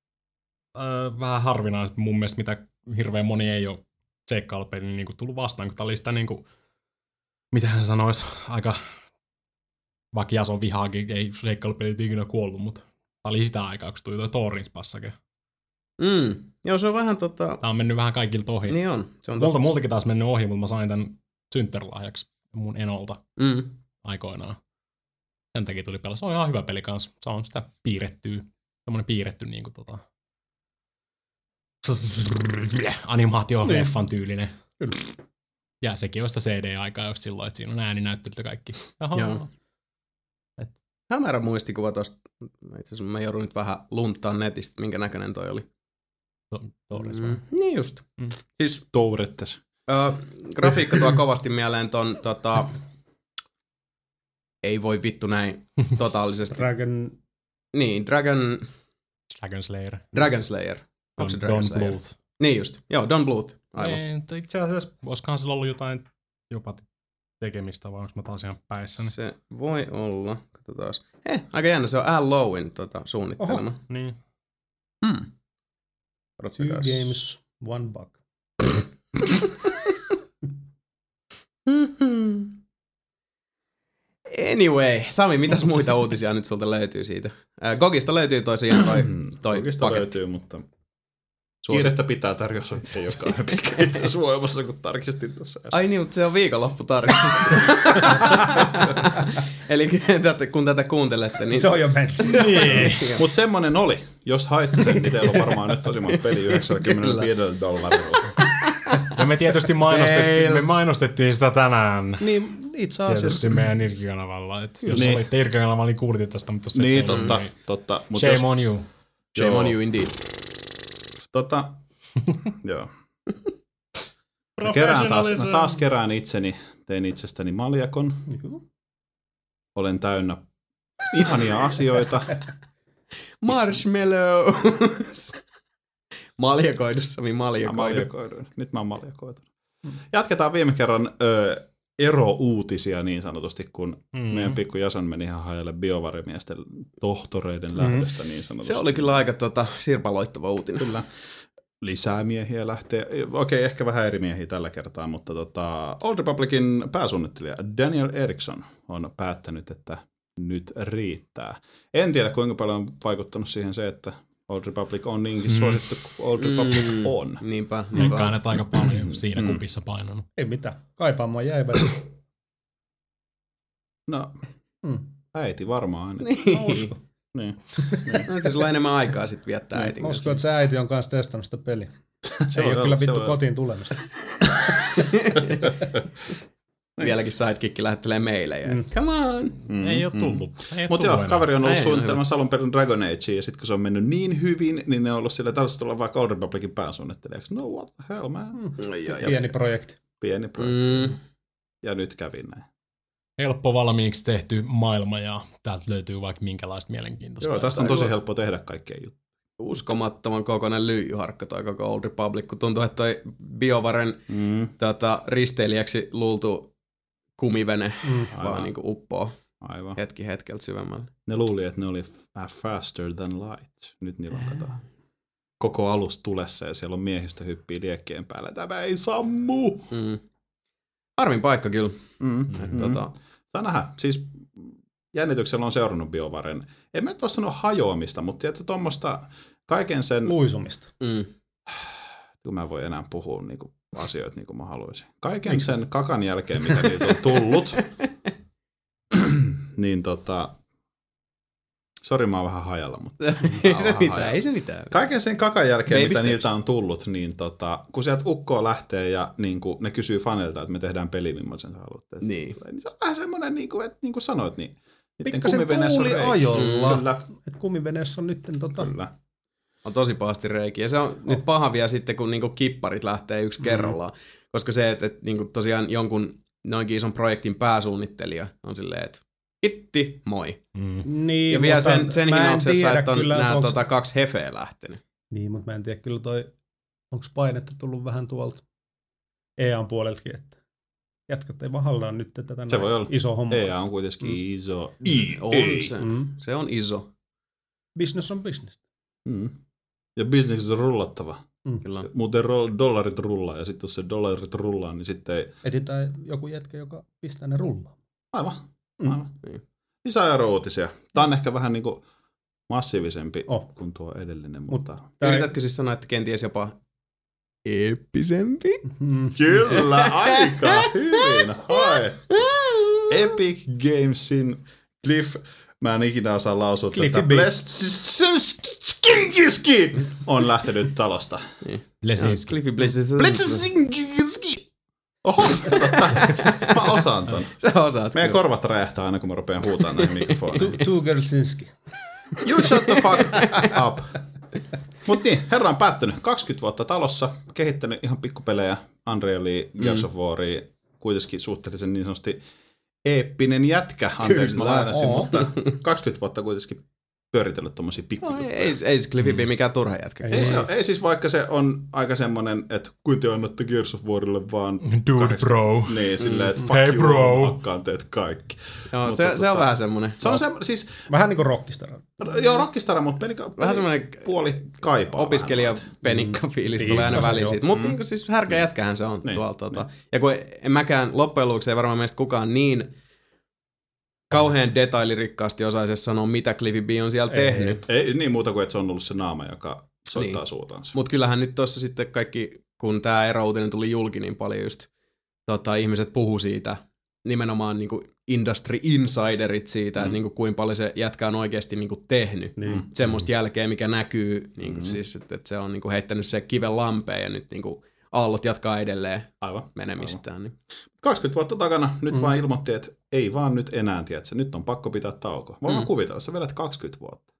öö, vähän harvinainen mun mielestä, mitä hirveän moni ei ole seikkailupelin niin tullut vastaan, kun tää oli sitä niinku, mitähän se sanois, aika vaikka Jason vihaakin, ei seikkailupelit ikinä kuollut, mutta tää oli sitä aikaa, kun se tuli toi Thorins passake. Mm. Joo, se on vähän tota, Tää on mennyt vähän kaikilta ohi. niin on. Se on Multa, totta. multakin taas mennyt ohi, mutta mä sain tän synttärlahjaksi mun enolta Mm. aikoinaan. Sen takia tuli pelaa. Se on ihan hyvä peli kanssa. Se on sitä piirrettyä, semmonen piirretty niinku tota animaatio-leffan tyylinen. Kyllä. Ja sekin on sitä C D-aikaa just silloin, että siinä on ääninäyttelyt ja kaikki. Jaha. Joo. Hämärä muistikuva tosta. Itse asiassa mä joudun nyt vähän lunttaan netistä, minkä näköinen toi oli. To- Torres Mm. vai? Niin just. Mm. Siis Tourettes. Ö, grafiikka tuo kovasti mieleen ton tota... Ei voi vittu näin totaalisesti. Dragon... Niin, Dragon... Dragon Slayer. Dragon Slayer. Onko se Don, Dragon Don Slayer? Bluth. Niin just. Joo, Don Bluth. Aivan. Ei, mutta itse asiassa, olisikohan sillä ollut jotain jopa tekemistä, vai onko mä taas ihan päissäni? Se voi olla. Katsotaan. Eh, aika jännä. Se on Al Lowin tota, suunnittelema. Oho. Niin. Hmm. Two Odottakaas. games, one bug. Mhm. Anyway, Sami, mitäs muita uutisia nyt sulta löytyy siitä? Äh, Gogista löytyy tosiaan toi, toi Oikeastaan paketti. löytyy, mutta Suosit- kiirettä pitää tarjous, että se ei ole kauhean pitkä itse asiassa voimassa, kun tarkistin tuossa äsken. Ai niin, mutta se on viikonlopputarkistus. Eli kun tätä kuuntelette, niin... Se on jo mennyt. Niin. Mutta semmonen oli. Jos haitte sen, niin teillä on varmaan nyt tosi monta peli yhdeksänkymmentäviisi dollarilla. Ja me tietysti mainostettiin, Meillä- me mainostettiin sitä tänään. Niin, itse asiassa. Tietysti meidän Irkki-kanavalla. Et jos Niin. olitte Irkki-kanavalla, niin kuulitte tästä, mutta jos Niin, ette ollut, totta, niin totta. Mut shame jos, on you. Shame Joo. on you indeed. tota, Joo. Mä, kerään taas, mä taas kerään itseni, tein itsestäni maljakon. Olen täynnä ihania asioita. Marshmallows. Maljakoidussami maljakoidu. maljakoiduin. Nyt mä oon maljakoitunut. Jatketaan viime kerran ö, erouutisia niin sanotusti, kun mm. meidän pikku Jason meni ihan hajalle biovarimiesten tohtoreiden lähdöstä niin sanotusti. Se oli kyllä aika tota, sirpaloittava uutinen. Kyllä. Lisää miehiä lähtee. Okei, ehkä vähän eri miehiä tällä kertaa, mutta tota, Old Republicin pääsuunnittelija Daniel Eriksson on päättänyt, että nyt riittää. En tiedä, kuinka paljon on vaikuttanut siihen se, että Old Republic on niinkin mm. suosittu kuin Old Republic mm. on. Niinpä. niinpä. Eikä ne aika paljon siinä mm. kupissa painanut. Ei mitään. Kaipaamaan jäi väliin. No, mm. äiti varmaan aina. Niin. Mä uskon. Niin. No, se sulla enemmän aikaa sitten viettää niin. äitin kanssa. Uskon, että se äiti on kanssa testannut sitä peliä. Se ei ole olla, kyllä vittu voi kotiin tulemista. Vieläkin sidekick lähettelee meille. Mm. Come on! Mm. Ei ole tullut. Mm. Mutta joo, kaveri on ollut suunnittelemassa alun perin Dragon Agea, ja sitten kun se on mennyt niin hyvin, niin ne on ollut sillä, että tällaista tulla vaikka Old Republicin pääsuunnittelijaksi. No what the hell, man? Mm. Ja, ja, Pieni projekti. Pieni projekti. Mm. Ja nyt kävi näin. Helppo valmiiksi tehty maailma, ja täältä löytyy vaikka minkälaista mielenkiintoista. Joo, tästä on tosi helppo tehdä kaikkea juttuja. Uskomattoman kokoinen lyijyharkka toi koko Old Republic, kun tuntuu, että toi BioVaren mm. tota, risteilijäksi luultu kumivene mm. vaan niinku uppoo Aivan. hetki hetkeltä syvemmälle. Ne luuli, että ne oli faster than light. Nyt niillä on kato koko alus tulessa ja siellä on miehistä hyppii liekkeen päällä. Tämä ei sammu! Mm. Harmin paikka kyllä. Mm. Mm. Tota... Saa nähdä. Siis jännityksellä on seurannut BioVaren. En mä nyt voi sanoa hajoamista, mutta tiedätkö tuommoista kaiken sen... Luisumista. Mm. Kun mä en voi enää puhua niinku asioita niin kuin mä haluaisin. Kaiken Miks? sen kakan jälkeen, mitä niitä on tullut, niin tota... Sori, mä oon vähän hajalla, mutta... ei se mitään, hajalla. ei se mitään. Kaiken sen kakan jälkeen, Baby mitä steps. niiltä on tullut, niin tota... Kun sieltä ukkoa lähtee ja niin kuin, ne kysyy fanilta, että me tehdään peli, millaisen sä haluatte. Niin. niin. Se on vähän semmoinen, niin kuin, että niin kuin sanoit, niin... Pikkasen tuuli ajolla. Kyllä. Että kumiveneessä on nyt tota... Kyllä. On tosi pahasti reikiä. Se on oh. nyt paha vielä sitten, kun niinku kipparit lähtee yksi mm. kerrallaan. Koska se, että, että niinku tosiaan jonkun noinkin ison projektin pääsuunnittelija on silleen, että hitti, moi. Mm. Niin, ja vielä sen, sen hinauksessa, että on nämä onks... tota, kaksi hefeä lähtenyt. Niin, mutta mä en tiedä kyllä toi, onko painetta tullut vähän tuolta E A:n puoleltakin, että jatkat ei vaan hallaan nyt tätä se voi olla. Iso homma. E A on kuitenkin mm. iso. I- on se. Mm. Se on iso. Business on business. Mm. Ja business on rullattava. Mm. Kyllä. Muuten ro- dollarit rullaa, ja sitten jos se dollarit rullaa, niin sitten ei... Etitään joku jätkä, joka pistää ne rullaa. Aivan. Aivan. Mm. Lisää erouutisia. Tämä on ehkä vähän niin kuin massiivisempi oh. kuin tuo edellinen, mutta... Tää yritätkö siis sanoa, että kenties jopa eeppisempi? Mm. Kyllä, aika hyvin. Hai. Epic Gamesin Cliff... Mä en ikinä osaa lausua tätä. Blesinski on lähtenyt talosta. Blesinski. Cliffy Blesinski. Blesinski. Oho, mä osaan ton. Sä osaat. Meidän korvat räjähtää aina, kun mä rupean huutamaan näihin mikrofoneihin. Tugelsinski. You shut the fuck up. Mut niin, herra on päättänyt kaksikymmentä vuotta talossa, kehittänyt ihan pikkupelejä, Unrealia, Gears of Waria, kuitenkin suhteellisen niin sanotusti eeppinen jätkä, anteeksi mä lainasin, mutta kaksikymmentä vuotta kuitenkin pyöritellyt tommosia pikkujuttuja. No, ei, ei se Cliffy mm. mikään turha jätkä. Ei, ei, ei siis vaikka se on aika semmonen, että kun te annatte Gears of Warille vaan... Dude kahdeksan, bro. Niin, silleen, että fuck hey, you, bro. hakkaan teet kaikki. Joo, mutta, se, tota, se on vähän semmonen. Se on se, siis... Vähän niinku Rockistara. Joo, Rockistara, mutta peli, vähän semmonen puoli kaipaa. Opiskelija-penikka-fiilis mm. tulee aina väliin siitä. Mutta mm. niin siis härkä jätkähän se on niin, tuolta. Tuota. Niin. Ja kun en mäkään loppujen lopuksi ei varmaan meistä kukaan niin... kauhean detailirikkaasti osaisi sanoa, mitä Cliffy B on siellä ei, tehnyt. Ei, ei niin muuta kuin, että se on ollut se naama, joka soittaa niin. suutansa. Mutta kyllähän nyt tuossa sitten kaikki, kun tämä erouutinen tuli julki niin paljon just, tota, ihmiset puhu siitä, nimenomaan niinku industry insiderit siitä, mm. että niinku, kuinka paljon se jätkä on oikeasti niinku tehnyt. Niin. Semmoista jälkeä, mikä näkyy, niinku, mm. siis, että, että se on niinku heittänyt se kiven lampeen ja nyt niinku, aallot jatkaa edelleen aivan, menemistään. Aivan. Niin. kaksikymmentä vuotta takana, nyt mm. vaan ilmoitti, että ei vaan nyt enää, tiedätkö, nyt on pakko pitää tauko. Voin mm. kuvitella, sä vedät kaksikymmentä vuotta.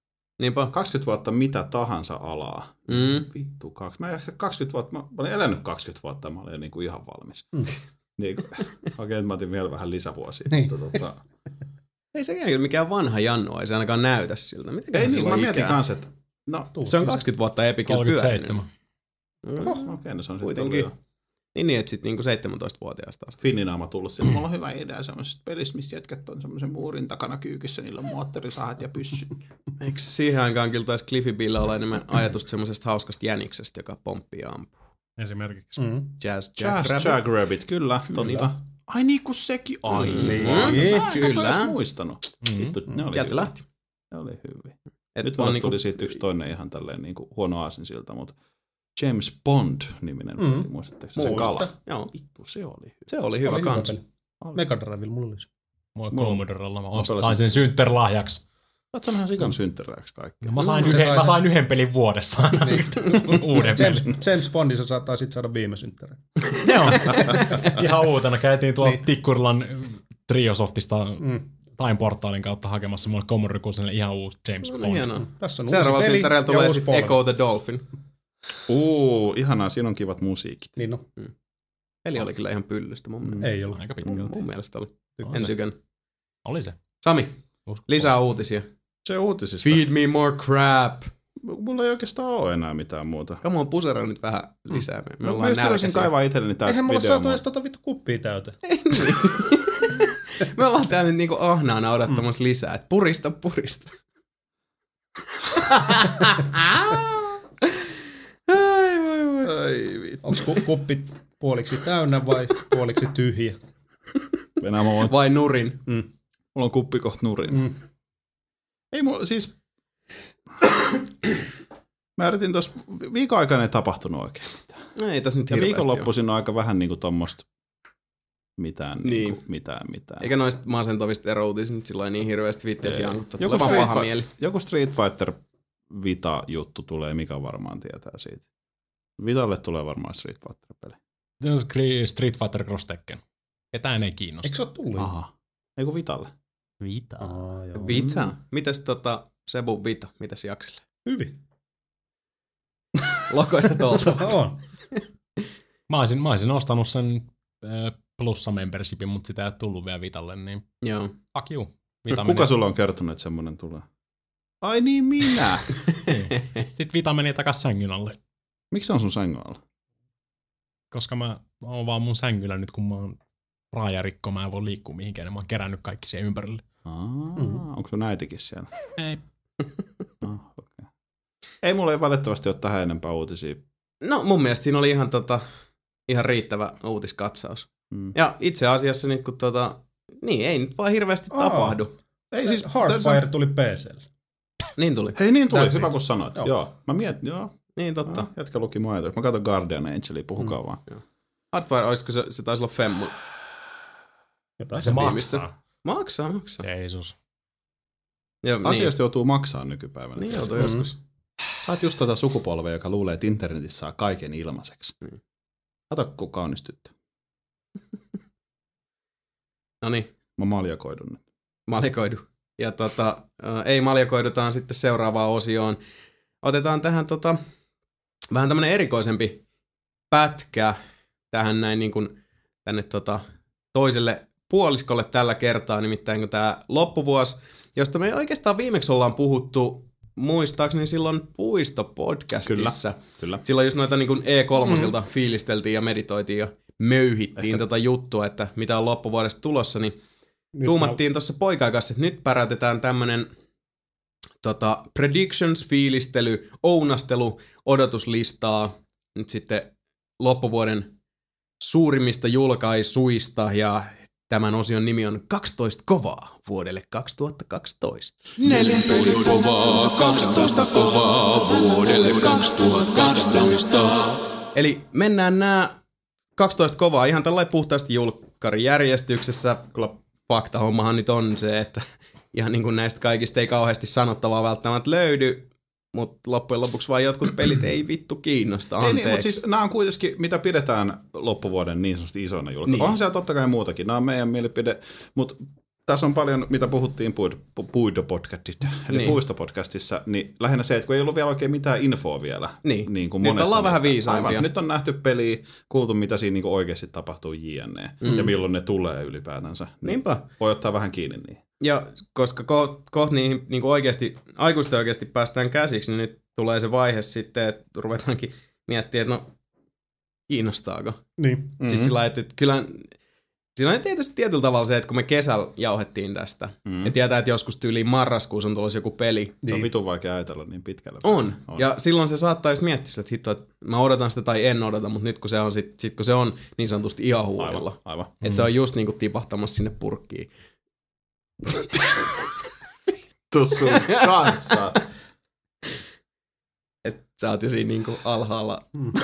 Niinpä. kaksikymmentä vuotta mitä tahansa alaa. Mm. Vittu, kaksi. Mä ehkä kaksikymmentä vuotta, mä olin elänyt kaksikymmentä vuotta ja mä olin niin kuin ihan valmis. Mm. Niin, okei, okay, mä otin vielä vähän lisävuosia. Niin. Mutta, tota... Ei sekään kyllä mikään vanha Jannu, ei se ainakaan näytä siltä. Mitenköhän ei niin, mä mietin ikää? Kanssa, että... No, se on kaksikymmentä vuotta Epicillä pyörinyt. Mm. Oh, okei, okay, no se on kuitenkin. Sitten niin, niin, että sitten niinku seitsemäntoistavuotiaasta asti. Finninaama tullut sinne. Mulla on hyvä idea semmoisesta pelissä, missä jätkät on semmoisen muurin takana kyykissä, niillä on moottorisahat ja pyssy. Eikö siihen aikaan kyllä taisi Cliffy Billa olla enemmän ajatusta semmoisesta hauskasta jäniksestä, joka pomppii ja ampuu? Esimerkiksi. Mm. Jazz Jack Jazz Jack Rabbit, kyllä. kyllä. Totta. Ai niin kuin sekin. Ai mm. niin. Mm. Kyllä. Mä en muistanut. Mm. Sieltä se lähti. Ne oli hyviä. Et Nyt mulle niinku... tuli siitä yksi toinen ihan tälleen niinku huono aasinsilta, mutta James Bond-niminen mm. peli, muistatteko se kala? Joo. Vittu, se oli hyvä. Se oli hyvä kans. Mega Drivella mulla oli se. Mulla on Commodorella, mä ostain sen synttärlahjaksi. Oot sä ihan sikan synttäräksi kaikki. No, mä, sain yhden, mä sain yhden pelin vuodessa aina. Niin. Uuden James, pelin. James Bondissa saattaa sit saada viime synttärä. Joo. Ihan uutena. Käytiin tuolla niin. Tikkurilan Triosoftista mm. Time Portalin kautta hakemassa mulle Commodore kuusi ihan uusi James no, Bond. Hienoa. Tässä on seuraavalla synttärällä tulee sitten Echo the Dolphin. Uu, ihanaa. Siinä on kivat musiikit. Niin no. Mm. Peli oli kyllä ihan pyllystä mun mielestä. Ei ollut. Aika pitkälti. Mun mielestä oli. En tykännyt. Oli se. Sami, lisää uutisia. Se uutisista. Feed me more crap. Mulla ei oikeastaan ole enää mitään muuta. Come on, pusero nyt vähän lisää. Me no, ollaan nälkäisiä. Mä kaivaa itselleni tää video. Eihän mulla saatu edes tota vittu kuppia täyteen. Me ollaan täällä nyt niinku ahnaana odottamassa lisää. Et purista, purista. Ai voi voi. Ai vittu. Onko ku- kuppi puoliksi täynnä vai puoliksi tyhjä? Vai nurin? Mm. Mulla on kuppi kohta nurin. Mm. Ei mulla, siis... Mä yritin tossa, viikon aikana ei tapahtunut oikein mitään. No ei tässä nyt ja hirveästi viikonloppuisin on aika vähän niinku tommoista mitään, niin. niinku, mitään, mitään. Eikä noista masentavista erouutisista nyt sillä niin hirveästi viitteisiä jankuttaa. Joku, Tulee Street, paha mieli. joku Street Fighter Vita-juttu tulee, mikä varmaan tietää siitä. Vitalle tulee varmaan Street Fighter-peli. Street Fighter Cross Tekken. Ketään ei kiinnosta. Eikö se ole tullut? Aha. Eiku Vitalle? Vita. Ah, Vita? Mitäs tota Sebu Vita? Mitäs Jaksille? Hyvin. Lokoissa tuolta. On. Mä olisin, mä olisin ostanut sen äh, plussa-membershipin, mutta sitä ei ole tullut vielä Vitalle, niin joo. Fuck you. Vita Kuka meni... sulla on kertonut, että semmonen tulee? Ai niin, minä! niin. Sitten Vita meni takas sängyn alle. Miksi se on sun sängyn alla? Koska mä oon vaan mun sängyllä nyt, kun mä oon raajarikko, mä en voi liikkua mihinkään, niin mä oon kerännyt kaikki siihen ympärille. Aa, mm-hmm. Onko sun äitikin siellä? Ei. Oh, okay. Ei mulla ei valitettavasti ole tähän enempää uutisia. No mun mielestä siinä oli ihan, tota, ihan riittävä uutiskatsaus. Mm. Ja itse asiassa nyt kun tota, niin ei nyt vaan hirveästi Aa. tapahdu. Ei siis Hardfire tuli P C:lle. Niin tuli. Hei niin tuli, That's hyvä it. kun sanoit. Joo. joo. Mä mietin, joo. Niin totta. No, jätkä luki mua ajatuksia. Mä katson Guardian Angelia, puhukaa mm. vaan. Joo. Hardfire, olisiko se, se taisi olla femmu? Jotain se maksaa. Maksaa, maksaa. Jeesus. Ja, asioista niin. joutuu maksaa nykypäivänä. Niin joutuu mm-hmm. joskus. Sä oot just tota sukupolvea, joka luulee, että internetissä saa kaiken ilmaiseksi. Mm. Kato, kun kaunis tyttö. Noniin. Mä maljakoidun nyt. Maljakoidu. Ja tota, äh, ei maljakoidutaan sitten seuraavaan osioon. Otetaan tähän tota, vähän tämmönen erikoisempi pätkä tähän näin niin kuin tänne tota, toiselle puoliskolle tällä kertaa, nimittäin kun tää loppuvuosi, josta me oikeastaan viimeksi ollaan puhuttu, muistaakseni silloin Puisto-podcastissa. Kyllä, kyllä. Silloin just noita niin kuin E kolmosilta mm. fiilisteltiin ja meditoitiin ja möyhittiin tota juttua, että mitä on loppuvuodesta tulossa, niin nyt tuumattiin mä... tuossa poikaa kanssa, että nyt pärätetään tämmönen tota, predictions, fiilistely, ounastelu, odotuslistaa nyt sitten loppuvuoden suurimmista julkaisuista ja tämän osion nimi on kaksitoista kovaa vuodelle kaksituhattakaksitoista. Neljä pelin kovaa, kaksitoista kovaa vuodelle kaksituhattakaksitoista. Eli mennään nämä kaksitoista kovaa ihan tällainen puhtaasti julkkarijärjestyksessä. Faktahommahan nyt on se, että ihan niin kuin näistä kaikista ei kauheasti sanottavaa välttämättä löydy, mutta loppujen lopuksi vaan jotkut pelit ei vittu kiinnosta, anteeksi. Ei niin, mutta siis nämä on kuitenkin, mitä pidetään loppuvuoden niin sanotusti isona julkaisuna. Niin. Onhan siellä totta kai muutakin, nämä on meidän mielipide, mutta tässä on paljon, mitä puhuttiin Puido-podcastissa, eli Niin. Puisto-podcastissa, niin lähinnä se, että kun ei ollut vielä oikein mitään infoa vielä. Niin. niin kuin Nyt monesta ollaan vähän niistä. viisaampia. Aivan. Nyt on nähty peliä, kuultu mitä siinä niin kuin oikeasti tapahtuu jne. Mm. Ja milloin ne tulee ylipäätänsä. Niin Niinpä. voi ottaa vähän kiinni niihin. Ja koska kohta ko, niihin niin oikeasti, aikuisten oikeasti päästään käsiksi, niin nyt tulee se vaihe sitten, että ruvetaankin miettimään, että no, kiinnostaako? Niin. Mm-hmm. Siis sillä että kyllä, siinä on tietysti tietyllä tavalla se, että kun me kesällä jauhettiin tästä, mm-hmm. ja tietää, että joskus tyyliin marraskuussa on tulossa joku peli. Niin. Se on vitun vaikea ajatella niin pitkälle. On. on. Ja silloin se saattaa just miettiä, että hitto, että mä odotan sitä tai en odota, mutta nyt kun se on, sit, sit kun se on niin sanotusti ihan huulilla. Aivan, aivan. Että mm. se on just niinku tipahtamassa sinne purkkiin. Vittu sun kanssa. Et sä oot jo siinä niinku alhaalla. Mm.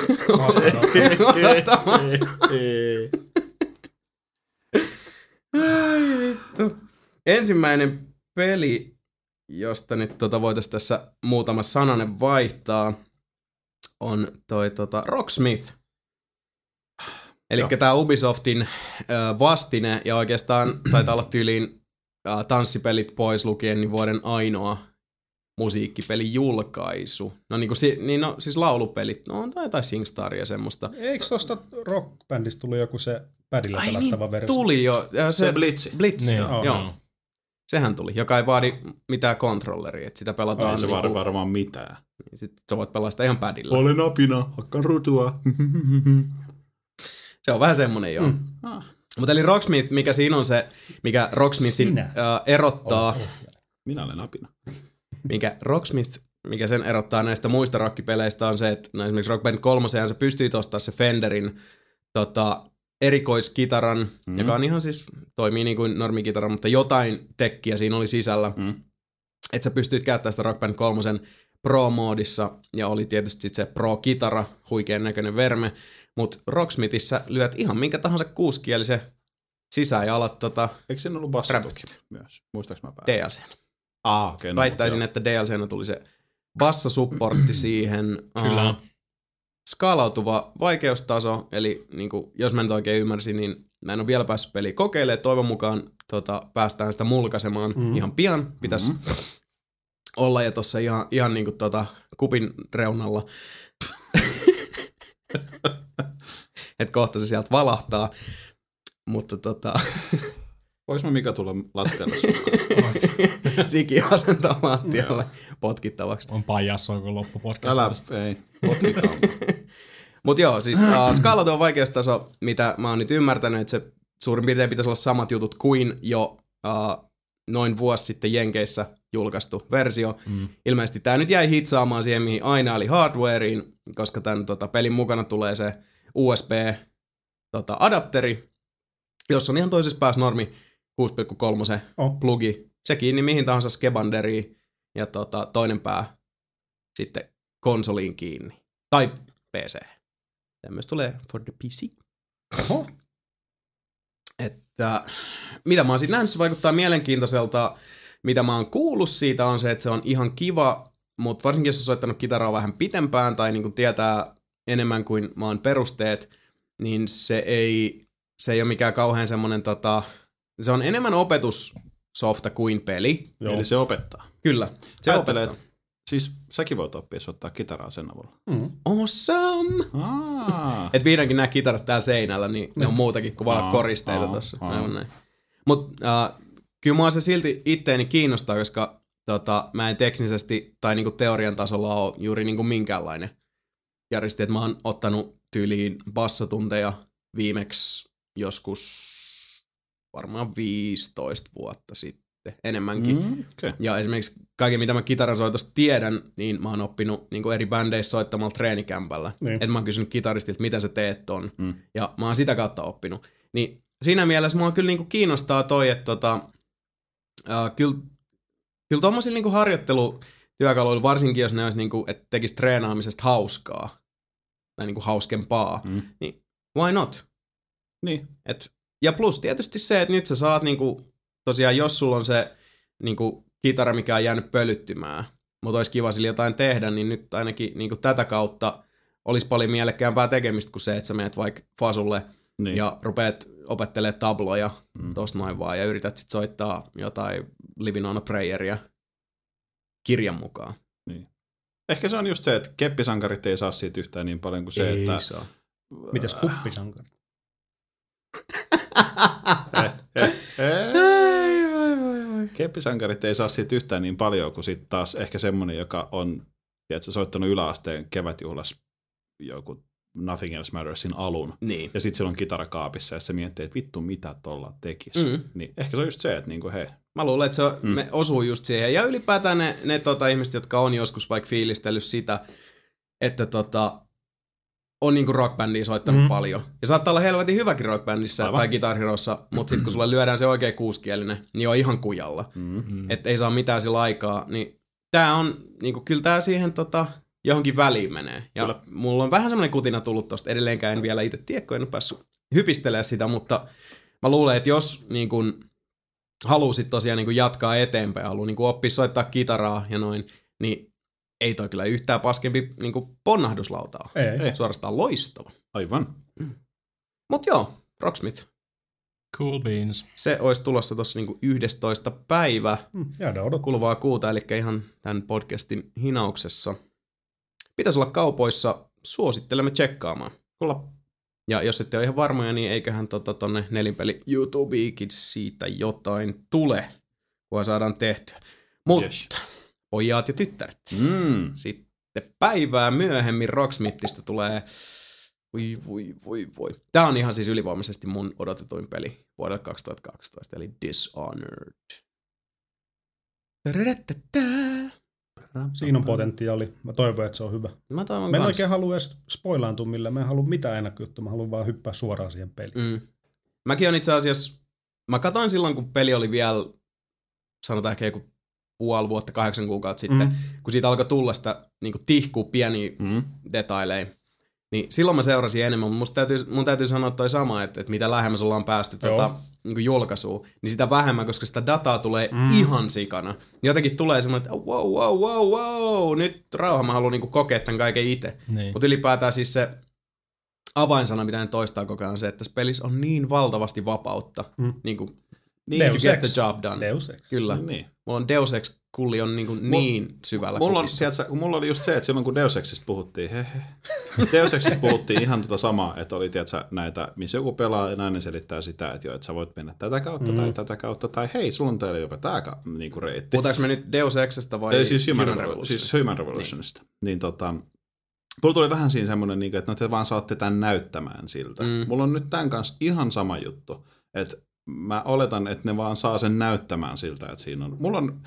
Ai vittu. Ensimmäinen peli, josta nyt tota voitaisiin tässä muutama sananen vaihtaa, on toi tota Rocksmith. Elikkä tää Ubisoftin äh, vastine, ja oikeastaan taitaa olla tyyliin äh, tanssipelit pois lukien, niin vuoden ainoa musiikkipelin julkaisu. No niinku si, niin no, siis laulupelit, no on tai, tai SingStar ja semmoista. Eikö tosta Rock-bändistä tullut joku se pädillä Ai pelattava niin, versio? tuli jo. Ja se, Se Blitz. Blitz, Niin, joo. joo. joo. Sehän tuli, joka ei vaadi mitään kontrolleria, että sitä pelataan. Ei se vaadi niinku, varmaan mitään. sit sä voit pelaa sitä ihan padilla. Olen apina, hakkaan rutua. Se on vähän semmonen joo. Mm. Ah. Mutta eli Rocksmith, mikä siinä on se, mikä Rocksmithin äh, erottaa, Minä olen apina. mikä Rocksmith, mikä sen erottaa näistä muista rockipeleistä on se, että no esimerkiksi Rock Band kolmoseen se pystyy ostaa se Fenderin tota, erikoiskitaran, mm-hmm. joka on ihan siis, toimii niin kuin normikitara, mutta jotain tekkiä siinä oli sisällä. Mm. Että sä pystyt käyttämään sitä Rock Band kolmosen Pro-moodissa, ja oli tietysti sit se Pro-kitara, huikean näköinen verme, mutta Rocksmithissä lyöt ihan minkä tahansa kuusikielisen sisään ja alat tota Eikö siinä ollut bassotuki myös? Muistaaks mä D pääsin? L C. Ah, okei. Okay, no, Väittäisin, että D L C:nä tuli se bassosupportti siihen. Kyllä. Uh, skaalautuva vaikeustaso, eli niin kuin, jos mä nyt oikein ymmärsin, niin mä en ole vielä päässyt peliä kokeilemaan. Toivon mukaan tota, päästään sitä mulkaisemaan mm. ihan pian. Pitäisi mm. olla ja tuossa ihan, ihan niin kuin tota, kupin reunalla. että kohta se sieltä valahtaa. Mutta tota... Vois mä Mika tulla lattialle sun? Siki asentaa lattialle potkittavaksi. On pajassa kun loppupodcast. Älä, ei. Potkitaan. Mut joo, siis uh, skaalautuva vaikeustaso, mitä mä oon nyt ymmärtänyt, että se suurin piirtein pitäisi olla samat jutut kuin jo uh, noin vuosi sitten Jenkeissä julkaistu versio. Mm. Ilmeisesti tää nyt jäi hitsaamaan siihen, mihin aina oli hardwareen, koska tämän tota, pelin mukana tulee se U S B-adapteri, tota, jossa on ihan toisessa päässä normi kuusi pilkku kolme oh. plugi. Se kiinni mihin tahansa skebanderiin ja tota, toinen pää sitten konsoliin kiinni. Tai P C. Tämä myös tulee for the P C. Oho. Että mitä mä oon sitten nähnyt, se vaikuttaa mielenkiintoiselta. Mitä mä oon kuullut siitä on se, että se on ihan kiva, mutta varsinkin jos on soittanut kitaraa vähän pitempään tai niin kuin tietää enemmän kuin maan perusteet, niin se ei, se ei ole mikään kauhean semmonen tota, se on enemmän opetussofta kuin peli. Joo. Eli se opettaa. Kyllä, se Ajattelee, opettaa. että siis säkin voit oppia soittaa kitaraa sen avulla. Mm. Awesome! Ah. Et vihdoinkin nämä kitarat täällä seinällä, niin ne on muutakin kuin vaan Aa, koristeita aa, tossa. aa. Mutta uh, kyllä mua se silti itteeni kiinnostaa, koska tota, mä en teknisesti tai niinku teorian tasolla ole juuri niinku minkäänlainen jaristi. Et mä oon ottanut tyyliin bassotunteja viimeksi joskus varmaan viisitoista vuotta sitten, enemmänkin. Mm, okay. Ja esimerkiksi kaiken, mitä mä kitaransoitosta tiedän, niin mä oon oppinut niin kuin eri bändeissä soittamalla treenikämpällä. Niin. Että mä oon kysynyt kitaristilta, mitä sä teet ton. Mm. Ja mä oon sitä kautta oppinut. Niin siinä mielessä mua kyllä niin kuin kiinnostaa toi, että tota, äh, kyllä, kyllä tommosilla niin kuin harjoittelutyökaluilla, varsinkin jos ne olisi, niin kuin, että tekisi treenaamisesta hauskaa, tai niin kuin hauskempaa, mm. niin why not? Niin. Et, ja plus tietysti se, että nyt sä saat niinku, tosiaan jos sulla on se niinku, kitara, mikä on jäänyt pölyttymään, mutta olisi kiva sillä jotain tehdä, niin nyt ainakin niinku, tätä kautta olisi paljon mielekkäämpää tekemistä kuin se, että sä menet vaikka Fasulle niin. ja rupeat opettelemaan tabloja mm. tosta noin vaan ja yrität sit soittaa jotain Living on a Prayeria kirjan mukaan. Niin. Ehkä se on just se, että keppisankarit ei saa siitä yhtään niin paljon kuin se, ei että... saa. Mitäs kuppisankarit? Keppisankarit ei saa siitä yhtään niin paljon kuin sitten taas ehkä semmoinen, joka on tiedätkö, soittanut yläasteen kevätjuhlas joku Nothing Else Mattersin alun. Niin. Ja sitten sillä on kitara kaapissa ja se miettii, että vittu mitä tolla tekisi. Mm. Niin ehkä se on just se, että niinku hei. Mä luulen, että se on, mm. me osuu just siihen. Ja ylipäätään ne, ne tota, ihmiset, jotka on joskus vaikka fiilistellyt sitä, että tota, on niinku rockbändiä soittanut mm. paljon. Ja saattaa olla helvetin hyväkin rockbändissä Aivan. tai Guitar Herossa, mutta sitten kun sulle lyödään se oikein kuuskielinen, niin on ihan kujalla. Mm-hmm. Että ei saa mitään sillä aikaa. Niin tää on, niinku, kyllä tää siihen tota, johonkin väliin menee. Ja kyllä. Mulla on vähän semmoinen kutina tullut tosta. Edelleenkään en vielä itse tiedä, kun en ole päässyt hypistelemään sitä, mutta mä luulen, että jos niin kun halusit tosiaan niin kun jatkaa eteenpäin, haluaa niin kun oppia soittaa kitaraa ja noin, niin ei toi kyllä yhtään paskempi niin kun ponnahduslautaa. Ei, ei. Suorastaan loistava. Aivan. Mm. Mut joo, Rocksmith. Cool beans. Se olisi tulossa tuossa niinku yhdestoista päivä mm, kuluvaa kuuta, eli ihan tämän podcastin hinauksessa. Pitäisi olla kaupoissa, suosittelemme tsekkaamaan. Kulla. Ja jos ette ole ihan varmoja, niin eiköhän tota tonne Nelinpeli YouTubeenkin siitä jotain tule, kun saadaan tehtyä. Mutta yes. Pojat ja tyttäret. Mm. Sitten päivää myöhemmin Rocksmithistä tulee... Voi, voi, voi, voi. Tää on ihan siis ylivoimaisesti mun odotetuin peli vuodelle kaksituhattakaksitoista, eli Dishonored. Siinä on potentiaali. Mä toivon, että se on hyvä. Mä toivon Mä en kans. oikein halua edes spoilaantua millään. Mä en halua mitään ennakkojuttua. Mä haluan vaan hyppää suoraan siihen peliin. Mm. Mäkin on itse asiassa... Mä katoin silloin, kun peli oli vielä, sanotaan ehkä joku puoli vuotta, kahdeksan kuukautta sitten, mm. kun siitä alkoi tulla sitä niin kuin tihkuu pieniä mm. detaileja. Niin silloin mä seurasin enemmän, mutta täytyy, mun täytyy sanoa toi sama, että, että mitä lähemmäs ollaan päästy tuota, niin julkaisuun, niin sitä vähemmän, koska sitä dataa tulee mm. ihan sikana. Jotenkin tulee semmoinen, että wow, wow, wow, wow, nyt rauha, mä haluan niin kokea tämän kaiken itse. Niin. Mutta ylipäätään siis se avainsana, mitä ne toistaa koko ajan, on se, että tässä pelissä on niin valtavasti vapautta. Mm. Niin kuin, niin, to get the job done. Deus Ex. Kyllä. Niin. Mulla on Deus Ex kulli on niin, kuin niin syvällä mulla, on, tiedätkö, mulla oli just se, että silloin kun Deus Exista puhuttiin, hehe. Deus Exista puhuttiin ihan tota samaa, että oli tiedätkö, näitä, missä joku pelaa ja nainen selittää sitä, että, jo, että sä voit mennä tätä kautta mm. tai tätä kautta, tai hei, sulla on teille jopa tää niinku reitti. Puhutaanko me nyt Deus Exista vai Ei, siis Human, Human Revolutionista? Siis Human Revolutionista. Niin, niin tota... Mulla tuli vähän siinä semmoinen, että no te vaan saatte tämän näyttämään siltä. Mm. Mulla on nyt tämän kanssa ihan sama juttu, että mä oletan, että ne vaan saa sen näyttämään siltä, että siinä on... Mulla on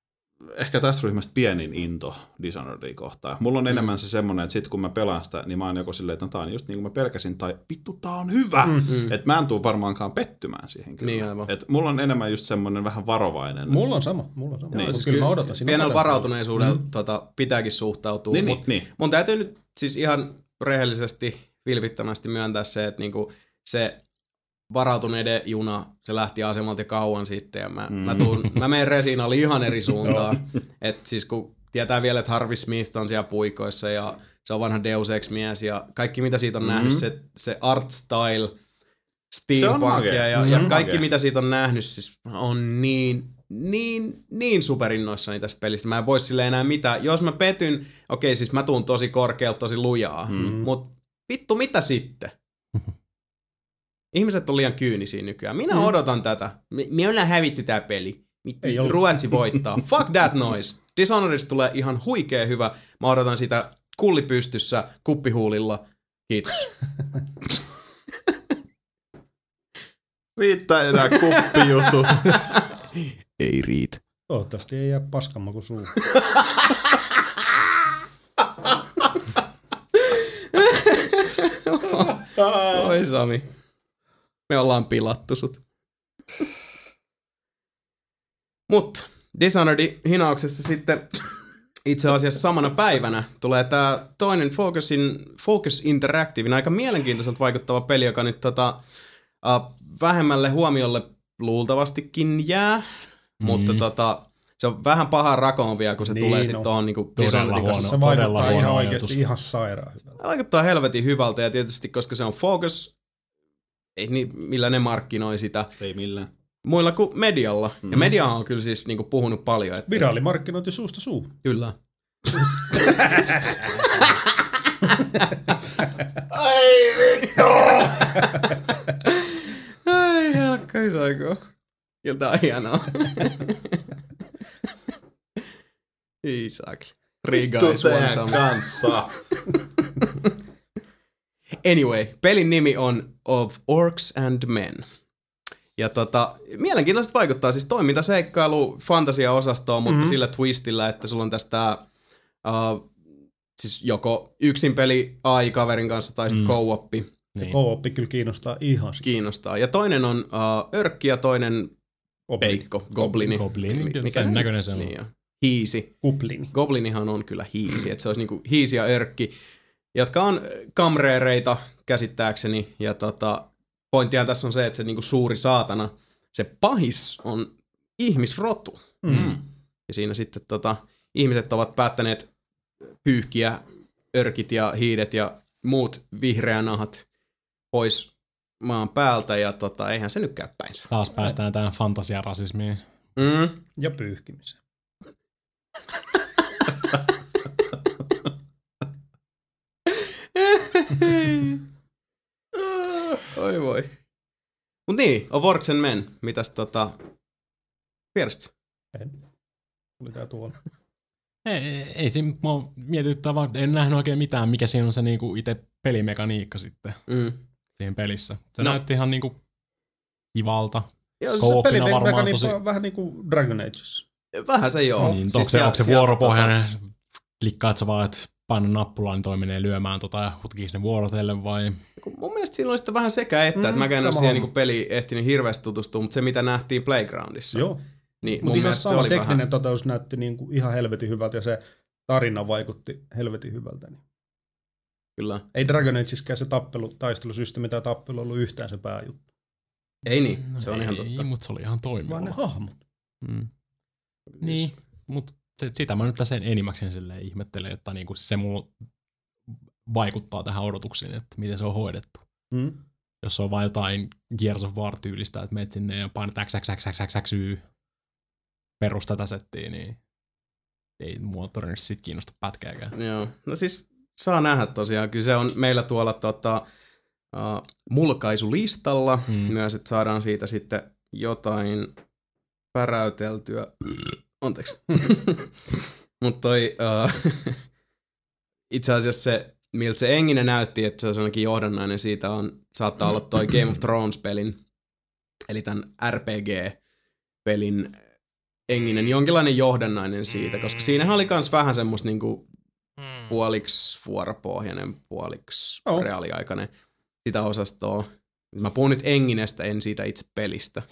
ehkä tästä ryhmästä pienin into Dishonoredia kohtaan. Mulla on mm. enemmän se semmoinen, että sit kun mä pelaan sitä, niin mä oon joko silleen, että no, tää on just niin kuin mä pelkäsin, tai vittu tää on hyvä! Mm-hmm. Että mä en tuu varmaankaan pettymään siihen kyllä. Niin, että mulla on enemmän just semmoinen vähän varovainen. Mulla on sama, mulla on sama. Niin. Siis kyllä mä odotan. Pienellä varautuneisuudella mm. tota, pitääkin suhtautua. Niin, mut niin. Mun täytyy nyt siis ihan rehellisesti, vilpittömästi myöntää se, että niinku se varautuneiden juna, se lähti asemalta kauan sitten ja mä, mm. mä, tuun, mä menen Resinalle ihan eri suuntaan. Että siis kun tietää vielä, että Harvey Smith on siellä puikoissa ja se on vanha Deus Ex-mies ja kaikki mitä siitä on mm-hmm. nähnyt, se, se art style, steampunkia ja, ja kaikki mitä siitä on nähnyt, siis on niin, niin, niin superinnoissani tästä pelistä. Mä en voi sille enää mitään. Jos mä petyn, okei siis mä tuun tosi korkealta, tosi lujaa, mm-hmm. mutta vittu mitä sitten? Ihmiset on liian kyynisiä nykyään. Minä mm. odotan tätä. Me, me ollaan hävitti tää peli. Ruotsi voittaa. Fuck that noise. Dishonoredista tulee ihan huikea hyvä. Mä odotan sitä kulli pystyssä, kuppihuulilla. Kiitos. Riittää enää kuppijutut. Ei riitä. Toivottavasti ei jää paskamma kuin suu. Oi Sami. Me ollaan pilattu sut. Mut Dishonoredin hinauksessa sitten itse asiassa samana päivänä tulee tää toinen Focusin, Focus Interactivein aika mielenkiintoiselta vaikuttava peli, joka nyt tota, uh, vähemmälle huomiolle luultavastikin jää, mm. mutta tota, se on vähän paha rakoon vielä, kun se niin, tulee sitten tuohon niinku Dishonoredin kanssa. Se vaikuttaa ihan oikeasti ihan sairaan hyvältä. Se vaikuttaa helvetin hyvältä ja tietysti koska se on Focus ei niin, millä ne markkinoi sitä. Ei millään. Muilla kuin medialla. Mm-hmm. Ja media on kyllä siis niinku puhunut paljon. Että... Viraalimarkkinointi suusta suu. Kyllä. Ai vittu! Ai helkkari saiko. Kyllä tää on hienoa. Exactly. Three guys, one summer. Kanssa. Anyway, pelin nimi on Of Orcs and Men. Ja tota, mielenkiintoisesti vaikuttaa siis toimintaseikkailu fantasia-osastoon, mutta mm-hmm. sillä twistillä, että sulla on tästä uh, siis joko yksin peli A I-kaverin kanssa tai sitten mm. co-oppi. Niin. Co-oppi kyllä kiinnostaa ihan. Kiinnostaa. Ja toinen on uh, örkki ja toinen peikko, goblini. Goblini, mikä sen näköinen se on. Niin, hiisi. Goblini. Goblinihan on kyllä hiisi, että se olisi niinku hiisi ja örkki, jotka on kamreereita käsittääkseni. Ja tota, pointtihan tässä on se, että se niinku suuri saatana, se pahis on ihmisrotu. Mm. Ja siinä sitten tota, ihmiset ovat päättäneet pyyhkiä örkit ja hiidet ja muut vihreänahat pois maan päältä, ja tota, eihän se nyt käy päinsä. Taas päästään tähän fantasiarasismiin. Mm. Ja pyyhkimiseen. Oi voi. Mut niin, Of Orcs and Men. Mitäs tota... Vierestä? En. Oli tää tuolla. Ei, ei, ei siinä mua mietityttää vaan, en nähnyt oikein mitään, mikä siinä on se niinku itse pelimekaniikka sitten Mm. siinä pelissä. Se No. näytti ihan niinku kivalta. Joo, se Co-opina varmaan pelimekaniikka tosi... on vähän niinku Dragon Ages. Vähän se joo. Niin, Siis onko se, sieltä- onko se sieltä vuoropohjainen, klikkaat sä vaan, että paina nappulaa, niin toi menee lyömään tota ja hutkii ne vuorotelle vai? Mun mielestä siinä oli sitä vähän sekä että, mm, että mäkään en ole sama siihen homma. niinku peliin ehtinyt hirveästi tutustua, mutta se mitä nähtiin Playgroundissa, Joo. niin mun Mutta ihan mielestä se sama oli tekninen vähän... toteus näytti niinku ihan helvetin hyvältä ja se tarina vaikutti helvetin hyvältä. Niin. Kyllä. Ei Dragon Ageskään se tappelu, taistelusysteemi tai tappelu ollut yhtään se pääjuttu. Ei niin, se on ei, ihan totta. mutta se oli ihan toimiva. Vaan ne hahmot. Mm. Niin, mutta se, sitä mä nyt tässä enimmäkseen silleen ihmettelen, että niinku se mulla vaikuttaa tähän odotuksiin, että miten se on hoidettu. Mm. Jos on vain jotain Gears of War-tyylistä, että menet sinne ja painat X X X X X Y perusta tätä settiä, niin ei mua todennäköisesti sit kiinnosta pätkääkään. Joo, no siis saa nähdä tosiaan. Kyllä se on meillä tuolla tota, uh, mulkaisulistalla mm. myös, että saadaan siitä sitten jotain päräyteltyä. Anteeksi. Mutta toi uh, itse asiassa se, miltä se enginen näytti, että se on ainakin johdannainen, siitä on, saattaa olla toi Game of Thrones-pelin, eli tämän R P G-pelin enginen, jonkinlainen johdannainen siitä, koska siinähän oli kans vähän semmoista niinku puoliksi vuoropohjainen, puoliksi Oh. reaaliaikainen sitä osastoa. Mä puhun nyt enginestä, en siitä itse pelistä.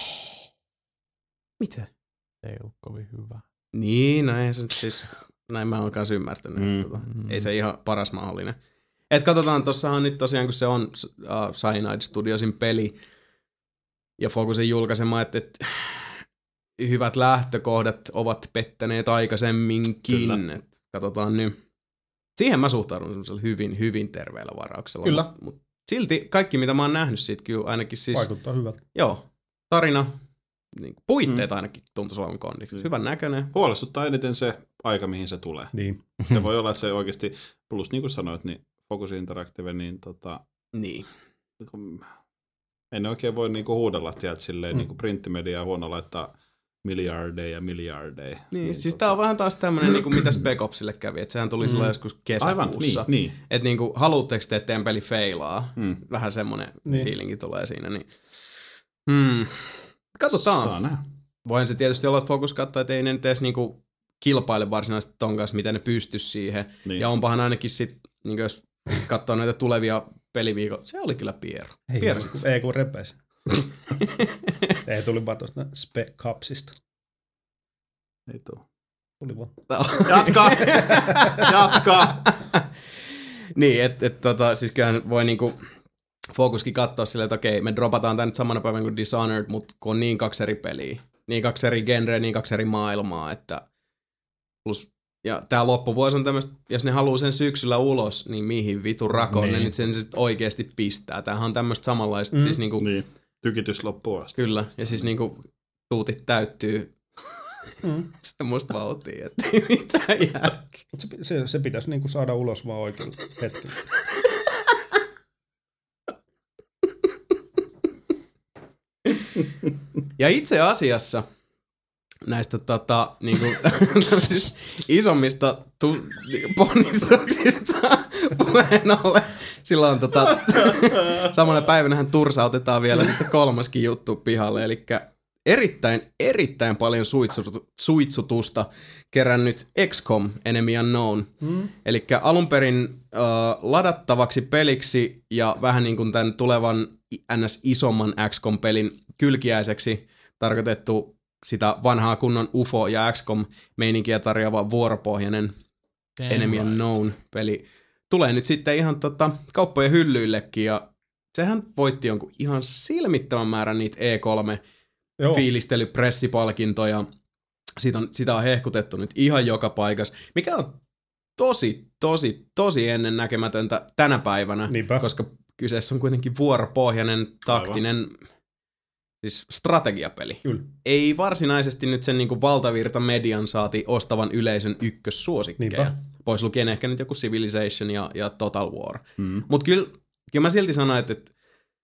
Mitä? Ei ollut kovin hyvä. Niin, no ei se nyt siis, näin mä oon kanssa ymmärtänyt. Mm. Tota, ei se ihan paras mahdollinen. Et katsotaan, tossahan nyt tosiaan, kun se on uh, Cyanide Studiosin peli ja Focusin julkaisema, että et, hyvät lähtökohdat ovat pettäneet aikaisemminkin. Et, katsotaan nyt. Siihen mä suhtaudun semmoisella hyvin, hyvin terveellä varauksella. Kyllä. Mut, mut silti kaikki, mitä mä oon nähnyt siitä, kyllä ainakin siis... Vaikuttaa hyvältä. Joo, tarina, niin, puitteet mm. ainakin tuntuisi olevan kondiksi. Hyvän näköinen. Huolestuttaa eniten se aika, mihin se tulee. Niin. Se voi olla, että se oikeasti, plus niin kuin sanoit, niin Focus Interactive, niin tota, Niin. ei ne oikein voi niinku huudella, tiedät, silleen Mm. niinku printtimediaa huono laittaa miljardeja ja miljardeja. Niin, niin siis tota- tää on vähän taas tämmönen, niinku mitä Spec Opsille kävi, että sehän tuli mm. silloin joskus kesäkuussa. Aivan, niin, niin. Että niinku, haluutteko te, että teidän peli feilaa? Mm. Vähän semmonen Niin. feelingi tulee siinä, niin... Hmm. Katsotaan. Saa nähdä. Voin se tietysti olla, että Focus katsoo, että ei ne nyt edes niinku kilpaile varsinaisesti ton kanssa, miten ne pystyisi siihen. Niin. Ja onpahan ainakin sit, niinku jos katsoo näitä tulevia peliviikkoja, se oli kyllä Piero. Ei, Piero. ei kun repäisi. Ei tuli vaan tuosta Spec Capsista. Ei tuu. Tuli vaan. Jatka! Jatka! Niin, että et, tota, siis kyllähän voi niinku Focuskin katsoa silleen, että okei, me dropataan tän nyt samana päivänä kuin Dishonored, mutta kun on niin kaksi eri peliä, niin kaksi eri genreä, niin kaksi eri maailmaa, että plus, ja tää loppuvuosi on tämmöistä, jos ne haluaa sen syksyllä ulos, niin mihin vitu rakoon niin. ne nyt sen sit oikeesti pistää. Tämähän on tämmöistä samanlaista. Mm. Siis niinku, niin, tykitys loppuun asti. Kyllä, ja siis niinku tuutit täyttyy mm. semmoista vauhtia, että ei mitään järkeä. Se, se, se pitäisi niinku saada ulos vaan oikealla hetkellä. Ja itse asiassa näistä tota, niinku, isommista tu- ponnistuksista puheen ollen. Silloin tota, samana päivänähän tursautetaan vielä sitten kolmaskin juttu pihalle. Eli erittäin, erittäin paljon suitsut- suitsutusta kerännyt X COM Enemy Unknown. Hmm. Eli alun perin äh, ladattavaksi peliksi ja vähän niin kuin tämän tulevan ns. Isomman X COM-pelin kylkiäiseksi tarkoitettu sitä vanhaa kunnon U F O- ja X COM-meininkiä tarjoava vuoropohjainen Damn Enemy right. Unknown-peli tulee nyt sitten ihan tota, kauppojen hyllyillekin, ja sehän voitti jonkun ihan silmittävän määrän niitä E kolme fiilistelypressipalkintoja. Siitä on, sitä on hehkutettu nyt ihan joka paikassa, mikä on tosi, tosi, tosi ennennäkemätöntä tänä päivänä, Niinpä. koska kyseessä on kuitenkin vuoropohjainen, taktinen, Aivan. siis strategiapeli. Kyllä. Ei varsinaisesti nyt sen niinku valtavirta median saati ostavan yleisön ykkössuosikkeja. Niinpä. Pois lukien ehkä nyt joku Civilization ja, ja Total War. Mm. Mutta kyllä, kyllä mä silti sanoin, että, että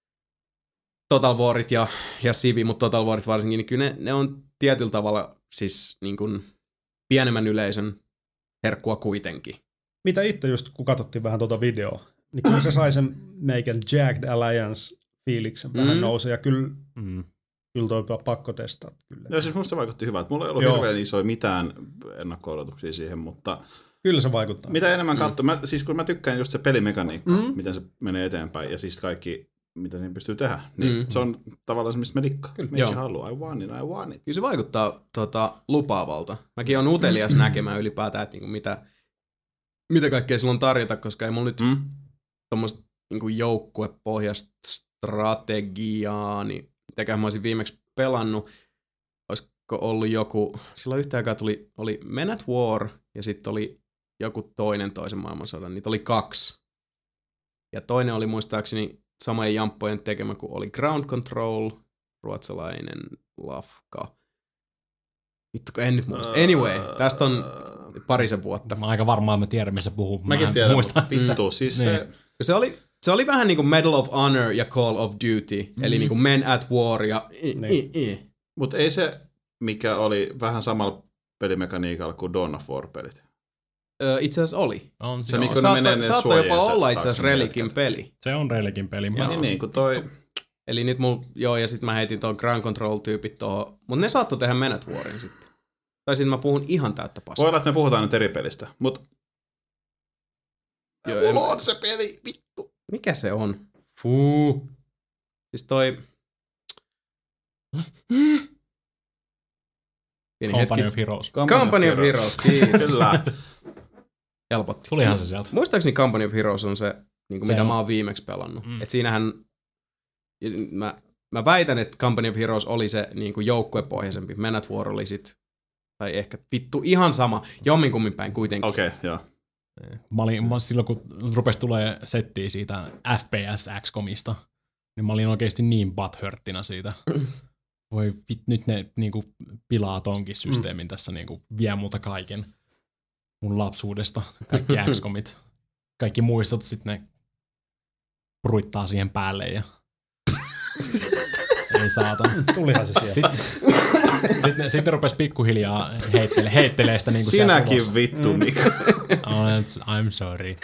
Total Warit ja, ja Civi, mutta Total Warit varsinkin, niin kyllä ne, ne on tietyllä tavalla siis niin kuin pienemmän yleisön herkkua kuitenkin. Mitä itse just, kun katsottiin vähän tuota videoa, niin kyllä se sai sen meikän Jagged Alliance-fiiliksen mm. vähän nousee, ja kyllä, mm. kyllä toi pakko testaa. Kyllä. Joo, siis musta se vaikutti hyvältä. Mulla ei ollut Joo. hirveän isoja mitään ennakko-odotuksia siihen, mutta kyllä se vaikuttaa. Mitä enemmän katsoo, mm. mä, siis kun mä tykkään just se pelimekaniikka, mm. miten se menee eteenpäin, ja siis kaikki, mitä siinä pystyy tehdä, niin mm. se on tavallaan se, mistä me dikkaa. Me itse haluaa, I want it, I want it. Kyllä se vaikuttaa tota, lupaavalta. Mäkin olen utelias mm. näkemään ylipäätään, että niinku mitä, mitä kaikkea sillä on tarjota, koska ei mulla nyt mm. tommoista niinku joukkuepohjasta strategiaa, niin mitäkään mä olisin viimeksi pelannut. Olisiko ollut joku, silloin yhtä aikaa tuli, oli Men at War ja sitten oli joku toinen toisen maailmansodan. Niitä oli kaksi. Ja toinen oli muistaakseni samojen jamppojen tekemä kuin oli Ground Control, ruotsalainen lafka. Vittu, en nyt muista. Anyway, tästä on parisen vuotta. Mä oon aika varmaan, mä tiedän, missä puhuu. Mäkin tiedän, mutta vittu. Siis niin. se... se oli... Se oli vähän niinku Medal of Honor ja Call of Duty, mm-hmm. eli niinku Men at War ja i, niin. i, i. Mutta ei se, mikä oli vähän samalla pelimekaniikalla kuin Dawn of War-pelit. Öö, itse asiassa oli. On, se, se saattoi saatto jopa olla itse asiassa Relikin peli. Se on Relikin peli. Niin, niin kuin toi... Eli nyt mulla, joo, ja sitten mä heitin tuon Ground Control-tyypit tuohon, mutta ne saattoi tehdä Men at Warin sitten. Tai sitten mä puhun ihan täyttä paskaa. Voi olla, että me puhutaan nyt eri pelistä, mutta... Mulla on se peli, vittu. Mikä se on? Fuu. Siis toi... Pieni Company hetki. Of Heroes. Company, Company of Heroes, kiitos. Kyllä. Helpotti. Tulihan se sieltä. Muistaakseni Company of Heroes on se, niin kuin se mitä on. Mä oon viimeksi pelannut. Mm. Et siinähän... Mä, mä väitän, että Company of Heroes oli se niin kuin joukkuepohjaisempi. Men at War oli sit... Tai ehkä vittu ihan sama. Jomminkummin päin kuitenkin. Okei, okay, joo. Mä olin, mä silloin kun rupesi tulee settiä siitä F P S X COMista, niin mä olin oikeesti niin butthurttina siitä. Voi vit, nyt ne niinku pilaa tonkin systeemin mm. tässä, niinku vie multa kaiken mun lapsuudesta. Kaikki X COMit, kaikki muistot, sit ne pruittaa siihen päälle ja ei saatana. Tulihan se sieltä. Sitten sit ne, sit ne rupes pikkuhiljaa heittele, heittelee sitä niinku sinäkin vittu, Mika. I'm sorry.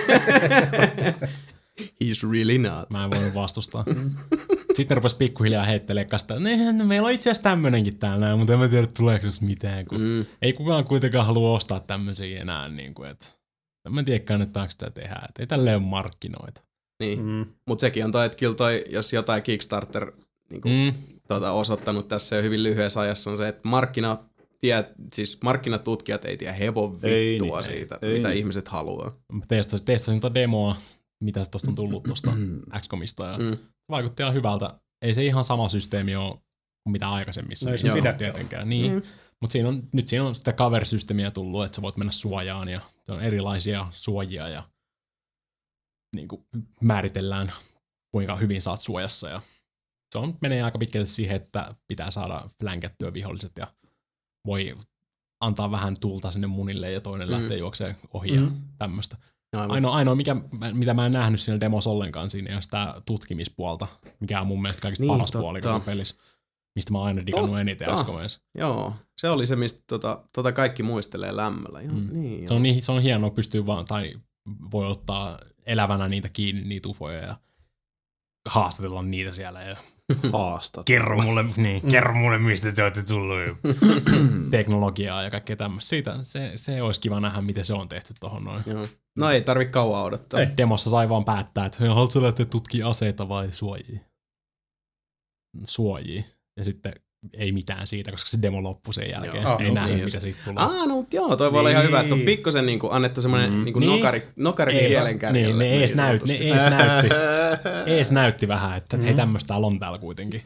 He's really not. Mä en voinut vastustaa. Sitten ne rupes pikkuhiljaa heittelee kasta. No, meillä on itse asiassa tämmönenkin täällä, mutta en mä tiedä, tuleeko se mitään. Kun mm. Ei kukaan kuitenkaan halua ostaa tämmöisiä enää. Niin kuin, et, mä en tiedä, kannattaako sitä tehdä. Et ei tälle ole markkinoita. Niin, mm. mutta sekin on toi, että kyllä toi, jos jotain Kickstarter niin kuin, mm. tuota, osoittanut tässä jo hyvin lyhyessä ajassa, on se, että markkina, tie, siis markkinatutkijat ei tiedä hevon vittua niin, siitä, ei, mitä ei. ihmiset haluaa. Testasin, testasin tuota demoa, mitä tuosta on tullut tuosta X COMista, ja mm. vaikutti ihan hyvältä. Ei se ihan sama systeemi ole kuin mitä aikaisemmissa. No ei se pidä tietenkään. Niin. Mm. Mutta siinä on, nyt siinä on sitä cover-systeemiä tullut, että sä voit mennä suojaan ja on erilaisia suojia ja niin kuin määritellään, kuinka hyvin saat suojassa. Ja se on, menee aika pitkälle siihen, että pitää saada flänkättyä viholliset ja voi antaa vähän tulta sinne munille ja toinen mm. lähtee juokseen ohi mm. ja tämmöistä. Ainoa, ainoa mikä, mitä mä en nähnyt siinä demossa ollenkaan siinä, on sitä tutkimispuolta, mikä on mun mielestä kaikista niin, paras puoli koko pelissä, mistä mä oon aina digannut totta. eniten X COMissa. Joo, se oli se, mistä tota, tota kaikki muistelee lämmöllä. Joo, mm. niin, se, on niin, se on hienoa, pystyy vaan, tai voi ottaa elävänä niitä kiinni, niitä ufoja ja haastatella niitä siellä. Ja haastat. Kerro mulle, niin, kerro mulle, mistä te olette tullut. Teknologiaa ja kaikkea tämmöistä. Siitä se, se olisi kiva nähdä, miten se on tehty tohon noin. Joo. No ei tarvi kauan odottaa. Ei. Demossa sai vaan päättää, että haluatko sä lähteä tutkimaan aseita vai suojia? Suojia. Ja sitten ei mitään siitä, koska se demo loppui sen jälkeen. Joo. Ei oh, nähnyt, niin mitä siitä tulee. Ah, no joo, toi voi olla ihan hyvä, että on pikkusen niin kuin annettu semmoinen mm. niin niin. nokari, nokari kielenkärjelle. Niin, ne ees, näyt, ne ees näytti, ees näytti vähän, että mm. hei tämmöistä on täällä kuitenkin.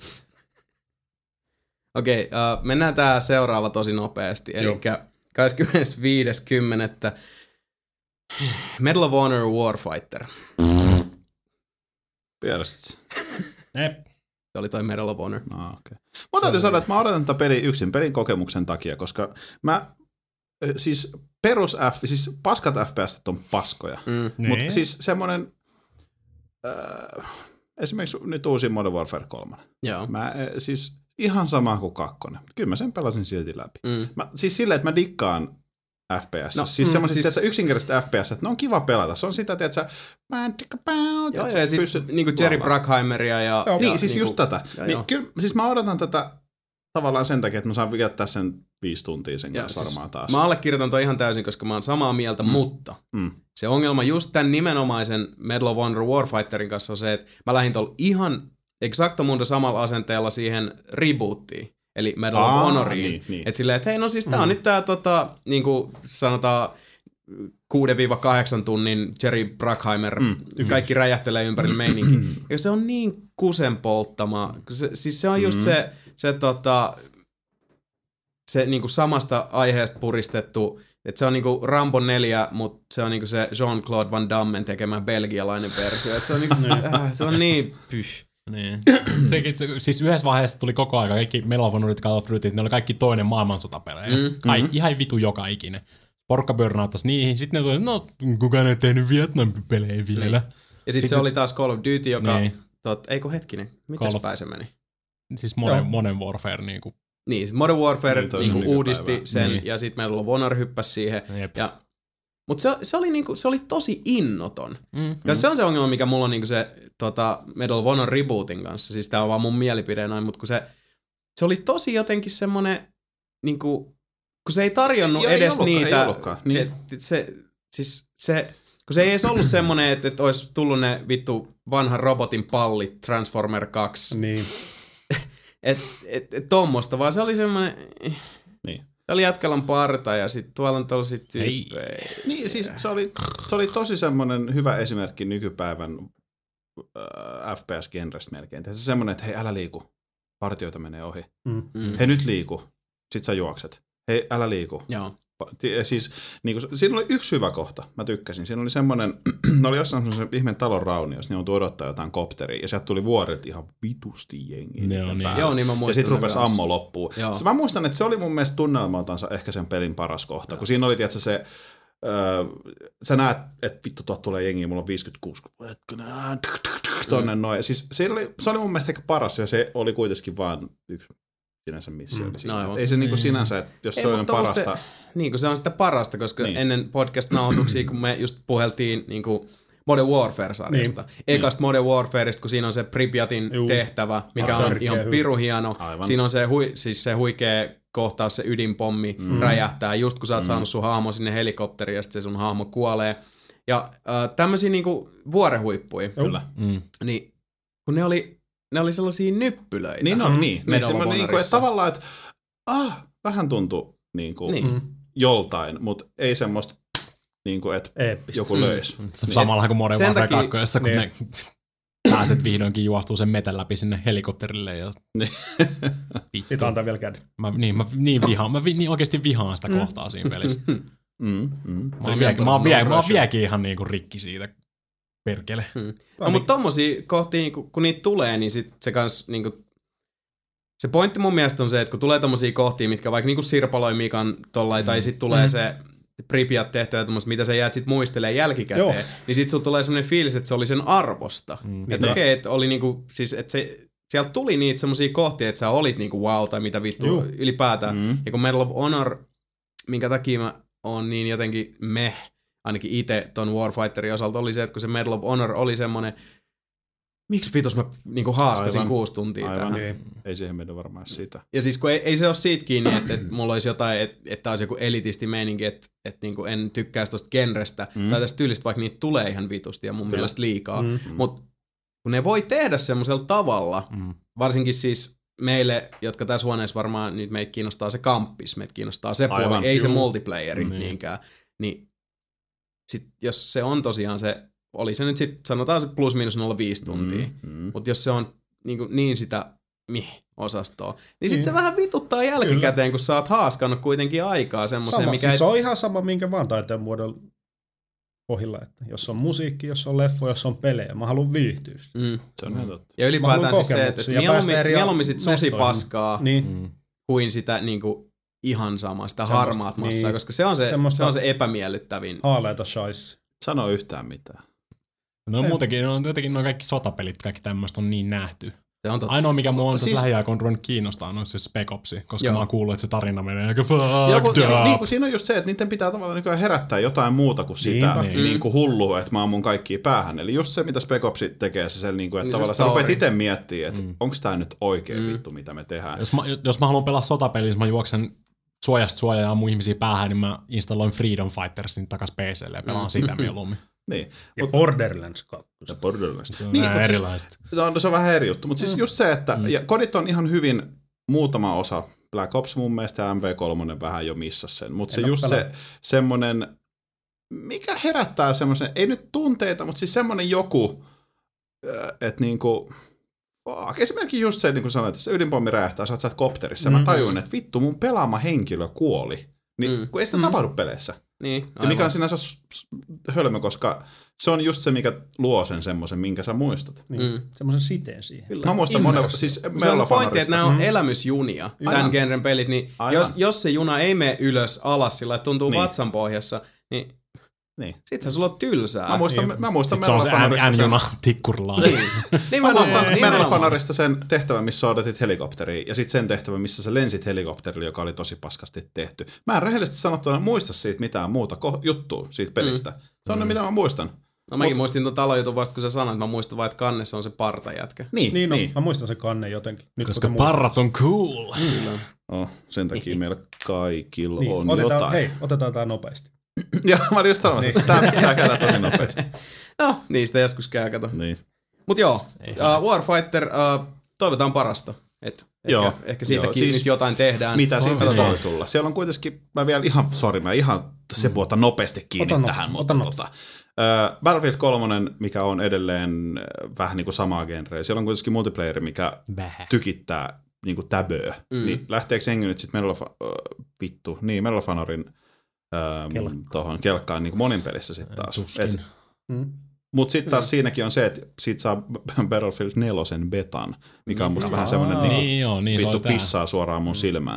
Okei, okay, uh, mennään tää seuraava tosi nopeasti. Eli kahdeskymmenesviides kymmenettä Medal of Honor Warfighter. Pieräsit. Jep. Se oli toi Medal of Honor. No, okay. Mä täytyy sanoa, että mä odotan tätä peliä yksin pelin kokemuksen takia, koska mä, siis perus F, siis paskat F P S on paskoja. Mm. Mutta siis semmonen, äh, esimerkiksi nyt uusi Modern Warfare kolme. Joo. Mä siis ihan sama kuin kakkonen. Kyllä mä sen pelasin silti läpi. Mm. Mä, siis silleen, että mä dikkaan F P S. No, siis mm, semmoiset, siis yksinkertaiset F P S, että ne on kiva pelata. Se on sitä, että sä joo, ja sit niinku Jerry Bruckheimeria ja... Joo, ja niin, siis niinku, just tätä. Ja, niin, kyllä, siis mä odotan tätä tavallaan sen takia, että mä saan viettää sen viisi tuntia sen kanssa siis varmaan taas. Mä allekirjoitan toi ihan täysin, koska mä oon samaa mieltä, mm. mutta mm. se ongelma just tämän nimenomaisen Medal of Honor Warfighterin kanssa on se, että mä lähdin tuolla ihan exactamundo samalla asenteella siihen rebootiin. Eli Medal of Honoriin. Niin, niin. Että silleen, että hei, no siis tää on mm. nyt tää tota, niinku sanotaan kuudesta kahdeksaan tunnin Jerry Bruckheimer, mm. kaikki mm. räjähtelee ympärillä meininki. Ja se on niin kusen polttama. Se, siis se on just mm. se, se, tota, se niinku samasta aiheesta puristettu, että se on niinku Rambo neljä, mutta se on niinku se Jean-Claude Van Dammen tekemä belgialainen versio. Et se on niinku, äh, se on niin pyh. Niin. Se, se, siis yhdessä vaiheessa tuli koko aika kaikki Medal of Honorit, Call of Dutyt, ne oli kaikki toinen maailmansotapelejä. Mm. Ai, mm-hmm. Ihan vitu joka ikinen. Porukka burnoutas niihin, sitten ne tuli, no kukaan ei tehnyt Vietnam-pelejä vielä. Niin. Ja sitten sit se oli taas Call of Duty, joka, niin. tot, eikö hetkinen, mitäs päin se meni? Siis Modern, Modern Warfare niinku. Niin, sit Modern Warfare niin, niinku uudisti sen, niin. Ja sitten Medal of Honor hyppäsi siihen. Ja mutta se, se, oli niinku, se oli tosi innoton. Mm, ja mm. se on se ongelma, mikä mulla on niinku se tota, Medal of Honor rebootin kanssa. Siis tää on vaan mun mielipide noin, mutta kun se, se oli tosi jotenkin semmonen, niinku, kun se ei tarjonnut ei, edes ei niitä. Ei niin. et, et se, siis se, kun se ei edes ollut semmonen, että et olisi tullut ne vittu vanhan robotin pallit Transformer kaksi. Niin. että et, et, tommosta, vaan se oli semmonen... Niin. Se oli jätkällän parta ja sit tuolla on tollasia tyyppejä. Niin, siis se oli, se oli tosi semmonen hyvä esimerkki nykypäivän äh, F P S-genrestä melkein. Se semmonen, että hei, älä liiku. Partioita menee ohi. Mm. Mm. Hei, nyt liiku. Sit sä juokset. Hei, älä liiku. Joo. Siis, niin kuin, siinä oli yksi hyvä kohta, mä tykkäsin. Siinä oli semmoinen, ne oli jossain semmoisen ihmeen talon rauniossa, niin joutui odottaa jotain kopteria, ja sieltä tuli vuorilta ihan vitusti jengiä. Joo, niin. Joo, niin mä muistan. Ja sit rupesi ammo loppuun. Se, mä muistan, että se oli mun mielestä tunnelmaltansa ehkä sen pelin paras kohta, joo. Kun siinä oli, tiedätkö, se, öö, sä näet, että vittu tuot tulee jengiä, mulla on viisikymmentäkuusi, tonne mm. noin. Siis se oli, se oli mun mielestä ehkä paras, ja se oli kuitenkin vaan yksi sinänsä missio. Mm. No, ei se niinku sinänsä, että jos ei, se on parasta... Niin kuin se on sitä parasta, koska niin. Ennen podcast-nauhoituksia, kun me just puheltiin niin kuin Modern Warfare-sarjasta. Niin. Ekasta niin. Modern Warfareista, kun siinä on se Pripyatin Juu. tehtävä, mikä Aivan. on ihan pirun hieno. Aivan. Siinä on se, hui, siis se huikea kohtaus, se ydinpommi mm. räjähtää, just kun sä oot mm. saanut sun hahmo sinne helikopteriin ja sitten se sun hahmo kuolee. Ja äh, tämmösiä niinku vuorehuippuja, Kyllä. Mm. niin kun ne oli, ne oli sellaisia nyppylöitä. Niin on, niin. niin, niin kuin, että tavallaan, että ah, vähän tuntuu niin kuin, niin. joltain, mutta ei semmoista, niin kuin, että Eeppistä. joku löisi. Mm. Niin. Samalla kuin Modern Warfare kaksi, kun niin. ne pääset vihdoinkin juostua sen meten läpi sinne helikopterille. Ja... Siitä antaa vielä käden. Mä, niin, mä niin vihaan, mä vi, niin oikeasti vihaan sitä mm. kohtaa siinä pelissä. Mm, mm. Mä oon vieläkin, mä oon vie, mä oon vieläkin ihan niinku rikki siitä. Perkele. Hmm. No, mutta tommosia kohtia, kun, kun niitä tulee, niin sit se kans niinku... Se pointti mun mielestä on se, että kun tulee tommosia kohtia, mitkä vaikka niinku sirpaloi Mikan tollain, mm. tai sit tulee mm. se Pripyat tehtävä tommoista, mitä sä jäät sit muistelee jälkikäteen, Joo. niin sit sulla tulee semmonen fiilis, että se oli sen arvosta. Mm. Että okei, okay, että oli niinku, siis että se... Sieltä tuli niitä semmosia kohtia, että sä olit niinku wow tai mitä vittu Juh. ylipäätään. Mm. Ja kun Medal of Honor, minkä takia mä oon niin jotenkin meh, ainakin itse ton Warfighterin osalta oli se, että kun se Medal of Honor oli semmonen, miksi vitus mä niinku haaskasin Aivan. kuusi tuntia Aivan. tähän. Ei, ei siihen mennä varmaan sitä. Ja siis kun ei, ei se ole siitä kiinni, että, että mulla olisi jotain, että, että olisi joku elitisti meininki, että, että niinku en tykkäisi tosta genrestä mm. tai tästä tyylistä, vaikka niitä tulee ihan vitusti ja mun Kyllä. mielestä liikaa. Mm. Mut kun ne voi tehdä semmoisella tavalla, mm. varsinkin siis meille, jotka tässä huoneessa varmaan nyt meitä kiinnostaa se kamppis, meitä kiinnostaa se Aivan, puoli, ei juu. se multiplayeri mm. niinkään, niin sit, jos se on tosiaan se, oli se nyt sit, sanotaan se plus minus nolla pilkku viisi tuntia, mm. mm. mutta jos se on niin, kuin, niin sitä mih-osastoa, niin sit mm. se vähän vituttaa jälkikäteen, Kyllä. kun sä oot haaskannut kuitenkin aikaa semmoiseen, mikä... Siis se on ihan sama, minkä vaan taiteen muodolla pohjilla, että jos on musiikki, jos on leffo, jos on pelejä, mä haluan viihtyä. Mm. Se on mm. totta. Ja ylipäätään siis se, että mieluummin, mieluummin sit susipaskaa niin. mm. kuin sitä niinku ihan samaa, sitä Semmosta, harmaat massaa, niin. koska se on se, se on se epämiellyttävin. Haaleita shais. Sano yhtään mitään. No muutenkin, no, jotenkin nuo kaikki sotapelit, kaikki tämmöistä on niin nähty. Se on totta. Ainoa, mikä mua on siis... lähiaikoina ruvennut kiinnostaa, on se Spec Ops, koska Joo. mä oon kuullut, että se tarina menee aika fucked up. Niin, siinä on just se, että niiden pitää tavallaan nykyään herättää jotain muuta kuin sitä niin. Niin kuin hullua, että mä ammun kaikkia päähän. Eli just se, mitä Spec Ops tekee, se, se niin kuin, että niin tavallaan sä rupeat itse miettimään, että mm. onko tää nyt oikein mm. vittu, mitä me tehdään. Jos mä, jos mä haluan pelaa sotapeliä, mä juoksen suojasta suojaa ja ammun ihmisiä päähän, niin mä installoin Freedom Fightersin takas P C:lle ja pelaan mm. sitä mieluummin. Niin. Ja Mut, Borderlands kaksi. Ja Borderlands. Se on niin, vähän erilaiset. Siis, no, se on vähän eri juttu, mutta siis just se, että mm. ja kodit on ihan hyvin muutama osa. Black Ops mun mielestä ja M V kolme vähän jo missasi sen, mutta se just se semmonen, mikä herättää semmoisen, ei nyt tunteita, mutta siis semmonen joku, että niinku, fuck. Esimerkiksi just se, niin kuin sanoit, että se ydinpommi räjähtää, sä oot sieltä kopterissa, mm-hmm. mä tajuin, että vittu, mun pelaama henkilö kuoli. Niin, mm. kun ei sitä mm. tapahdu peleissä. Niin, ja mikä on sinänsä hölmö, koska se on just se, mikä luo sen semmoisen, minkä sä muistat. Niin. Mm. Semmoisen siteen siihen. Kyllä. Mä muistan monen, siis se on se pointti, että nämä on mm. elämysjunia, Aivan. tämän genren pelit, niin jos, jos se juna ei mene ylös alas sillä, että tuntuu niin. vatsan pohjassa, niin Niin. Sittenhän sulla on tylsää. Mä muistan, niin. mä muistan Medal of Honorista sen... N-juna niin. niin mä muistan Medal of Honorista sen tehtävän, missä odotit helikopteriin, ja sitten sen tehtävän, missä sä lensit helikopterille, joka oli tosi paskasti tehty. Mä en rehellisesti sanottuna muista siitä mitään muuta ko- juttua siitä pelistä. Mm. Se on mm. ne, mitä mä muistan. No mäkin Mut... muistin tuon talojutun vasta, kun sä sanoit, että mä muistan vaan, että kannessa on se partajätkä. Niin, niin, no, niin. Mä muistan sen kannen jotenkin. Nyt, koska parrat on cool. Mm. Oh, sen takia meillä kaikilla niin, on otetaan, jotain. Hei, otetaan tää nopeasti. Joo, mä olin just sanomassa, että tää pitää käydä tosi nopeasti. No, niistä joskus käy, kato. Niin. Mut joo, uh, Warfighter, uh, toivotaan parasta. Et joo, ehkä, ehkä siitäkin joo, siis nyt jotain tehdään. Mitä siitä voi tulla? Siellä on kuitenkin, mä vielä ihan, sori, mä ihan se puolta nopeasti kiinni ota tähän, mutta tota, uh, Battlefield kolme, mikä on edelleen vähän niin kuin samaa genreä. Siellä on kuitenkin multiplayeri, mikä Bäh. tykittää niin kuin täböö. Mm. Niin lähteekö jengi nyt sitten Medal of, uh, vittu, niin Medal of Honorin Kelkka. tuohon kelkkaan niin kuin monin pelissä sitten taas. Mm. Mutta sitten taas mm. siinäkin on se, että siitä saa Battlefield neljä betan, mikä on musta mm. vähän semmoinen niin niin joo, niin vittu pissaa suoraan mun mm. silmään.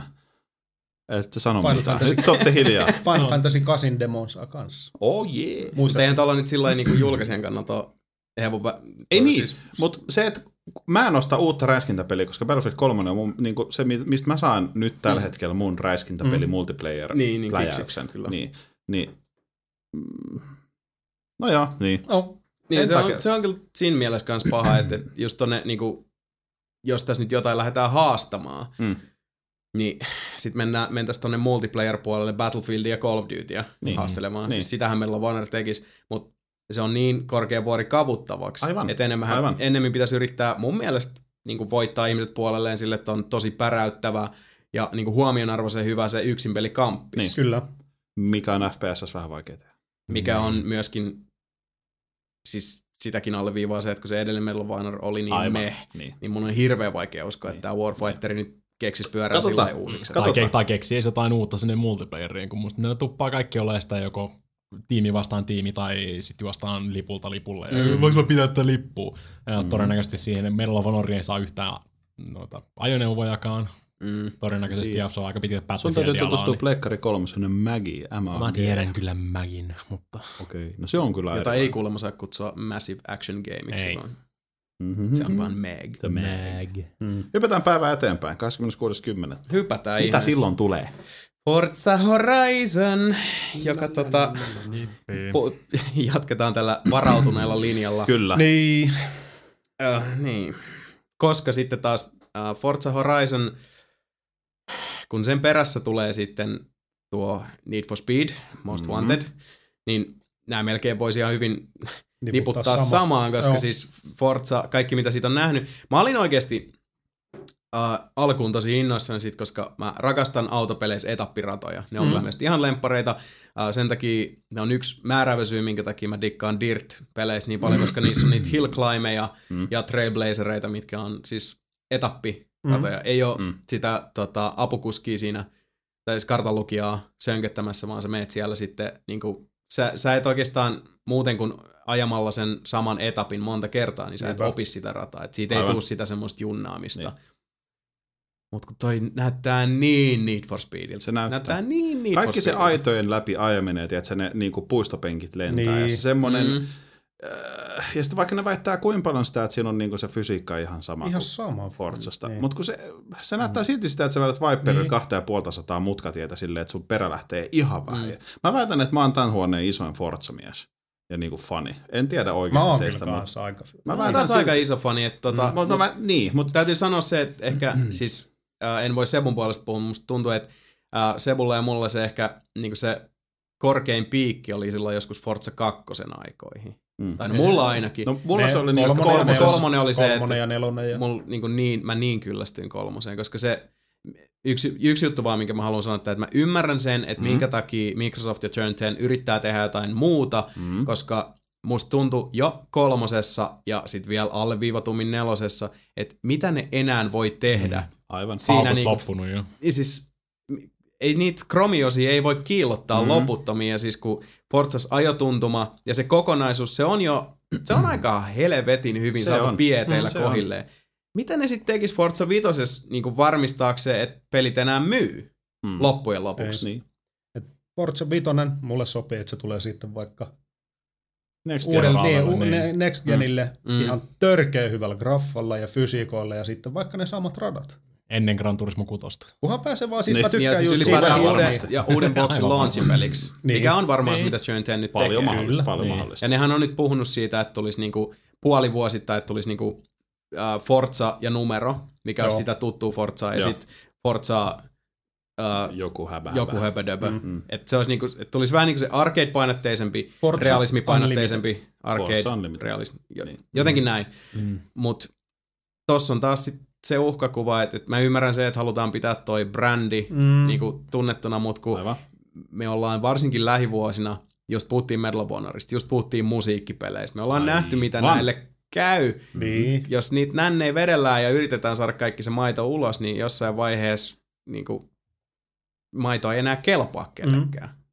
Että sano Final mitään. Fantasy. Nyt ootte hiljaa. Final Fantasy kahdeksan demon saa kanssa. Oh yeah. Mutta eihän tuolla nyt sillä niin julkaisijan kannalta hevon... Ei niin, siis... mutta se, että mä en osta uutta räiskintäpeliä, koska Battlefield kolme on mun, niin se, mistä mä saan nyt tällä mm. hetkellä mun räiskintäpeli mm. multiplayer niin, niin, läjäyksen. Niin, niin, no joo, niin. Oh. niin se, on, se on kyllä siinä mielessä kans paha, että just tonne, niinku, jos tässä nyt jotain lähdetään haastamaan, mm. niin sit mennään, mentäisiin tonne multiplayer-puolelle Battlefieldia ja Call of Dutyä niin, haastelemaan. Niin. Siis sitähän Medal of Honor tekisi, mutta se on niin korkea vuori kavuttavaksi, että ennemmin pitäisi yrittää mun mielestä niin kuin voittaa ihmiset puolelleen sille, että on tosi päräyttävä ja niin kuin huomionarvoisen hyvä se yksin peli kamppis. Niin. Kyllä. Mikä on F P S vähän vaikea tehdä. Mikä on myöskin, siis sitäkin alleviivaa se, että kun se edellinen Medal of Honor oli niin Aivan, meh, niin. niin mun on hirveän vaikea uskoa, niin. että tämä Warfighter nyt keksisi pyörää sillä uusiksi. Tai, ke, tai keksii jotain uutta sinne multiplayeriin, kun musta ne tuppaa kaikki olemaan sitä joko tiimi vastaan tiimi tai sitten juostaan lipulta lipulle. Mm. Voinko mä pitää tätä lippua? Ja mm. todennäköisesti siihen Medal of Honoriin ei saa yhtään noita ajoneuvojakaan. Mm. Todennäköisesti niin. Se on aika pitkä Battlefieldia. Sun täytyy tutustua niin. Pleikkari kolmosen Maggie. Mä tiedän kyllä Magin, mutta... Okei, okay. No se on kyllä jota erilainen. ei kuulemma saa kutsua Massive Action Gameiksi, ei. vaan mm-hmm. se on vaan Mag. The Mag. Mm. Hypätään päivää eteenpäin, kahdeskymmeneskuudes kymmenettä Hypätään Mitä ihmeessä. silloin tulee? Forza Horizon, joka tota, pu- jatketaan tällä varautuneella linjalla. Kyllä. Niin. Uh, niin. Koska sitten taas uh, Forza Horizon, kun sen perässä tulee sitten tuo Need for Speed, Most mm-hmm. Wanted, niin nämä melkein voisi ihan hyvin niputtaa sama. samaan, koska Joo. siis Forza, kaikki mitä siitä on nähnyt. Mä olin oikeasti uh, alkuun tosi innoissani siitä, koska mä rakastan autopeleissä etappiratoja. Ne on mm. mielestäni ihan lemppareita. Uh, sen takia ne on yksi määräävä syy, minkä takia mä dikkaan Dirt-peleissä niin paljon, koska niissä on niitä hill climbeja mm. ja trailblazereita, mitkä on siis etappiratoja. Mm. Ei ole mm. sitä tota, apukuskia siinä, tai siis kartanlukijaa sönkettämässä, vaan sä meet siellä sitten, niin kuin, sä, sä et oikeastaan muuten kuin ajamalla sen saman etapin monta kertaa, niin sä et opi sitä rataa. Et siitä Aivan. ei tule sitä semmoista junnaamista. Niin. Mutta kun toi näyttää niin Need for Speediltä. Se näyttää. näyttää niin Need Kaikki for se aitojen läpi ajaminen, että ne niinku puistopenkit lentää. Niin. Ja se semmonen, mm. äh, ja sitten vaikka ne väittää kuinka paljon sitä, että siinä on niinku se fysiikka ihan sama ihan kuin sama. Forzasta. Niin. Mutta se, se näyttää mm. silti sitä, että sä vedät Viperilla niin. kahta ja puolta sataa mutkatietä silleen, että sun perä lähtee ihan vähän. Mm. Mä väitän, että mä oon tämän huoneen isoin Forza-mies. Ja niinku fani. En tiedä oikeasti mä oon teistä. Mä oon kyllä aika... Mä oon taas aika iso fani. Että tota, mm. mut, mä, niin, mut... Täytyy sanoa se, että ehkä, siis äh, en voi Sebun puolesta puhua, musta tuntuu, että äh, Sebulla ja mulla se ehkä niinku se korkein piikki oli silloin joskus Forza kakkosen aikoihin. Mm. Tai no mulla ainakin. No mulla ne, se oli niin, kolmonen, kolmonen, kolmonen oli se, kolmonen ja nelonen ja... Mulla, niin, niin, mä niin kyllästyin kolmoseen, koska se yksi, yksi juttu vaan, minkä mä haluan sanoa, että mä ymmärrän sen, että mm. minkä takia Microsoft ja Turn ten yrittää tehdä jotain muuta, mm. koska musta tuntui jo kolmosessa ja sit vielä alleviivatummin nelosessa, että mitä ne enää voi tehdä. Mm. Aivan. Siinä niinku, loppunut jo. Siis, ei niitä kromiosia ei voi kiillottaa mm. loputtomia, ja siis kun Forzas ajotuntuma ja se kokonaisuus, se on jo, se on aika helvetin hyvin se saatu on. pieteillä mm, kohilleen. On. Mitä ne sitten tekis Forza vitosessa niin varmistaakseen, että pelit enää myy mm. loppujen lopuksi? Niin. Et Forza vitonen, mulle sopii, että se tulee sitten vaikka Next, uudelle, niin, niin. Next Genille mm. ihan törkeä hyvällä graffalla ja fysiikoilla ja sitten vaikka ne samat radat. Ennen Gran Turismo kutosta. Kunhan pääsee vaan, siis niin. mä tykkään ja siis just ylipäätään siitä. Uuden, ja uuden boksin launchin-peliksi, niin. mikä on varmaan niin. se, mitä Turn ten nyt paljon tekee. Mahdollista, paljon niin. mahdollista. Ja nehän on nyt puhunut siitä, että tulisi niinku puoli vuosittain, että tulisi niinku uh, Forza ja numero, mikä Joo. on sitä tuttua Forzaa, ja sitten Forza uh, joku häbä. Joku höpödöpö. Mm-hmm. Että se olisi niinku, että tulisi vähän niinku se arcade-painotteisempi, realismipainotteisempi arcade-realismi. Niin. Jotenkin mm. näin. Mm. Mut tossa on taas sit se uhkakuva, että, että mä ymmärrän se, että halutaan pitää toi brändi mm. niinku tunnettuna, mutta kun Aivan. me ollaan varsinkin lähivuosina, just puhuttiin Medal of Honorista, just puhuttiin musiikkipeleistä, me ollaan Aivan. nähty, mitä näille käy. Niin. Jos niitä nännei vedellään ja yritetään saada kaikki se maito ulos, niin jossain vaiheessa niinku, maito ei enää kelpaa kellekään. Mm.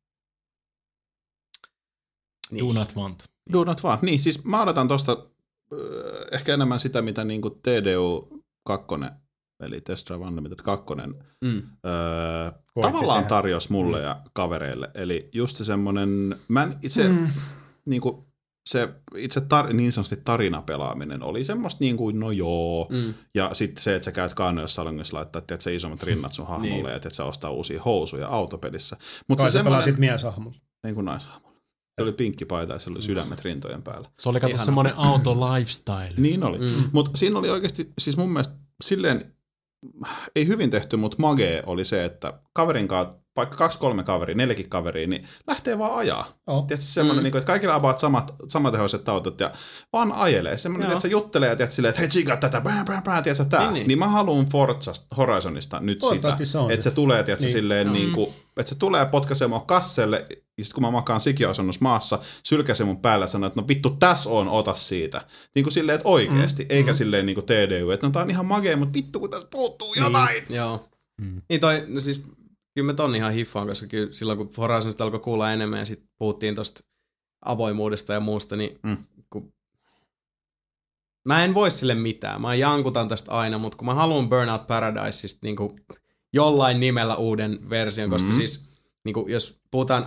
Niin. Do not want. Do not want. Niin, siis mä odotan tosta äh, ehkä enemmän sitä, mitä niinku T D U kaksi, eli Test Drive Unlimited kaksi, mm. öö, tavallaan tarjosi mulle mm. ja kavereille. Eli just se semmonen, mä itse, mm. niinku, se itse tar, niin sanotusti tarinapelaaminen oli semmoista niin kuin, no joo. Mm. Ja sitten se, että sä käyt kaanoissa-salongissa laittaa, että sä isommat rinnat sun hahmolle niin. ja että sä ostaa uusia housuja autopelissä. Mut Kai se sä pelasit mieshahmolla. Niin kuin naishahmolla. Se oli pinkki paita ja se oli sydämet rintojen päällä. Se oli kato semmoinen auto-lifestyle. Niin oli. Mm. Mutta siinä oli oikeasti, siis mun mielestä silleen, ei hyvin tehty, mutta magee oli se, että kaverin kanssa, vaikka kaksi kolme kaveria, neljäkin kaveria, niin lähtee vaan ajaa. Oh. Tiedätkö, semmoinen, mm. niin kuin, että kaikilla on samat, samatehoiset autot ja vaan ajelee. Semmoinen, että se juttelee ja tiedätkö, silleen, että hei, tsikaa tätä, brää, brää, brää, tiedätkö, tää. Niin, niin. niin mä haluun Forzasta, Horizonista nyt sitä, se että se tulee, tiedätkö, mm. silleen, mm. niin kuin, että se tulee potkaisemaan kasselle Ja sit kun mä makaan sikiöasennossa maassa, sylkä se mun päällä ja sanoo, että no vittu, tässä on, ota siitä. Niin kuin silleen, että oikeesti, mm. eikä mm. silleen niin kuin T D U, että no tää on ihan magea, mutta vittu kun tässä puuttuu jotain. Mm. Joo. Mm. Niin toi, no siis kyllä mä ton ihan hiffaan, koska kyllä silloin kun Horizonista alkoi kuulla enemmän ja sit puhuttiin tosta avoimuudesta ja muusta, niin mm. kun mä en voi sille mitään. Mä jankutan tästä aina, mutta kun mä haluan Burnout Paradiseista niin kuin jollain nimellä uuden version, koska mm. siis niin kuin jos puhutaan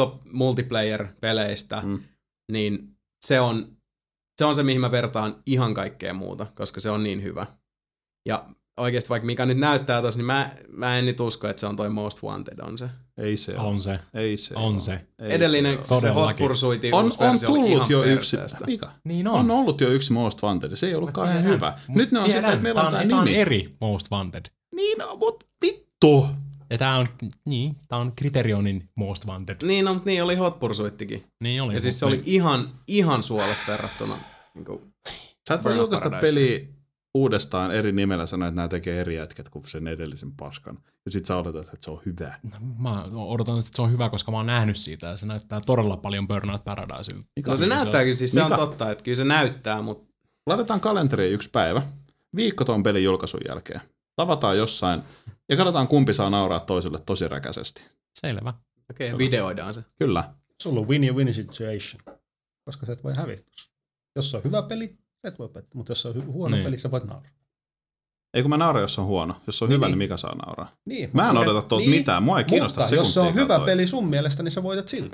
auto-multiplayer-peleistä, mm. niin se on, se on se, mihin mä vertaan ihan kaikkea muuta, koska se on niin hyvä. Ja oikeasti vaikka mikä nyt näyttää tossa, niin mä, mä en nyt usko, että se on toi Most Wanted, on se. Ei se on. On se. Ei se on. On se. Ei edellinen se, se Hot Pursuitin on, on tullut jo yksi. Mikä? Niin on. On ollut jo yksi Most Wanted. Se ei ollut kauhean hyvä. Nyt ne on silleen, että meillä on tää nimi. Tää on eri Most Wanted. Niin, no, mut vittu. Ja tää on, niin, tää on Criterionin Most Wanted. Niin, no, niin oli Hot Pursuittikin. Niin oli. Ja siis se oli ihan, ihan suolesta verrattuna. Niin kuin sä et voi julkaista peliä uudestaan eri nimellä, sanoa, että nämä tekee eri jätkät kuin sen edellisen paskan. Ja sit sä odotat, että se on hyvä. Mä odotan, että se on hyvä, koska mä oon nähnyt siitä ja se näyttää todella paljon Burnout Paradiseilta. No se näyttääkin, siis se on totta, että kyllä se näyttää, mutta laitetaan kalenteriin yksi päivä, viikko ton pelin julkaisun jälkeen. Tavataan jossain ja katsotaan kumpi saa nauraa toiselle tosi räkäisesti. Selvä. Okei, okay, videoidaan se. Kyllä. Sulla on win-win situation, koska sä et voi hävitä. Jos se on hyvä peli, sä et voi pettää, mutta jos se on hy- huono niin. peli, sä voit nauraa. Ei kun mä naura, jos se on huono. Jos se on niin, hyvä, niin mikä saa nauraa? Niin, mä en odota tuolta niin, mitään, mua ei kiinnosta sekuntia. Jos se on hyvä toi. peli sun mielestä, niin sä voitat silti.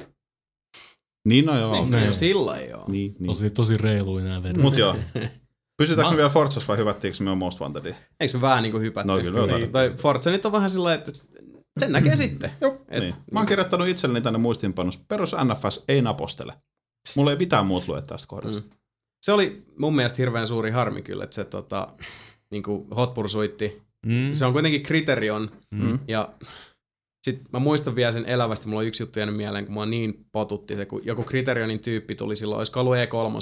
Niin no joo. Niin, okay. no sillä ei oo. Niin, niin. Tosi, tosi reiluja nää vedot. Mut joo. Pysytäänkö me vielä Forzassa vai hyvättiinkö me on Most Wantedia? Eikö me vähän niinku hypätty? No kyllä. Niin. Tai Forza nyt on vähän sillä että sen näkee sitten. Joo. Et, niin. Mä oon kirjoittanut itselleni tänne muistiinpanossa. Perus N F S ei napostele. Mulla ei mitään muut lue tästä kohdasta. Mm. Se oli mun mielestä hirveän suuri harmi kyllä, että se tota, niinku Hot Pursuitti, mm. se on kuitenkin Criterion. Mm. Ja sit mä muistan vielä sen elävästi, mulla on yksi juttu jäänyt mieleen, kun mua niin potutti se, kun joku Criterionin tyyppi tuli silloin, olisiko ollut E kolme,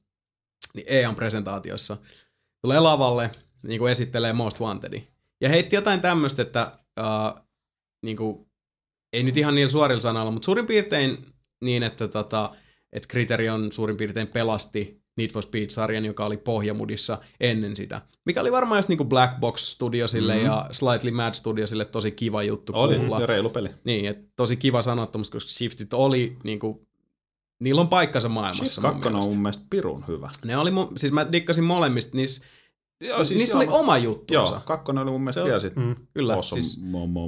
niin E A-presentaatiossa. Tulee lavalle, niin kuin esittelee Most Wantedin. Ja heitti jotain tämmöistä, että uh, niin kuin, ei nyt ihan niillä suorilla sanoilla, mutta suurin piirtein niin, että tota, et Criterion suurin piirtein pelasti Need for Speed-sarjan, joka oli pohjamudissa ennen sitä. Mikä oli varmaan just niinku Black Box Studiosille mm-hmm. ja Slightly Mad Studiosille tosi kiva juttu oli, kuulla. Oli, reilu peli. Niin, et tosi kiva sanottomuus, koska Shiftit oli niinku, niillä on paikkansa maailmassa. Shift kaksi on mun mielestä pirun hyvä. Ne oli, siis mä dikkasin molemmista, niissä, joo, siis niissä oli oma juttunsa. Joo, kakkonen oli mun mielestä vielä sit mm, kyllä, siis,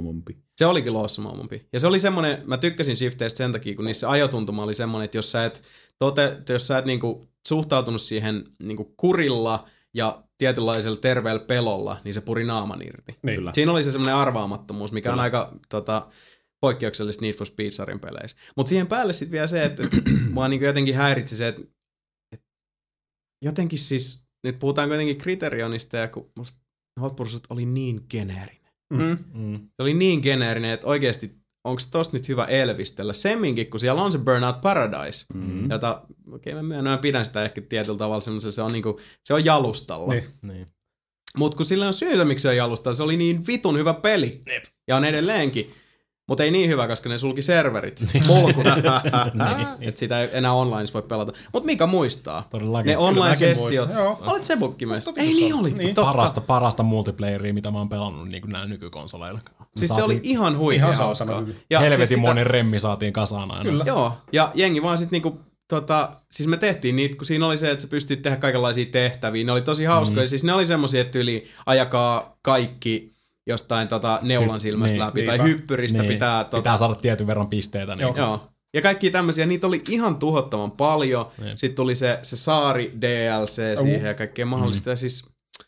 se olikin loossamompi. Ja se oli semmonen, mä tykkäsin Shifteistä sen takia, kun niissä ajotuntuma oli semmonen, että jos sä et, tote, jos sä et niinku suhtautunut siihen niinku kurilla ja tietynlaisella terveellä pelolla, niin se puri naaman irti. Niin. Siinä oli se semmoinen arvaamattomuus, mikä kyllä on aika tota, poikkeuksellista Need for Speed-sarjan peleissä. Mutta siihen päälle sitten vielä se, että mua niinku jotenkin häiritsi se, että et jotenkin siis, nyt puhutaan kuitenkin Criterionista, ja kun musta Hot Pursuit oli niin geneerinen. Mm. Mm. Se oli niin geneerinen, että oikeasti onko tosta nyt hyvä elvistellä? Semminkin, kun siellä on se Burnout Paradise, mm-hmm. jota, okei okay, mä myönnän, mä pidän sitä ehkä tietyllä tavalla semmoisen, se on niinku, se on jalustalla. Niin. Niin. Mut kun sillä on syynsä, miksi se on jalustalla, se oli niin vitun hyvä peli. Niin. Ja on edelleenkin. Mutta ei niin hyvä, koska ne sulki serverit. Mulkuna. niin. Että sitä ei enää online voi pelata. Mutta Mika muistaa. Todellakin. Ne online-sessiot. Olet se bukkimessa. Ei niin oli. Niin. Parasta, parasta multiplayeria, mitä mä oon pelannut niin näillä nykykonsoleilla. Siis se oli ihan huikea hauskaa. Helvetin siis monen sitä remmi saatiin kasaan aina. Kyllä. Joo. Ja jengi vaan sit niinku, tota, siis me tehtiin niitä, kun siinä oli se, että sä pystyt tehdä kaikenlaisia tehtäviä. Ne oli tosi hauskoja. Mm. Siis ne oli semmosia, että yli ajakaa kaikki jostain tota neulan silmästä niin, läpi, niin, tai hyppyristä niin, pitää... Tota, pitää saada tietyn verran pisteitä. Niin. Joo. Joo. Ja kaikkia tämmöisiä, niitä oli ihan tuhottoman paljon. Niin. Sitten tuli se, se saari D L C siihen uh. ja kaikkea mahdollista. Mm. Ja siis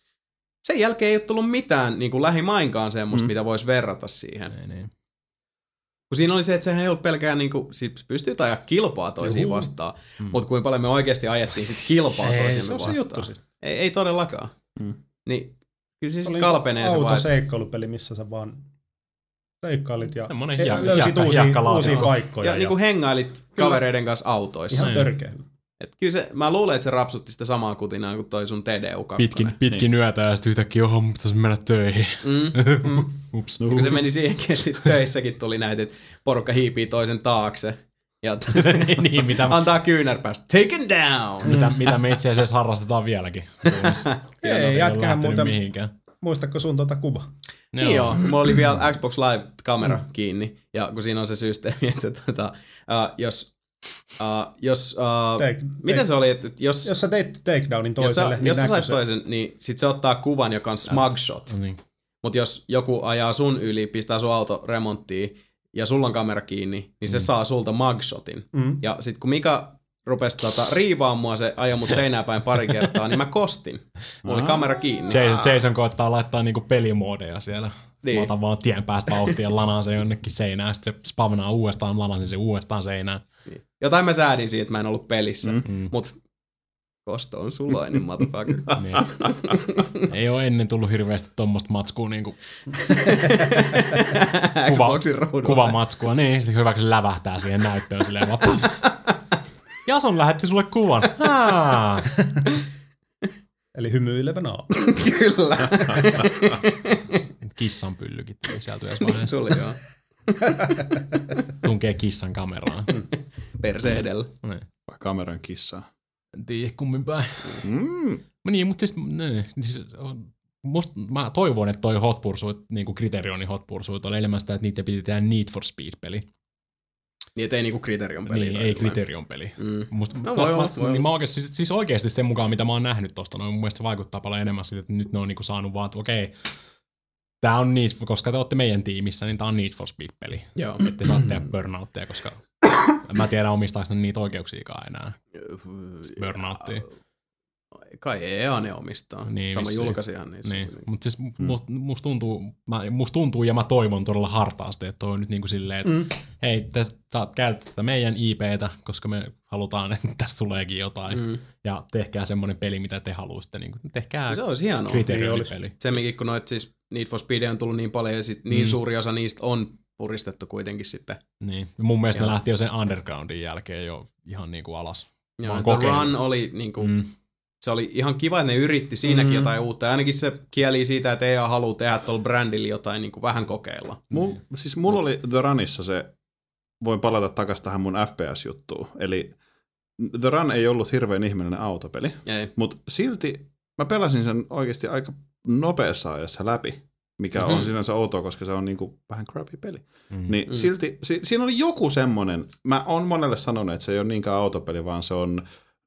sen jälkeen ei ole tullut mitään niin kuin lähimainkaan semmoista, mm. mitä voisi verrata siihen. Niin, niin. Kun siinä oli se, että sehän ei ollut pelkään, niin kuin, siis pystyy ajaa kilpaa toisiin Juhu. vastaan, mm. mutta kuinka paljon me oikeasti ajettiin sit kilpaa toisiimme vastaan. Se juttu sit. Ei, ei todellakaan. Mm. Niin kyllä siis kalpenee se vaan. Autoseikkailupeli, missä sä vaan seikkailit ja hiek- löysit hiekka- uusia, hiekka- uusia joo. paikkoja. Ja, ja niinku hengailit kavereiden kanssa autoissa. Ihan törkeä. Et kyllä se, mä luulen, että se rapsutti sitä samaa kutinaa kuin toi sun T D U kaksi. Pitkin, pitkin niin. yötä ja sitten yhtäkkiä, oho, mun pitäisi mennä töihin. Mm. mm. Ups. Se meni siihenkin, että sit töissäkin tuli näitä, että porukka hiipii toisen taakse. Ja t- niin, niin, mitä, antaa kyynärpäästä. Taken down! mitä, mitä me itse asiassa harrastetaan vieläkin. Ei, jätkähän muuten, mihinkään. Muistatko sun tota kuva? Niin joo. joo, mulla oli vielä Xbox Live-kamera mm. kiinni, ja kun siinä on se systeemi, että se, tota, uh, jos, uh, jos uh, take, miten take, se oli, että jos, jos sä teit takedownin toiselle, jos sä, niin jos sä sait se... toisen, niin sit se ottaa kuvan, joka on smugshot. Niin. Mutta jos joku ajaa sun yli, pistää sun auto remonttiin, ja sulla on kamera kiinni, niin se mm. saa sulta mugshotin. Mm. Ja sit kun Mika rupesi tota, riivaa mua, se ajoi mut seinään päin pari kertaa, niin mä kostin. Mulla oli kamera kiinni. Jason, Jason koettaa laittaa niinku pelimoodeja siellä. Niin. Mä otan vaan tien päästä vauhtia ja lanaan se jonnekin seinään, sitten se spavnaa uudestaan, lanasin se uudestaan seinään. Niin. Jotain mä säädin siitä, että mä en ollut pelissä, mm. mut kosto on sulainen, motherfucker. Niin. Ei oo ennen tullut hirveästi tommoista matskua niinku kuva, kuvamatskua, niin hyväksi lävähtää siihen näyttöön silleen vaan puff. Jason lähetti sulle kuvan. Haa. Eli hymyilevä naapu. Kyllä. Kissan pyllykin tuli sieltä yhdessä vaiheessa. Tuli joo. Tunkee kissan kameraan. Perse edellä. Niin. Vai kameran kissaa? En tiedä kummin päin. Mm. Niin, mutta siis, ne, siis musta, mä toivon, että toi Hot Pursuit, niin kuin Criterionin Hot Pursuit, oli enemmän sitä, että niitä piti tehdä Need for Speed-peli. Niin, et ei niinku Criterion peli. Niin, ei Criterion peli. Mm. Musta, no, mä, voi mä, olla, voi niin mä oikeasti, siis, siis oikeasti sen mukaan, mitä mä oon nähnyt tosta, no mun mielestä se vaikuttaa paljon enemmän siitä, että nyt ne on niinku saanut vaan, että okei, tää on Need, koska te ootte meidän tiimissä, niin tää on Need for Speed-peli. Joo. Ette saa tehdä burnoutteja, koska mä tiedän omistaako ne niitä oikeuksiakaan enää. Burnouttia. Kai E A ne omistaa. Niin, Sama vissiin. julkaisihan niissä. Niin. Mutta siis musta must tuntuu, mä, must tuntuu ja mä toivon todella hartaasti, että toi on nyt niinku silleen, että mm. hei, te saat käyttää tätä meidän I P:tä, koska me halutaan, että tästä tuleekin jotain. Mm. Ja tehkää semmonen peli, mitä te haluaisitte. Niin tehkää se olisi hienoa. Criterionipeli. Semminkin, kun noit siis Need for Speed on tullut niin paljon ja sit niin mm. suuri osa niistä on puristettu kuitenkin sitten. Niin. Mun mielestä ja. ne lähti jo sen Undergroundin jälkeen jo ihan niinku alas. Joo, The Run oli niinku... Mm. Se oli ihan kiva, että ne yritti siinäkin mm. jotain uutta. Ja ainakin se kieli siitä, että E A haluaa tehdä tuolla brändillä jotain niin kuin vähän kokeilla. Mul, siis mulla Mut. oli The Runissa se, voin palata takaisin tähän mun F P S-juttuun. Eli The Run ei ollut hirveän ihmeellinen autopeli, mutta silti mä pelasin sen oikeasti aika nopeassa ajassa läpi, mikä mm-hmm. on sinänsä outoa, koska se on niinku vähän crappy peli. Mm-hmm. Niin mm. silti, si, siinä oli joku semmonen, mä oon monelle sanonut, että se ei ole niinkään autopeli, vaan se on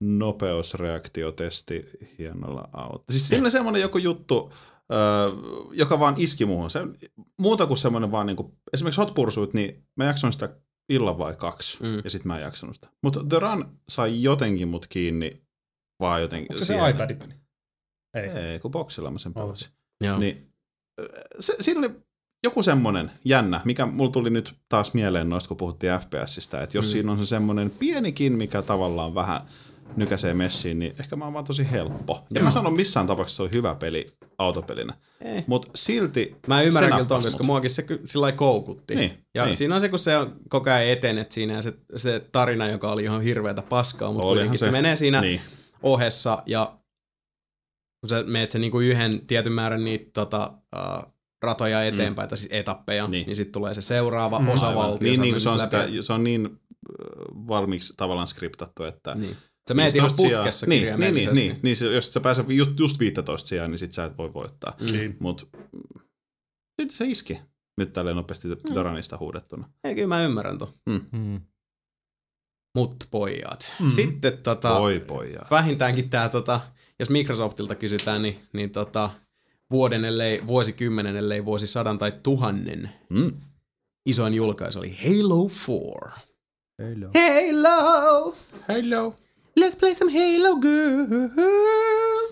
nopeusreaktiotesti hienolla autolla. Siis siinä oli semmoinen joku juttu, öö, joka vaan iski muuhun. Se, muuta kuin semmoinen vaan niinku, esimerkiksi Hot Pursuit, niin mä jaksoin sitä illan vai kaksi, mm. ja sit mä en jaksanut sitä. Mutta The Run sai jotenkin mut kiinni vaan jotenkin. Onko se se iPad-peli? Ei. Ei, kun boksilla mä sen pelasin. Joo. Niin, se, siinä oli joku semmoinen jännä, mikä mulla tuli nyt taas mieleen noista, kun puhuttiin F P S:istä, että jos mm. siinä on se semmoinen pienikin, mikä tavallaan vähän nykäisee messiin, niin ehkä mä oon vaan tosi helppo. En mä sano missään tapauksessa se oli hyvä peli autopelinä. Mutta silti mä ymmärrän kyllä ton, koska muakin se sillä koukutti. Niin, ja niin. siinä on se, kun se on koko ajan etenet siinä ja se, se tarina, joka oli ihan hirveätä paskaa, mutta kuitenkin se, se menee siinä niin. ohessa ja kun sä meet sen niinku yhden tietyn määrän niitä tota, uh, ratoja eteenpäin, mm. tai siis etappeja, niin, niin sitten tulee se seuraava mm. osavaltio. Niin, niin se, on sitä, se on niin valmiiksi tavallaan skriptattu, että niin. Sä meet ihan putkessa niin, kirjaimellisesti. Niin, niin, niin, niin, jos sä pääset just, just viisitoista sijaan, niin sit sä et voi voittaa. Mm. Mut sitten se iski nyt tälleen nopeasti mm. Doranista huudettuna. Ei, kyllä mä ymmärrän ton. Mm. Mm. Mut pojat. Mm. Sitten tota, Voi pojat. vähintäänkin tää, tota, jos Microsoftilta kysytään, niin, niin tota, vuoden ellei, vuosikymmenen ellei vuosisadan tai tuhannen mm. isoin julkaisu oli Halo four. Halo. Halo! Halo! Let's play some Halo, girl!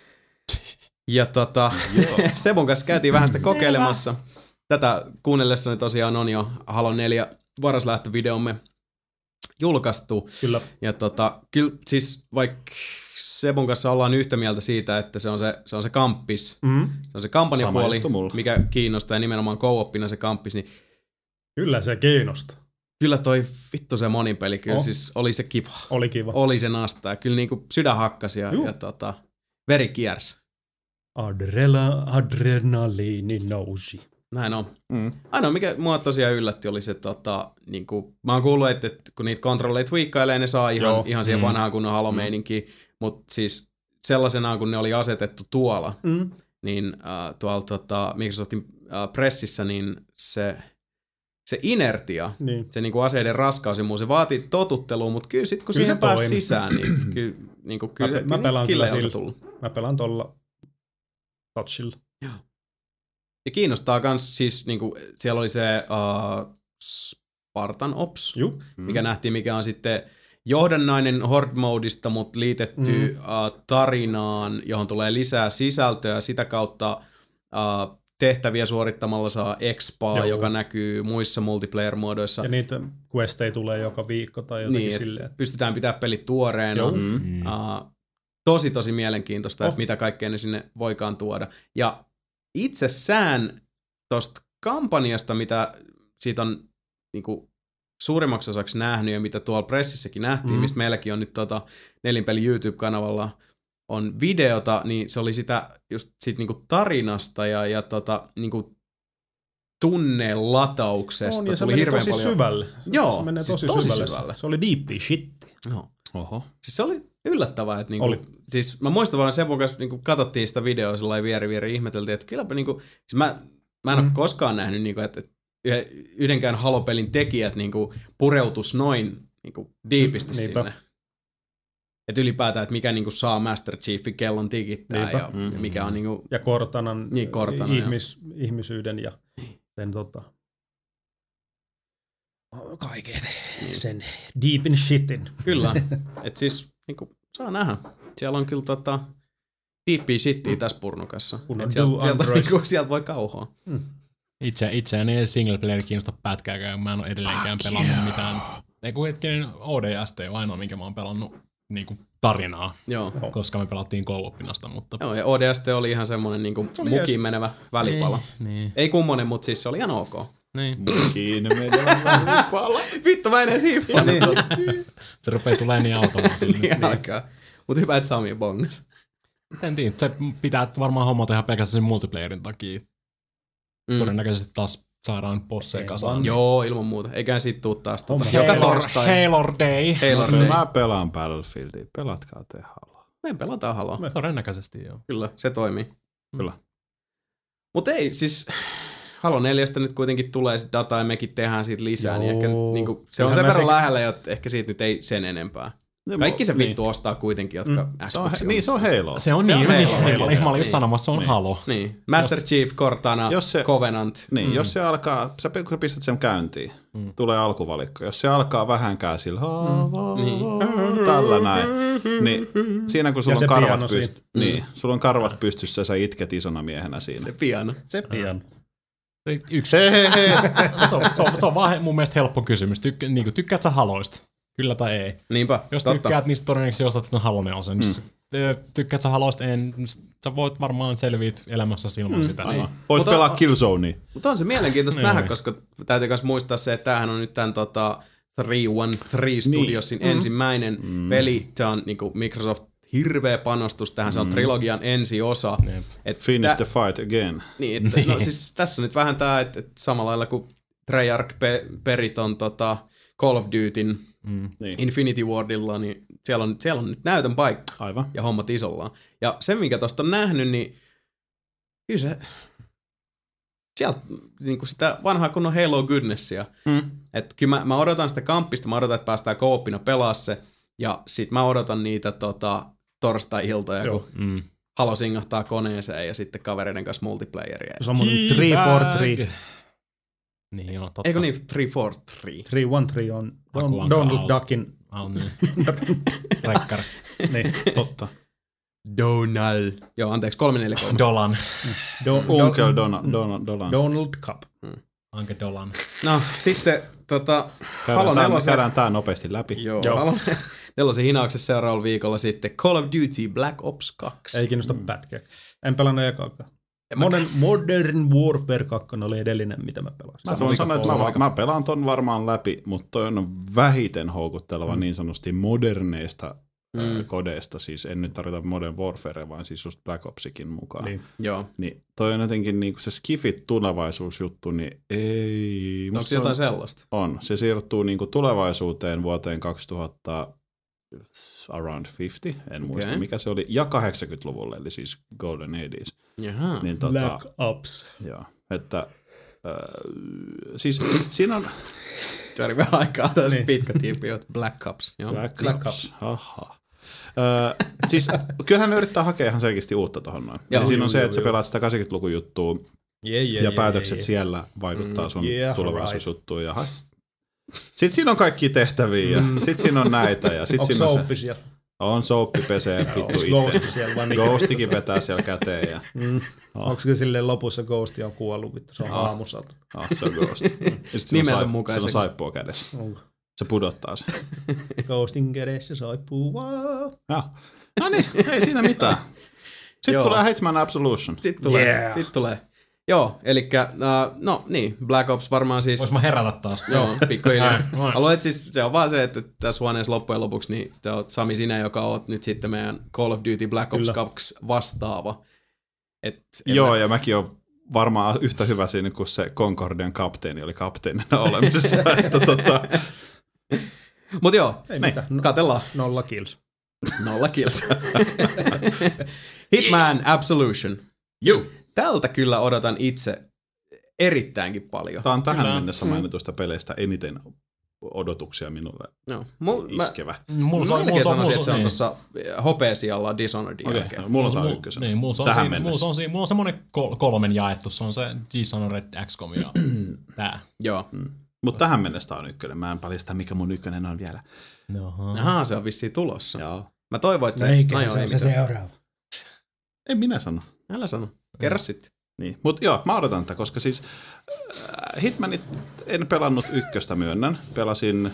Ja tota, Sebun kanssa käytiin vähän sitä kokeilemassa. Tätä kuunnellessani tosiaan on jo Halo neljä varaslähtövideomme julkaistu. Kyllä. Ja tota, kyllä siis vaikka Sebun kanssa ollaan yhtä mieltä siitä, että se on se, se, on se kamppis, mm-hmm. se on se kampanjapuoli, mikä kiinnostaa ja nimenomaan co-opina se kamppis, niin kyllä se kiinnostaa. Kyllä toi vittu se monipeli, kyllä oh. siis oli se kiva. Oli kiva. Oli se nastaa. Kyllä niinku sydän hakkasi ja, ja tota, veri kiersi. Adrela, adrenaliini nousi. Näin on. Mm. Ainoa, mikä mua tosiaan yllätti, oli se, tota, niinku, mä oon kuullut, että, että kun niitä kontrolleita tweakkailee, ne saa ihan, ihan siihen mm. vanhaan kunnon Halo-meininkiin, mm. mutta siis sellaisenaan, kun ne oli asetettu tuolla, mm. niin äh, tuolla tota, Microsoftin äh, pressissä, niin se, se inertia, niin. se niinku aseiden raskaus ja muu, se vaatii totuttelua, mutta kyllä sit kun kyllä siihen pääsi sisään, niin kyllä, niinku, kyllä, mä, mä pelaan kyllä sillä, tullut. Mä pelaan tuolla touchilla. Joo. Ja kiinnostaa kans siis, niinku, siellä oli se uh, Spartan Ops, Juh. mikä mm. nähtiin, mikä on sitten johdannainen Horde-modista, mutta liitetty mm. uh, tarinaan, johon tulee lisää sisältöä. Sitä kautta uh, tehtäviä suorittamalla saa expaa, Joo. joka näkyy muissa multiplayer-muodoissa. Ja niitä questeja tulee joka viikko tai jotenkin niin, silleen. Että pystytään pitämään pelit tuoreena. Mm. Uh, tosi tosi mielenkiintoista, oh. että mitä kaikkea ne sinne voikaan tuoda. Ja itsessään tosta kampanjasta, mitä siitä on niinku suurimmaksi osaksi nähnyt ja mitä tuolla pressissäkin nähtiin, mm. mistä meilläkin on nyt tota Nelinpeli YouTube-kanavalla on videota, niin se oli sitä just siitä niinku tarinasta ja, ja tota, niinku tunnelatauksesta. On, ja se meni tosi paljon syvälle. Joo, se menee siis tosi, tosi syvälle. syvälle. Se oli deep shit. No. Oho. Siis se oli yllättävää, että niinku, siis mä muistan vaan Sepun kanssa niinku katsottiin sitä videoa sellainen vieri vieri ihmeteltiin, että kylläpä niinku, siis mä, mä en mm. ole koskaan nähnyt niinku, että, että yhdenkään Halo-pelin tekijät niinku pureutus noin niinku diipisti mm, sinne. Että ylipäätään, että mikä niinku saa Master Chiefin kellon tikittää ja, mm. ja mikä on niinku ja Cortanan, niin, Cortana, ihmis, ihmisyyden ja sen tota kaiken niin. sen deepin shitin. Kyllä. Et siis niinku saa nähdä. Siellä on kyllä tota deepia shittiä tässä purnukassa. Et sieltä, sieltä, niinku, sieltä voi kauhoa. Hmm. Itse, itseäni ei single player kiinnosta pätkääkään. Mä en ole edelleenkään Fuck pelannut yeah. mitään. Eiku hetkinen O D S T on ainoa, minkä mä oon pelannut niinku tarinaa. Joo. Koska me pelattiin co-opinasta. Mutta joo, ja O D S T oli ihan semmonen niinku mukiin jees. menevä välipala. Niin, niin. Ei kummonen, mutta siis se oli ihan ok. Niin. Mukiin menevä välipala. Vittu, mä en edes hiffannut. Se rupee tulemaan niin automaattisesti. niin alkaa. Mutta hyvä, että Sami bongas. En tiedä, se pitää varmaan hommata ihan pelkästään sen multiplayerin takia. Mm. Todennäköisesti taas saadaan bosseja kasaan. Joo, ilman muuta. Eiköhän siitä tuu taas tota, joka torstai. Hailor Day. Hailor Day. Mä pelaan Battlefieldia. Pelatkaa te Haloa. Me pelataan Haloa. Me todennäköisesti joo. Kyllä, se toimii. Mm. Kyllä. Mut ei, siis Halo neljästä nyt kuitenkin tulee sit dataa ja mekin tehdään siitä lisää, joo. niin ehkä niinku, se on sen verran se lähellä, että ehkä siitä nyt ei sen enempää. Kaikki se vittu niin. ostaa kuitenkin, jotka mm. Xbox on. Niin, se on Halo. Se on se niin, on niin, Halo. niin, Halo. Mä olin just niin. sanomassa, se on niin. Halo. Niin. Master jos, Chief, Cortana, jos se, Covenant. Niin, mm. jos se alkaa, sä pistät sen käyntiin, mm. tulee alkuvalikko. Jos se alkaa vähänkään sillä mm. niin. tällä näin, niin siinä kun sulla on karvat, pyst- mm. niin, sulla on karvat pystyssä ja sä itket isona miehenä siinä. Se piano. Se piano. Yksi. He, he, he. se, on, se, on, se on vaan mun mielestä helppo kysymys. Tykk, niin tykkäät sä Haloista? Kyllä tai ei. Niinpä, jos totta. tykkäät, niin todennäköisesti ostat tämän Halo nelosen. Mm. Tykkäät sä Haloista? En. Sä voit varmaan selviät elämässä ilman mm. sitä. Niin. Voit mutta, pelaa Killzonea. Mutta on se mielenkiintoista nähdä, koska täytyy myös muistaa se, että tämähän on nyt tämän tota, kolme yksitoista Studiosin niin. ensimmäinen mm. peli. Se on niin kuin Microsoft hirveä panostus tähän, se on mm. trilogian ensiosa. Et Finish tä, the fight again. Niin, et, no siis tässä on nyt vähän tää, että et samalla lailla kuin Treyarch pe, perit on tota Call of Dutyn mm. Infinity Wardilla, niin siellä on, siellä on nyt näytön paikka. Aivan. Ja hommat isollaan. Ja se, minkä tosta on nähnyt, niin kyllä se sieltä niin sitä vanhaa kunnon Halo goodnessia. Mm. Että kyllä mä, mä odotan sitä kamppista, mä odotan, että päästään co-opina pelaa se, ja sit mä odotan niitä tota, torstai-iltoja, Joo. kun mm. Halo singahtaa koneeseen ja sitten kavereiden kanssa multiplayeria. Se on mun kolme neljä kolme. Niin joo, totta. Eikö niin kolme neljä kolme? kolme yksi kolme on Don't, don't Duckin. Oh, niin. Rekkari. Niin, totta. Donald. Joo, anteeksi, kolme neljä kolme. Dolan. Do, Unkel Donald. Dolan. Donald Cup. Hmm. Anke Dolan. No, sitten tota, Halo nelosen. Käydään tää nopeasti läpi. Joo, Joo. Halo nelosen hinauksessa seuraavalla viikolla sitten Call of Duty Black Ops kaksi. Ei kiinnosta mm. pätkeä. En pelannut ekaakaan. Modern, Modern Warfare kaksi oli edellinen, mitä mä pelasin. Mä voin sanoa, että mä, mä pelaan ton varmaan läpi, mutta toi on vähiten houkutteleva mm. niin sanotusti moderneista mm. kodeista, siis en nyt tarvita Modern Warfare, vaan siis just Black Opsikin mukaan. Niin, joo. Niin toi on jotenkin niinku se skifit tulevaisuusjuttu, niin ei... Onko se jotain on, sellaista? On. Se siirtyy niinku tulevaisuuteen vuoteen kaksituhatta around viisikymmentä, en muista okay. mikä se oli, ja kahdeksankymmentäluvulle, eli siis Golden Ages. Jaha. Niin, tota, Black Ops. Joo, että äh, siis siinä on... Se oli vähän aikaa tässä niin. pitkä tiipi, Black Ops. Joo. Black, Black Ops, aha. Öö, siis kyllähän ne yrittää hakea ihan selkeästi uutta tohon noin. Joo, siinä on joo, se, että sä pelaat sitä kahdeksankymmentäluvun juttua yeah, yeah, ja päätökset yeah, yeah. siellä vaikuttaa sun yeah, tulevaisuusjuttuun. Right. Sitten siinä on kaikki tehtäviä ja mm. sitten siinä on näitä. Ja sit onko siinä on soappi siellä? On soappi pesee vittu itse. Ghostikin vetää siellä käteen. Ja... Mm. Oh. Onko se silleen lopussa Ghosti on kuollut vittu? Se on oh. aamusata. Oh, se on Ghost. Nimensä mukaiseksi. Se on saippua kädessä. Onko? Se pudottaa sen. Ghostin kädessä saippuu vaan. No niin, ei siinä mitään. Sitten Joo. tulee Hitman Absolution. Sitten tulee, yeah. sitten tulee. Joo, elikkä, uh, no niin, Black Ops varmaan siis... Vois mä herätä taas. Joo, pikkuhiljaa. Aloit siis, se on vaan se, että tässä huoneessa loppujen lopuksi, niin te oot Sami sinä, joka oot nyt sitten meidän Call of Duty Black Ops kaksi vastaava. Et, Joo, emme... ja mäkin oon varmaan yhtä hyvä siinä, kun se Concordian kapteeni oli kapteenina olemisessa. että tota... Mut joo, ei mitään. No, katellaan. Nolla kills. Nolla kills. Hitman Absolution. Juu. Tältä kyllä odotan itse erittäinkin paljon. Tämä on tähän kyllä. mennessä mainituista peleistä eniten odotuksia minulle no, mul, iskevä. Mä, mulla on, melkein sanoisin, että se on niin. tuossa hopeasijalla Dishonoredin okay, jälkeen. No, mulla on tämä ykkösenä. Niin, mulla on, tähän siinä, mennessä. Mulla on, siinä, mulla on semmoinen kolmen jaettu. Se on se Dishonored, X COM ja tää. Joo. Mm. Mutta tähän mennessä tämä on ykkönen. Mä en paljasta, mikä mun ykkönen on vielä. Ahaa, se on vissiin tulossa. Joo. Mä toivoin, että se... No eikä, no, se on se seuraava. En minä sano. Älä sano. Kerro mm. sitten. Niin, mutta joo, mä odotan tätä, koska siis äh, Hitmanit en pelannut ykköstä myönnän. Pelasin...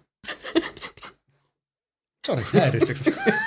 Sori, häiritsekö?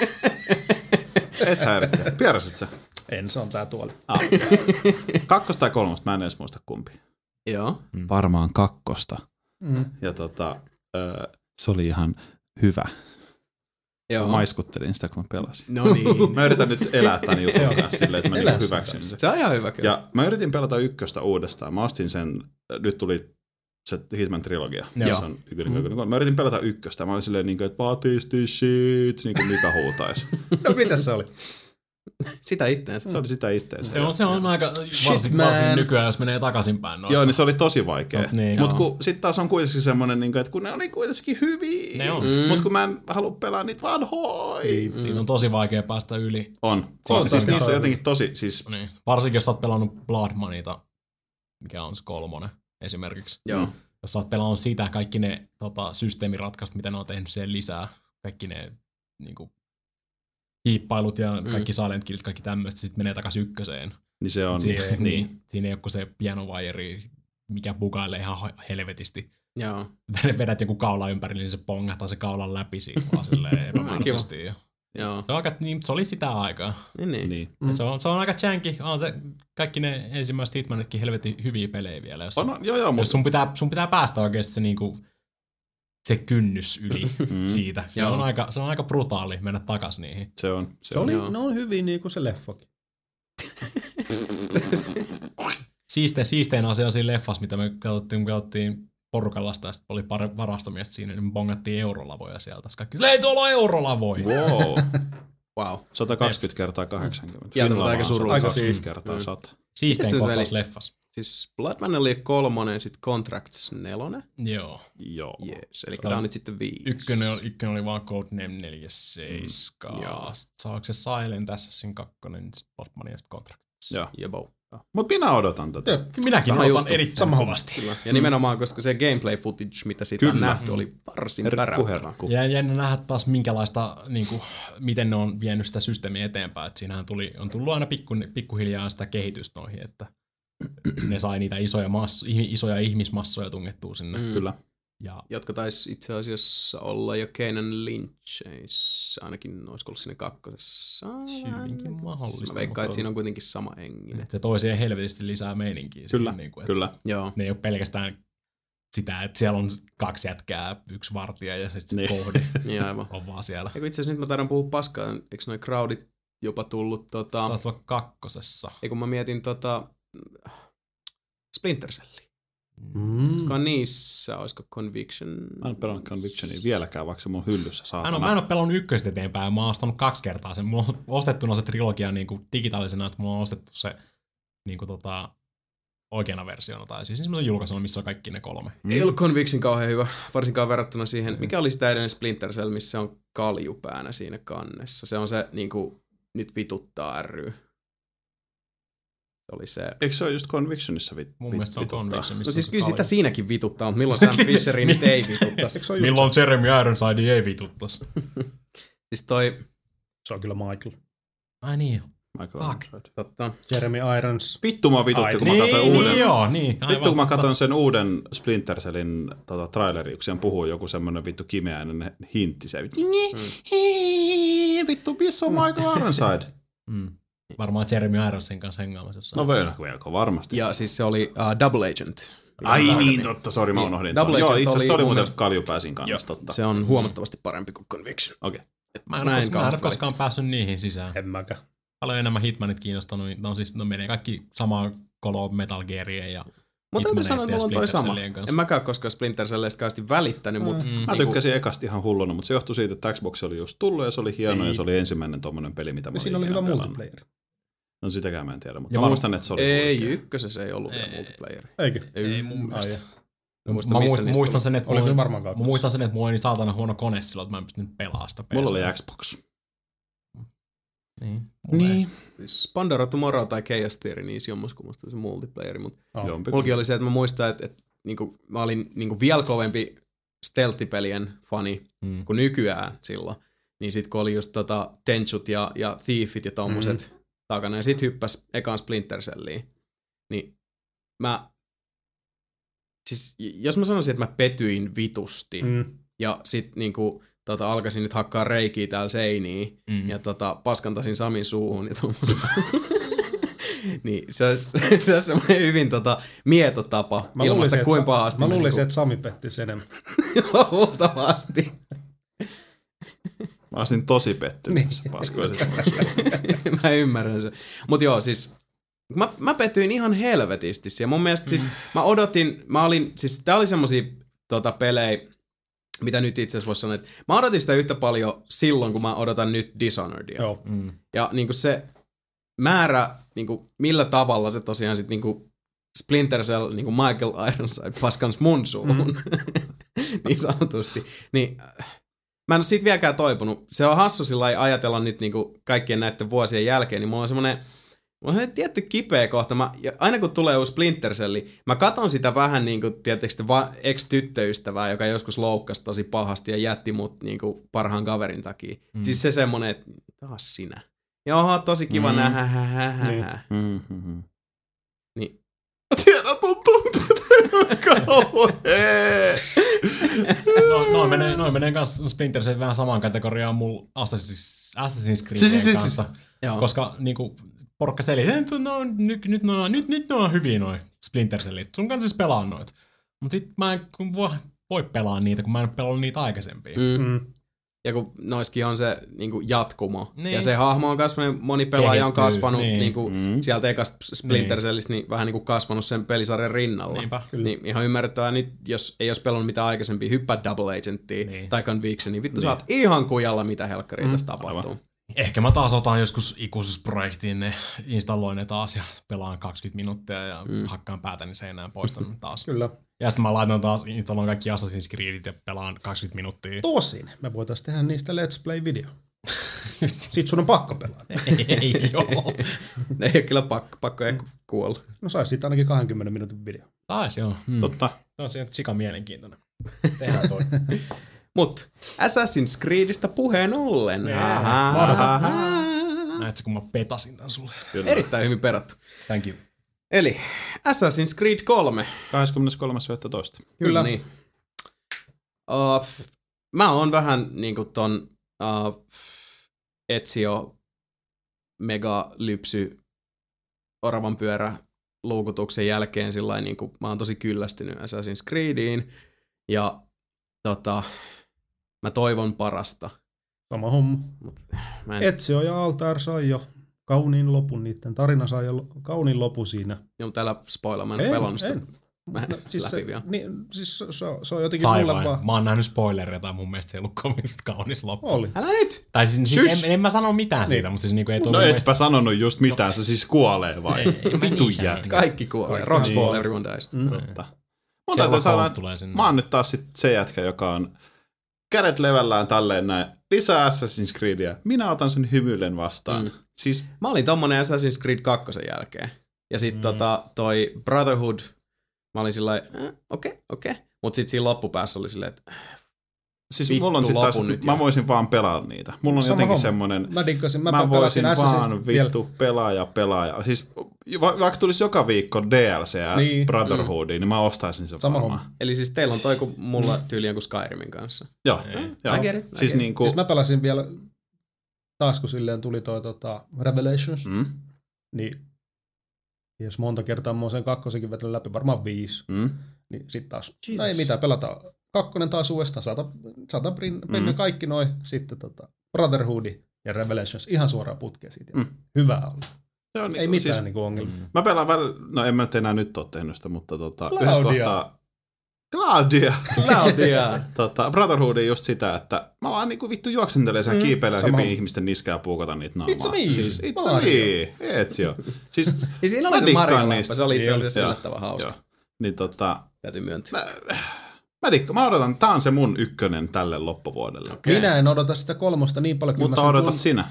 Et häiritse. Pierasit sä? En, se on tää tuolla. Ah, kakkosta tai kolmosta, mä en edes muista kumpi. Joo. Mm. Varmaan kakkosta. Mm. Ja tota, äh, se oli ihan hyvä. Joo. Mä maiskuttelin sitä, kun mä pelasin. No niin. Mä yritän nyt elää tämän jutun kanssa silleen, että mä niinku hyväksyn sen. Se on ihan hyvä kyllä. Ja mä yritin pelata ykköstä uudestaan. Mä ostin sen, nyt tuli se Hitman-trilogia. On mm. Mä yritin pelata ykköstä. Mä olin silleen, että what is this shit? Niin kuin Mika huutaisi. No mitä se oli? Sitä itteensä. Se oli sitä itteensä. Se on, se on aika, varsin, varsin nykyään, jos menee takaisinpäin noissa. Joo, niin se oli tosi vaikea. No, niin, mutta sitten taas on kuitenkin semmoinen, että kun ne oli kuitenkin hyviä, ne on. Mm. Mutta kun mä en halua pelaa niitä vanhoja. Mm. Siinä on tosi vaikea päästä yli. On. on. on siis niissä on jotenkin tosi... Siis... Niin. Varsinkin, jos sä oot pelannut Blood Moneyta, mikä on se kolmonen esimerkiksi. Joo. Jos sä oot pelannut sitä, kaikki ne tota, systeemiratkaisut, mitä ne on tehnyt siihen lisää, kaikki ne niinku, hiippailut ja kaikki mm. silent killit, kaikki tämmöistä, sitten menee takaisin ykköseen. Niin se on. Siinä, niin. niin, siinä ei ole kuin se pianovajeri, mikä bugailee ihan helvetisti. Joo. Vedät joku kaula ympärille, niin se pongahtaa se kaulan läpi siitä vaan silleen epämääräisesti. Ja joo. Se, on aika, niin, se oli sitä aikaa. Niin, niin. niin. Mm. Se, on, se on aika janky. On se, kaikki ne ensimmäiset Hitmanitkin helvetin hyviä pelejä vielä. Jos, on, joo, joo, jos sun, pitää, sun pitää päästä oikeasti se niinku... se kynnys yli mm. siitä. Se on, aika, se on aika brutaali mennä takas niihin. Se on. Se, se on. Oli, ne on hyviä niin kuin se leffakin. Siiste, siistein asia siinä leffassa, mitä me katsottiin, me katsottiin porukalla sitä, ja sitten oli pari varastomiestä siinä, niin me bongattiin eurolavoja sieltä. Kaikki, ei tuolla on eurolavoja! Wow. wow. sata kaksikymmentä kertaa kahdeksankymmentä. Ja aika surullista. kaksikymmentä kertaa sata. Siistein kohtaus leffassa. Siis Bloodman oli kolmonen, sitten Contracts nelonen. Joo. Joo. Yes, eli tämä on nyt sitten viisi. Ykkönen oli, ykkönen oli vaan Codename neljäkymmentäseitsemän. Mm. Joo. Saako se Silent Assassin kakkonen, sitten Bloodman ja sitten Contracts. Joo. Jebo. Mutta minä odotan tätä. Joo, minäkin sama odotan juttu. erittäin sama kovasti. Kyllä. Ja nimenomaan, koska se gameplay footage, mitä siitä on nähty, oli varsin päräyttävä. Ja jännä nähdä taas minkälaista, niin kuin, miten ne on vienyt sitä systeemiä eteenpäin. Et siinähän tuli, on tullut aina pikku, pikkuhiljaa sitä kehitystä noihin, että ne sai niitä isoja, mass, isoja ihmismassoja tungettua sinne. Mm. Kyllä. Ja, jotka taisi itse asiassa olla jo Kenan Lyncheissä, ainakin olisiko ollut siinä kakkosessa. Hyvinkin mahdollista. Mä veikkaan, että siinä on kuitenkin sama engine. Se toi siihen helvetisti lisää meininkiä. Kyllä, siihen, niin kuin, kyllä. Joo. Ne ei ole pelkästään sitä, että siellä on kaksi jätkää, yksi vartija ja sitten Niin. kohde Niin aivan. on vaan siellä. Eiku itse asiassa nyt mä taidan puhua paskaa, eikö noi crowdit jopa tullut tota... Taisi olla kakkosessa. Eiku mä mietin tota... Splinter Cellia. Mm. Koska niissä, olisiko Conviction... Mä en pelannut Convictionia vieläkään, vaikka se mun hyllyssä Mä en, saatana. ole, mä en ole pelannut ykköstä eteenpäin, mä oon ostanut kaksi kertaa sen. Mulla on ostettuna se trilogia niin kuin digitaalisena, että mulla on ostettu se niin kuin tota, oikeana versiona, tai siis semmoinen julkaisuna, missä on kaikki ne kolme. Ei ollut Conviction kauhean hyvä, varsinkaan verrattuna siihen, mikä oli sitä edellinen Splinter Cell, missä on kaljupäänä siinä kannessa. Se on se, niinku, nyt vituttaa ry. Se oli se. Eikö se ole just Convictionissa vit, Mun vit, mielestä se on vituttaa? Conviction, missä No siis on se kyllä sitä kalju. siinäkin vituttaa, mutta milloin Sam Fisherin nyt ei vituttaisi. Eikö se ole just Milloin Jeremy Ironside ei vituttas? Siis toi, Se on kyllä Michael. Ai niin. Michael Fuck. Ironside. totta, Jeremy Irons. Vittu mua vitutti, Ai, kun mä Niin, katsoin niin, uuden. joo, niin. aivan Vittu, kun mä totta. katson sen uuden Splinter Cellin tota, traileri, kun siellä puhuu joku semmonen vittu kimeäinen hintti. Se vittu, mm. vittu, missä on Michael Ironside? Mm. Varmaan Jeremy Ironsin kanssa hengaamassa jossain. No vielä, melko varmasti. ja siis se oli uh, Double Agent. Ai niin, totta, sori, mä Niin, unohdin. Double Joo, Agent itse oli asiassa se oli mun muuten mielestä- kaljupääsin kannassa, totta. Se on huomattavasti parempi kuin Conviction. Okei. Mä en, Mä en mä en, kauheasti koskaan päässyt niihin sisään. En mäkään. Paljon enemmän Hitmanit kiinnostanut. Ne on siis, no menee kaikki samaa koloa Metal Gearien ja Mutta täytyy sanoa, että mulla on toi Splinter sama. Cellien kanssa. En mäkään koskaan Splinter Cellistä kauheasti välittänyt, mutta... Mm. Mä tykkäsin ekasta ihan hulluna, mutta se johtui siitä, että Xbox oli just tullut ja se oli hieno ja se oli ensimmäinen tommonen peli, mitä mä Ja olin siinä oli ikinä hyvä pelannut. multiplayer. No sitäkään mä en tiedä, mutta Ja mä var- muistan, että se oli Ei, huikea. ykkösessä ei ollut vielä Ei. multiplayer. Eikö? Ei mun Ai, mielestä. Mä muistan, Mä missä muistan, niistä muistan oli. sen, että Oli mulla kyllä varmaan kaksi. Mä muistan sen, että mulla oli niin saatana huono kone silloin, että mä en pystynyt pelaamaan sitä Mulla P C. oli Xbox. Niin. Mulla ei. Niin. Siis Pandora Tomorrow tai Chaos Theory, niin jommaskummasta se multiplayeri, mutta Oh. Jompi. mullakin oli se, että mä muistan, että, että niinku, mä olin niinku vielä kovempi stealth-pelien fani Mm. kuin nykyään silloin. Niin sit kun oli just tota Tenchut ja, ja Thiefit ja tommoset mm. takana, ja sit hyppäs ekaan Splinter Celliin, niin mä, siis jos mä sanoisin, että mä petyin vitusti, mm. Mm. ja sit niinku tota, alkaisin nyt hakkaa reikiä täällä seiniin, Mm. ja tota, paskantasin Samin suuhun ja tommoista. niin se olisi, se olisi semmoinen hyvin tota, mieto tapa Mä ilmaista luulisin, kuin että, pahasti. mä mä luulisin, niinku- että Sami pettisi enemmän. Luultavasti. Mä olisin tosi pettynyt Niin. tässä paskoisessa. Mä ymmärrän sen. Mut joo, siis mä, mä pettyin ihan helvetisti ja mun mielestä siis mä odotin, mä olin, siis tää oli semmosia tota, pelejä, mitä nyt itse asiassa voisi sanoa, että mä odotin sitä yhtä paljon silloin, kun mä odotan nyt Dishonoredia. Joo. Mm. Ja niinku se määrä, niinku, millä tavalla se tosiaan sit niinku Splinter Cell, niinku Michael Ironside paskans mun suuhun, mm. niin sanotusti, niin mä en ole siitä vieläkään toipunut. Se on hassu sillä lailla ajatella nyt niinku kaikkien näiden vuosien jälkeen, niin mulla on semmonen, mulla on tietty kipeä kohta. Mä, ja aina kun tulee uusi Splinter Cell, mä katon sitä vähän niinku, tietysti va, ex-tyttöystävää, joka joskus loukkasi tosi pahasti ja jätti mut niinku parhaan kaverin takia. Mm. Siis se semmonen, että taas sinä. Joo, tosi kiva mm. nähdä. Hä, hä, hä, Niin. hä. Mm-hmm. Niin. Tiedät, on tunteet kauhea. No, noin menee, noin menee kanssa Splinter Cell vähän samaan kategoriaan mulla Assassin's, Assassin's Creedin Siis, siis, siis, kanssa. Joo. Koska niinku porukka seli, että no, nyt, nyt, no, nyt, nyt ne on hyviä noi Splinter Cellit. Sun kanssa siis pelaa noita. Mut sit mä en kun voi, voi pelaa niitä, kun mä en pelannut niitä aikaisempia. Mm. Mm. Ja kun noiskin on se niinku jatkumo. Niin. Ja se hahmo on kasvanut, moni pelaaja on Kehittyy, kasvanut niin. niinku, Mm. sieltä ekasta Splinter Cellistä niin vähän niinku kasvanut sen pelisarjan rinnalla. Niinpä. Niin ihan ymmärrettävää nyt, jos ei olisi pelannut mitään aikaisempia, hyppää Double Agentia Niin. tai Conviction, niin vittu niin. Sä oot ihan kujalla, mitä helkkaria mm. tässä tapahtuu. Ehkä mä taas otan joskus ikuisuusprojektiin, ne installoin ne taas ja pelaan kaksikymmentä minuuttia ja mm. hakkaan päätäni seinään poistan taas. Kyllä. Ja sitten mä laitan taas, installoin kaikki Assassin's Creedit ja pelaan kaksikymmentä minuuttia. Tosin me voitaisiin tehdä niistä Let's Play-video. Sitten sun on pakko pelaa. Ei joo. Ne ei ole kyllä pakko, pakko ehkä kuolla. No sais siitä ainakin kaksikymmentä minuutin video. Taisi joo. Hmm. Totta. Se on sieltä sika mielenkiintoinen. Tehdään toi. Mut Assassin's Creedistä puheen ollen. Näetkö, kun mä petasin tän sulle? Kyllä. Erittäin hyvin perattu. Thank you. Eli Assassin's Creed kolme. kahdeskymmeneskolmas yhdestoista Kyllä. Niin. Uh, f- mä oon vähän niinku ton uh, Ezio mega lypsy oravan pyörä luukutuksen jälkeen sillain, niin kuin, mä oon tosi kyllästynyt Assassin's Creediin ja tota, mä toivon parasta. Sama homma. Mut, mä en... Ezio ja Altair sai jo kauniin lopun, niiden tarina sai jo kauniin lopu siinä. Joo, täällä spoilla, mä en, en pelannut sitä. Mä en no, siis läpi se, vielä. Niin, siis se, se, se on jotenkin Sai mulle vain. vaan. Mä oon nähnyt spoilereita, mun mielestä se ei ollut kovin kaunis loppu. Oli. Älä nyt! Tai siis, siis en, en mä sano mitään niin. siitä, mutta siis niinku ei No tosiaan... etpä sanonut just mitään, se siis kuolee vai? Ei, ei, Vitu niin. jätkä. Kaikki kuolee. Rock spoil, everyone dies. Mm. Totta. Mun täytyy sanoa, että mä oon nyt taas sit se jätkä, joka on kädet levällään tälleen näin. Lisää Assassin's Creedia. Minä otan sen hymyilen vastaan. Mm. Siis... Mä olin tommonen Assassin's Creed kaksi jälkeen. Ja sit mm. tota, toi Brotherhood, mä olin sillä okei, okei. Okay, okay. Mut sit siinä loppupäässä oli silleen, että siis mulla on sit taas, mä jo. voisin vaan pelaa niitä. Mulla on Sama jotenkin homma. semmonen, mä, dikkasin, mä, mä voisin vaan vittu vielä. pelaaja, pelaaja. Siis va- vaikka tulisi joka viikko D L C ja niin. Brotherhoodiin, mm. niin mä ostaisin sen Sama varmaan. homma. Eli siis teillä on toi kuin mulla tyyliä kuin Skyrimin kanssa. Joo. Mä kerin. Siis, niinku... siis mä pelasin vielä, taas kun silleen tuli toi tota, Revelations, mm. niin jos monta kertaa mä oon sen kakkosenkin vetänyt läpi, varmaan viisi. Mm. Niin sit taas, no ei mitään, pelataan kakkonen taas uudestaan, sata, sata penniä mm. kaikki noi, sitten tota, Brotherhood ja Revelations, ihan suoraan putkeen siitä. Mm. Hyvä on. Se on ei niin, mitään siis, niinku ongelmaa. Mm. Mä pelaan välillä, no en mä enää nyt oo tehnyt sitä, mutta tota, yhdessä kohtaa... Claudia! Claudia! tota, Brotherhood just sitä, että mä vaan niinku vittu juoksentelen sen mm, kiipeilen hypin ihmisten niskaa ja puukata niitä naamaa. It's a me! Siis, it's a me! Ezio. Siis, ja siinä oli se Mario-läppä, se oli itse asiassa yllättävän hauska. Joo. Niin tota... Täytyy myöntää. Mä, mä, dikka, mä odotan, tää on se mun ykkönen tälle loppuvuodelle. Okay. Minä en odota sitä kolmosta niin paljon. Mutta odotat tuun... sinä.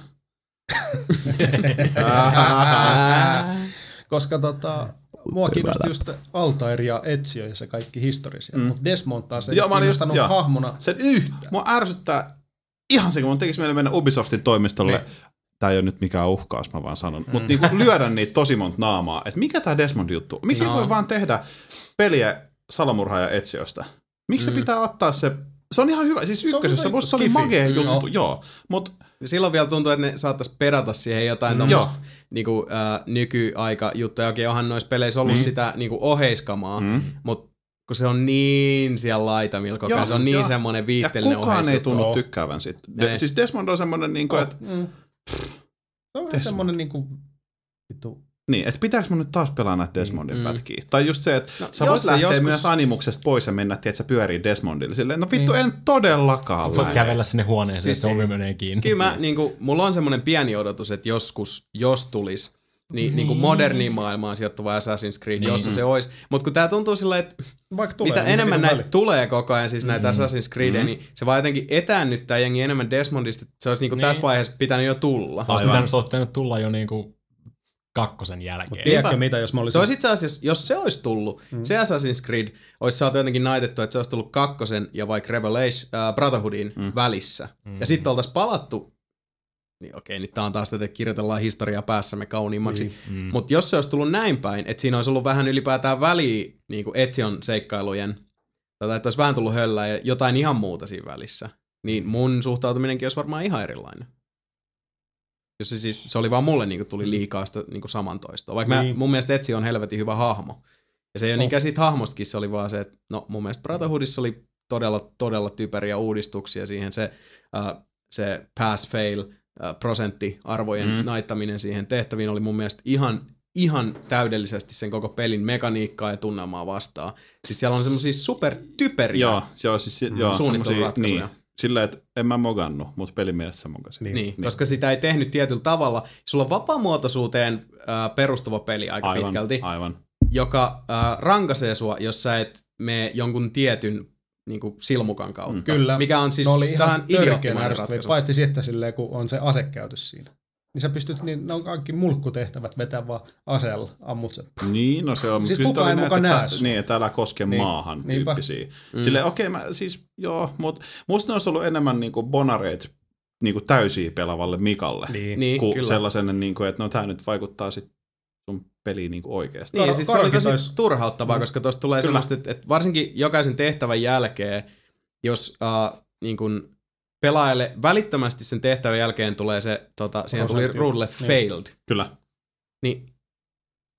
Koska tota... Mua kiinnosti just Altair ja Ezio ja se kaikki historia mm. mutta Desmond taas ei kiinnostanut just, hahmona sen yhtään. Mua ärsyttää ihan se, kun mun tekisi meille mennä Ubisoftin toimistolle, ne. Tää ei ole nyt mikään uhkaus, mä vaan sanon, mm. mutta niinku lyödä niitä tosi monta naamaa, että mikä tää Desmond-juttu, miksi no. ei voi vaan tehdä peliä Salamurhaaja Eziosta? Miksi mm. se pitää ottaa se, se on ihan hyvä, siis ykkösessä se, se oli magea juttu, no. joo, mutta... Silloin vielä tuntuu, että ne saattaisi perata siihen jotain mm. tommoista niinku, äh, nykyaika-juttuja. Okei, onhan noissa peleissä ollut mm. sitä niinku, oheiskamaa, mm. mutta kun se on niin siellä laitamilla koko ajan, se on niin jo. semmoinen viitteellinen oheis. Ja kukaan ei tunnu oh. tykkäävän siitä. De- siis Desmond on semmoinen, niinku, oh. että... Mm. Se on vähän semmoinen niinku... Vittu... Niin, että pitääkö mun nyt taas pelaa näitä Desmondin mm. pätkiä? Tai just se, että no, sä voit lähteä joskus... myös animuksesta pois ja mennä, että sä pyörii Desmondille. Silleen, no vittu, niin. en todellakaan lähde. Sä voit kävellä sinne huoneeseen, siis, että ovi menee kiinni. Kyllä mä, niinku, mulla on semmoinen pieni odotus, että joskus, jos tulis, niin, niin. niinku moderniin maailmaan sijoittuva Assassin's Creed, niin. jossa se olisi. Mutta kun tää tuntuu sillä, että tulee, mitä enemmän näitä väli. tulee koko ajan, siis näitä mm. Assassin's Creedia, mm. niin se vaan jotenkin etäännyttää jengi enemmän Desmondista, että se olisi niinku niin. tässä vaiheessa pitänyt jo tulla. Se olisi pitänyt, se olisi pitänyt tulla jo niinku... kakkosen jälkeen. Tiedätkö mitä, jos mä olisin... Se olisi itse asiassa, jos se olisi tullut, mm. se Assassin's Creed olisi saatu jotenkin naitettu, että se olisi tullut kakkosen ja vaikka Revelation, äh, Brotherhoodin mm. välissä. Mm. Ja sitten oltaisiin palattu, niin okei, nyt tää on taas tätä, kirjoitellaan historiaa päässämme kauniimmaksi, mm. mutta jos se olisi tullut näin päin, että siinä olisi ollut vähän ylipäätään väliä niin kuin Ezion seikkailujen, tai että olisi vähän tullut höllää ja jotain ihan muuta siinä välissä, niin mun suhtautuminenkin olisi varmaan ihan erilainen. Jos se, siis, se oli vaan mulle niin kuin tuli liikaa sitä niin kuin samantoistoa. Vaikka niin. mä, mun mielestä Ezio on helvetin hyvä hahmo. Ja se ei ole oh. niinkään siitä hahmostakin, se oli vaan se, että no mun mielestä Brotherhoodissa oli todella, todella typeriä uudistuksia siihen. Se, uh, se pass-fail uh, prosenttiarvojen mm. naittaminen siihen tehtäviin oli mun mielestä ihan, ihan täydellisesti sen koko pelin mekaniikkaa ja tunnelmaa vastaan. Siis siellä on semmosia supertyperiä joo, joo, siis, mm. joo, suunnitteluratkaisuja. Niin. Sillä, että en mä mogannut, mutta pelimielessä mogasin. Niin, niin, koska sitä ei tehnyt tietyllä tavalla. Sulla on vapaamuotoisuuteen äh, perustuva peli aika aivan, pitkälti, aivan. joka äh, rankaisee sua, jos sä et mene jonkun tietyn niin kuin silmukan kautta. Mm. Kyllä. Mikä on siis no tähän idioottimainen ratkaisu. Paitsi sitten silleen, kun on se asekäytös siinä. Niin sä pystyt, niin ne on kaikki mulkkutehtävät vetää vaan aseella, ammut sen. Niin, no se on. Siis kukaan ei mukaan näe niin, että älä koske niin, maahan niinpä. Tyyppisiä. Mm. Silleen, okei, okay, mä siis, joo, mutta musta ne olisi ollut enemmän niinku bonareit niinku täysiä pelavalle Mikalle. Niin, niin kuin kyllä. Sellaisen, niinku, että no tää nyt vaikuttaa sit sun peliin niinku oikeasti. Niin, ja sit se oli tosi tois... turhauttavaa, mm. koska tosta tulee kyllä. semmoista, että, että varsinkin jokaisen tehtävän jälkeen, jos uh, niin kun pelaajalle välittömästi sen tehtävän jälkeen tulee se, tota, siihen tuli ruudulle failed. Kyllä. Niin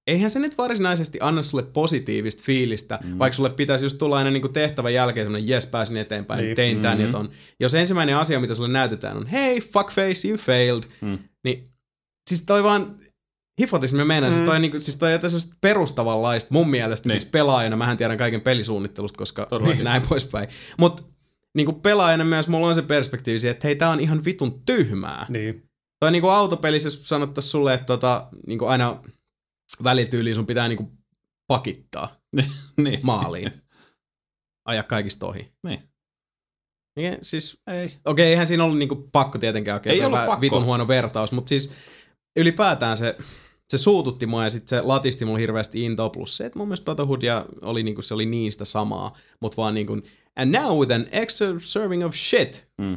eihän se nyt varsinaisesti anna sulle positiivista fiilistä, mm. vaikka sulle pitäisi just tulla aina niinku tehtävän jälkeen semmoinen, jes, pääsin eteenpäin, niin. tein tän mm-hmm. ja ton. Jos ensimmäinen asia, mitä sulle näytetään on, hei, fuckface, you failed, mm. niin siis toi vaan, hifotismi meinaa, mm. siis toi, niinku, siis toi jotain sellaista perustavanlaista mun mielestä, niin. siis pelaajana, mähän tiedän kaiken pelisuunnittelusta, koska näin poispäin, mutta niinku pelaajana myös mulla on se perspektiivi, että hei, tää on ihan vitun tyhmää. Niin. Tai niinku autopelissä, jos sanottaisiin sulle, että tota, niinku aina välityyliin sun pitää niinku pakittaa niin. maaliin. Aja kaikista ohi. Niin. Niin, siis, ei. Okei, okay, eihän siinä ollut niinku pakko tietenkään. Okay, ei ollut pakko. Vitun huono vertaus, mutta siis ylipäätään se, se suututti mua ja sit se latisti mulle hirveästi intoa. Plus se, että mun mielestä Brotherhoodia oli, niinku, se oli niistä samaa, mutta vaan niinku, and now with an extra serving of shit. Mm.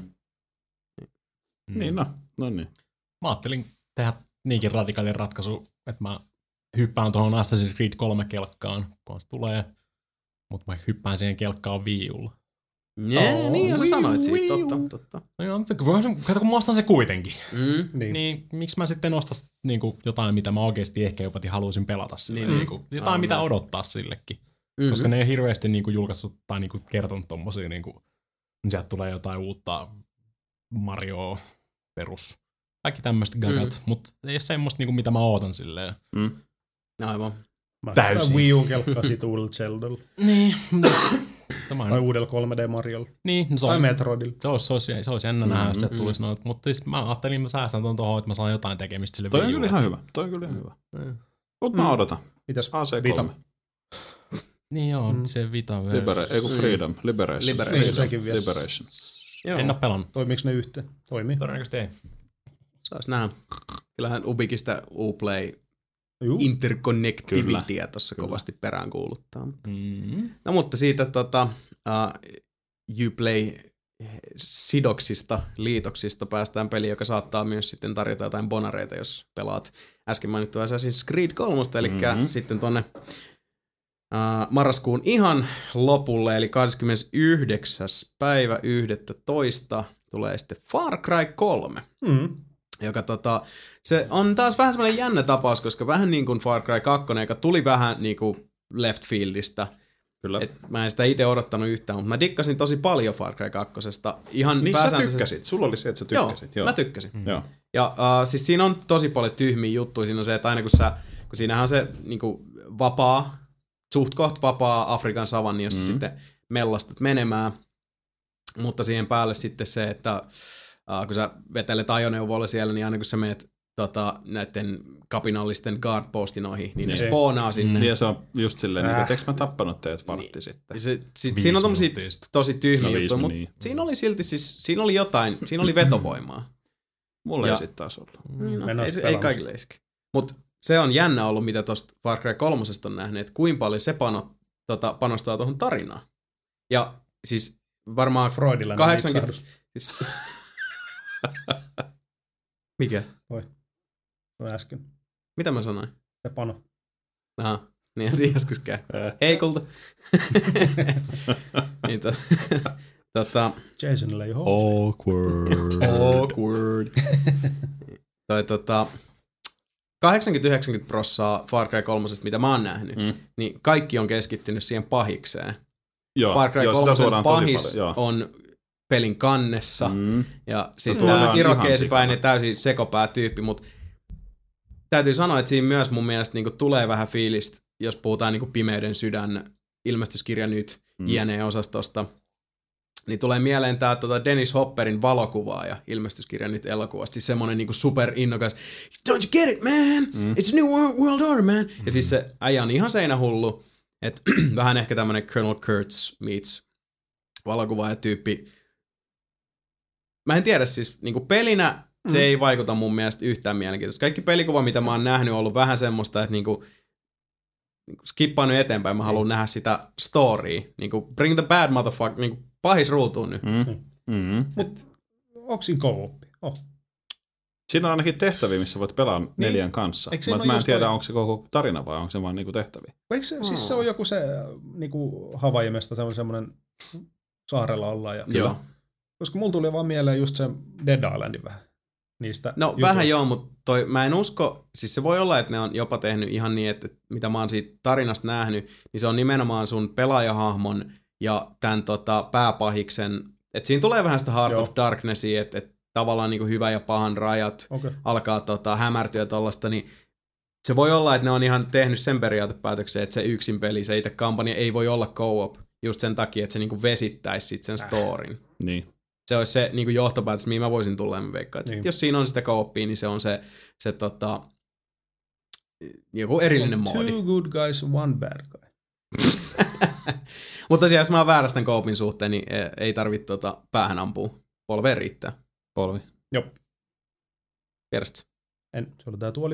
Mm. Niin no, no niin. Mä ajattelin tehdä niinkin radikaalinen ratkaisu, että mä hyppään tuohon Assassin's Creed kolme kelkkaan, kun se tulee, mutta mä hyppään siihen kelkkaan Wii Ulla. Yeah, oh, niin, ja sä sanoit siitä, totta, totta. No joo, kato kun mä ostan se kuitenkin. Mm. Niin. niin miksi mä sitten ostas niinku jotain, mitä mä oikeesti ehkä jopa haluaisin pelata sille. Niin, niinku, jotain, ah, mitä no. odottaa sillekin. Mm-hmm. Koska ne ei hirveästi niinku julkaissut tai niinku kertonut tommosia, niinku, sieltä tulee jotain uutta Mario perus. Kaikki tämmöiset gagat, mm. mutta ei ole semmoista, niinku, mitä mä ootan silleen. Mm. Aivan. Täysin. Wii U kelkkaa siitä uudella Zeldalla. Niin. Tai uudella kolme D Mariolla. Niin, no se on, tai Metroidilla. Se olisi, se olisi, se olisi jännä nähdä, jos se tulisi noita. Mutta siis mä ajattelin, että mä säästän tuon tuohon, että mä saan jotain tekemistä sille Toi on kyllä ihan hyvä. Toi on kyllä ihan hyvä. Mm. Mutta mä odotan. Mitäs A C kolme. Niin joo, mm. se Vita versus. Libera- ei kun Freedom. Liberation. Liberation. Freedom. Liberation. Joo. En ole pelannut. Toimiiko ne yhteen? Toimii. Todennäköisesti ei. Saas nähdä. Kyllähän Ubikista Uplay interconnectivityä tuossa kovasti perään kuuluttaa. Mm. No mutta siitä tota, uh, Uplay sidoksista, liitoksista päästään peliin, joka saattaa myös sitten tarjota jotain bonareita, jos pelaat äsken mainittua Assassin's Creed kolme, eli mm-hmm. sitten tonne uh, marraskuun ihan lopulle, eli kahdeskymmenesyhdeksäs päivä yhdestoista tulee sitten Far Cry kolme. Mm. Joka tota, se on taas vähän semmoinen jännä tapaus, koska vähän niin kuin Far Cry kaksi, joka tuli vähän niin kuin left fieldistä. Kyllä. Et mä en sitä itse odottanut yhtään, mutta mä dikkasin tosi paljon Far Cry kaksi. Ihan niin sä tykkäsit, sulla oli se, että sä tykkäsit. Joo, joo. Mä tykkäsin. Mm. Joo. Ja uh, siis siinä on tosi paljon tyhmiä juttuja. Siinä on se, että aina kun sä, kun siinähän on se niin kuin vapaa, suht koht vapaa Afrikan savanni, jossa mm. sitten mellastut menemään. Mutta siihen päälle sitten se, että Uh, kun sä vetelet ajoneuvolla siellä, niin aina kun sä menet tota, näiden kapinallisten guardpostin ohi, niin ne spoonaa sinne. Niin ja se on just silleen, äh. niin, että eikö mä tappanut teidät vartti niin. sitten. Se, sit, siinä on tommosia tosi tyhmiä no, juttuja, mutta niin. siinä oli silti siis, siinä oli jotain, siinä oli vetovoimaa. Mulla ja, ei sit taas ollut. Niin, no, ei, ei kaikille iske. Mutta se on jännä ollut, mitä tosta Far Cry kolme on nähnyt, että kuinka paljon se pano, tota, panostaa tuohon tarinaan. Ja siis varmaan kahdeksankymmentä... Siis, mikä? Oi. No äsken. Mitä mä sanoin? Se pano. Aha, niin siinä joskus käy. Heikulta. niin to, tota... Jasonille ei Awkward. Awkward. Toi tota... kahdeksankymmentä yhdeksänkymmentä prosenttia Far Cry kolme, mitä mä oon nähnyt, mm. niin kaikki on keskittynyt siihen pahikseen. Joo, Far Cry joo, kolme pahis on pelin kannessa. Mm. Ja siis tää irokeesipäinen täysin sekopäätyyppi, mutta täytyy sanoa, että siinä myös mun mielestä niinku tulee vähän fiilistä, jos puhutaan niinku Pimeyden sydän, ilmestyskirja nyt, mm. jne. Osastosta, niin tulee mieleen tää tota Dennis Hopperin valokuvaaja ilmestyskirja nyt elokuvasta. Siis semmonen niinku super innokas, don't you get it, man? Mm. It's a new world order, man! Mm. Ja siis se äijä on ihan seinähullu, että vähän ehkä tämmönen Colonel Kurtz meets valokuvaajatyyppi. Mä en tiedä, siis niinku pelinä se mm. ei vaikuta mun mielestä yhtään mielenkiintoista. Kaikki pelikuva, mitä mä oon nähnyt, on ollut vähän semmoista, että niinku, niinku skippaan nyt eteenpäin. Mä haluan mm. nähdä sitä storya. Niinku bring the bad motherfucker, niinku pahis ruutuun nyt. Mm. Mm. Mut onko siinä co-op? Oh. Siinä on ainakin tehtäviä, missä voit pelaa niin. neljän kanssa. Mutta mä en tiedä, toi... onko se koko tarina vai onko se vaan niinku tehtäviä. Eikö se, siis se on joku se niinku Havaimesta, se on semmoinen saarella ollaan. Ja joo. Koska mulla tuli vaan mieleen just se Dead Islandin vähän. niistä No jutuista. vähän joo, mutta toi, mä en usko, siis se voi olla, että ne on jopa tehnyt ihan niin, että mitä mä oon siitä tarinasta nähnyt, niin se on nimenomaan sun pelaajahahmon ja tämän tota, pääpahiksen, että siinä tulee vähän sitä Heart joo. of Darknessia, että, että tavallaan niin kuin hyvä ja pahan rajat Okay. alkaa tota, hämärtyä tollasta, niin se voi olla, että ne on ihan tehnyt sen periaatepäätöksen, että se yksin peli, se itse kampanja ei voi olla co-op, just sen takia, että se niinku vesittäisi sit sen storin. Niin. Se olisi se niinku johtopäätös, mihin mä voisin tulla, ja mä veikkaan. Niin. Jos siinä on sitä co-opia, niin se on se, se tota, joku erillinen moodi. Two good guys, one bad guy. Mutta tosiaan, jos mä oon väärässä tämän co-opin suhteen, niin ei tarvitse tota päähän ampua. Polveen riittää. Polvi. Joo. Kerst. En, se oli tää tuoli.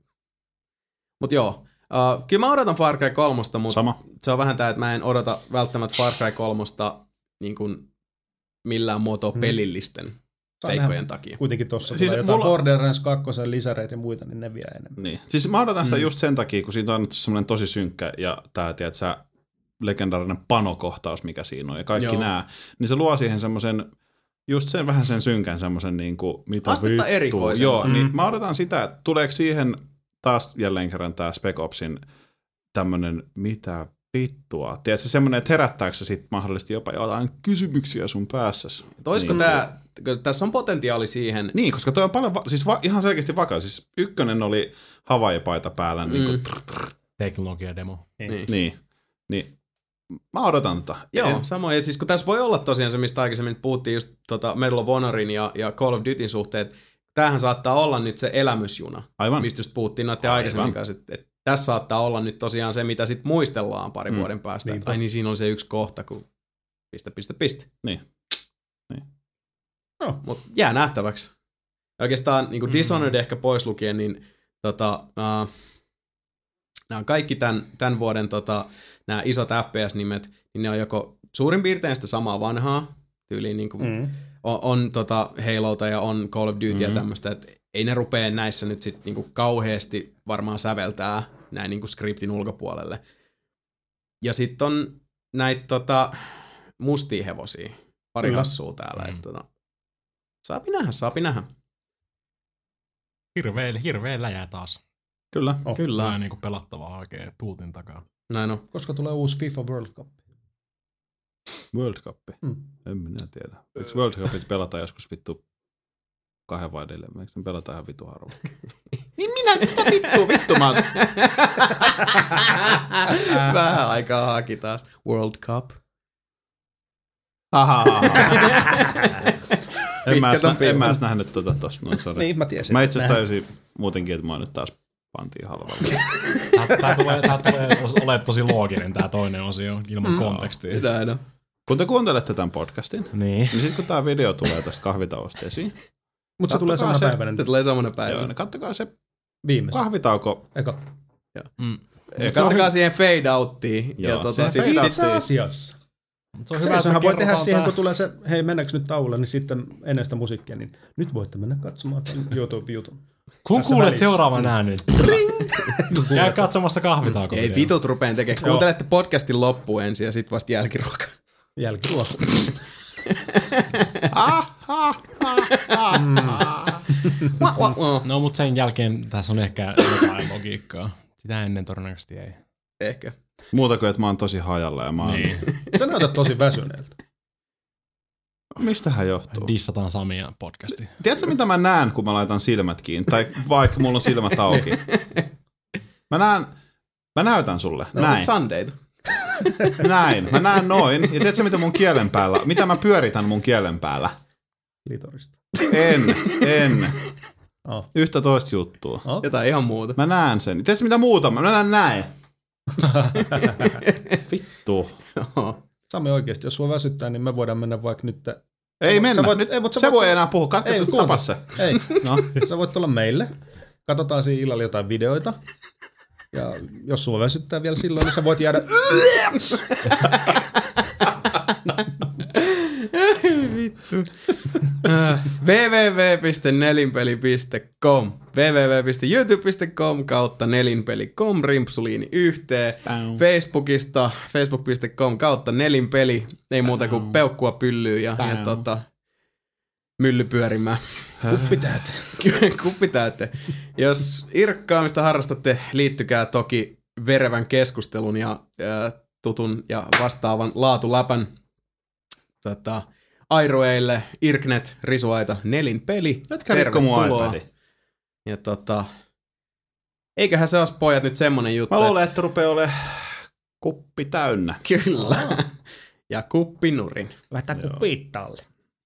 Mut joo. Uh, kyllä mä odotan Far Cry kolme, mutta Sama. se on vähän tää, että mä en odota välttämättä Far Cry kolme niin kuin millään muotoa Hmm. pelillisten seikkojen takia. Kuitenkin tossa Siis siis tulee jotain mulla- Borderlands kaksi lisäreitä ja muita, niin ne vie enemmän. Niin. Siis mä odotan sitä Mm. just sen takia, kun siitä on annettu semmoinen tosi synkkä ja tää, tiedät sä, legendaarinen panokohtaus, mikä siinä on, ja kaikki Joo. nää, niin se luo siihen semmoisen, just sen vähän sen synkän semmoisen niinku, mitä Astetta vittua. erikoisempaa. Joo, Mm. niin mä odotan sitä, että tuleeko siihen taas jälleen kerran tää Spec Opsin tämmönen, mitä vittua. Tiedätkö, semmoinen, että herättääkö se sit mahdollisesti jopa jotain kysymyksiä sun päässäsi. Olisiko niin. tää, tässä on potentiaali siihen, Niin, koska toi on paljon, va- siis va- ihan selkeästi vakaa. Siis ykkönen oli Hawaii-paita päällä, niin kuin, Mm. trr, trr, Teknologia-demo. niin. niin, niin. Mä odotan tota. Joo, En- samoin. Ja siis kun tässä voi olla tosiaan se, mistä aikaisemmin puhuttiin just tota Medal of Honorin ja, ja Call of Dutyn suhteet, tämähän saattaa olla nyt se elämysjuna, Aivan. mistä just puhuttiin noiden Aivan. aikaisemmin kanssa, että, että tässä saattaa olla nyt tosiaan se, mitä sit muistellaan pari Mm. vuoden päästä. Niin Että, ai on. niin, siinä oli se yksi kohta, kun piste, piste, piste. Niin. Niin. No. Mut jää nähtäväksi. Oikeastaan niin kuin Mm. Dishonored ehkä pois lukien, niin tota, uh, nämä on kaikki tämän, tämän vuoden tota, nämä isot F P S-nimet, niin ne on joko suurin piirtein sitä samaa vanhaa, tyyliin niin kuin Mm. on, on tota Halota ja on Call of Duty mm-hmm. ja tämmöistä, että ei ne rupee näissä nyt sit niinku kauheasti varmaan säveltää näin niinku skriptin ulkopuolelle. Ja sitten on näitä tota, mustia hevosia, pari Kyllä. hassua täällä. Mm. Et, tota, saapi nähdä, saapi nähdä. Hirveä, hirveä läjä taas. Kyllä. Oh. Kyllä, Vähän niinku pelattavaa oikein tuutin takaa. näin on. Koska tulee uusi FIFA World Cup. World Cup. Mm. En minä tiedä. Eikö World Cupit pelata joskus vittu kahden vai neljän? Eikö ne pelata ihan vittu harvoin? Niin minä, mitä vittu, vittu mä oon- Vähän aikaa haki taas. World Cup. Aha. En mä, Pitkät on edes, en mä piu. edes nähnyt tota tosta noin, sorry. Niin, mä tiesin. Mä itse asiassa tajusin muutenkin, että mä nyt taas pantiin halvalla. Tää, tää tulee, tää tulee olemaan tosi looginen tää toinen osio ilman Mm. kontekstia. Näin on. Kun te kuuntelette tämän podcastin, Niin. niin sitten kun tää video tulee tästä kahvitauosta esiin, Mutta se tulee Kattokaa samana se. päivänä. Se tulee samana joo, päivänä. niin kattokaa se Viimeisen. kahvitauko. Eka. Mm. Eka. Kattokaa siihen fade outtiin. Ja Joo, tota, siihen sit, fade sit, out- Itse asiassa. Se on Se, hyvä, että sehän me voi tehdä kerrotaan siihen, tää. kun tulee se, hei mennäänkö nyt tauolle, niin sitten ennen sitä musiikkia, niin nyt voitte mennä katsomaan tämän YouTube-jutun. Kun tässä kuulet välissä. seuraavan äänen. Käy katsomassa kahvitauko. ei vitut rupeen tekemään. Kuuntelette podcastin loppuun ensin ja sit vasta jälkiruoka. Jälkiruoka. Ah, ah, ah, ah, Mm. ah. No mut sen jälkeen tässä on ehkä jotain logiikkaa. Sitä ennen todennäköisesti ei. Ehkä. Muuta kuin, että mä oon tosi hajalla ja mä oon... Niin. Sä näytät tosi väsyneeltä. Mistähän johtuu? Dissataan Samia podcasti. Tiedätkö, mitä mä näen, kun mä laitan silmät kiinni? Tai vaikka mulla on silmät auki. Mä näen... Mä näytän sulle. No se Näin. Sundayta. Näin. Mä näen noin. Ja tiedätkö, mitä mun kielen päällä... Mitä mä pyöritän mun kielen päällä? Litorista. En. En. Oh. Yhtä toista juttua. Oh. Jotain ihan muuta. Mä näen sen. Tiedätkö, mitä muuta? Mä näen näin. Vittu. Sami oikeesti, jos sua väsyttää, niin me voidaan mennä vaikka nyt... Ei Sä mennä. voit- Nyt, ei, mut sä se voit- voi enää puhua. Katso, Ei, se kuuntele. tapas se. Ei, No. sä voit tulla meille. Katsotaan siinä illalla jotain videoita. Ja jos sua väsyttää vielä silloin, niin sä voit jäädä... Vittu. www piste nelinpeli piste com www piste youtube piste com kautta nelinpeli piste com rimpsuliini yhteen. Pau. Facebookista facebook piste com kautta nelinpeli. Ei muuta kuin peukkua pyllyy ja, ja tota, mylly pyörimään. Kuppitäyte. Kuppitäyte. Jos irkkaamista harrastatte, liittykää toki verevän keskustelun ja äh, tutun ja vastaavan laatuläpän tota, airoeille. Irknet, Risuaita, Nelin peli. Jätkä rikko mun iPadi. Ja tota, eiköhän se olisi pojat nyt semmonen juttu. Mä luulen, että rupeaa olemaan kuppi täynnä. Kyllä. Ja kuppi nurin. Lähtää kuppiin talle.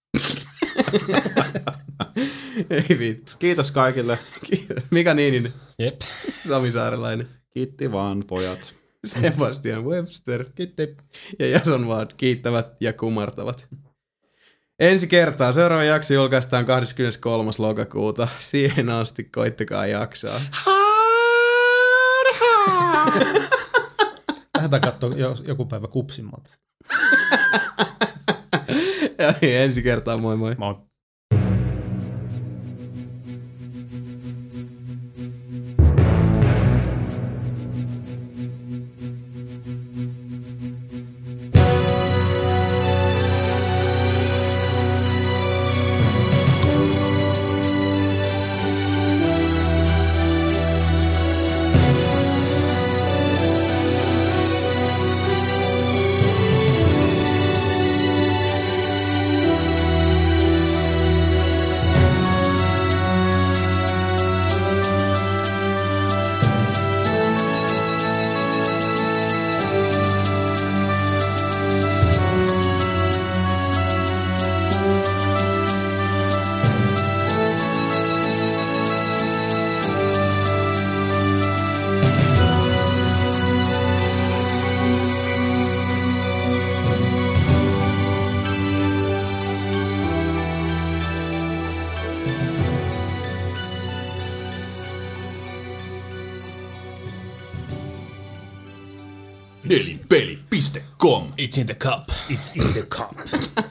Ei vittu. Kiitos kaikille. Kiitos. Mika Niininen. Jep. Sami Saarelainen. Kiitti vaan, pojat. Sebastian Webster. Kiitti. Ja Jason Ward kiittävät ja kumartavat. Ensi kertaa. Seuraava jakso julkaistaan kahdeskymmeneskolmas lokakuuta. Siihen asti koittakaa jaksaa. Lähdetään katsoa joku päivä Kupsimmat. Ja ensi kertaa, moi moi. Moi. Nelipeli piste com It's in the cup. It's in the cup.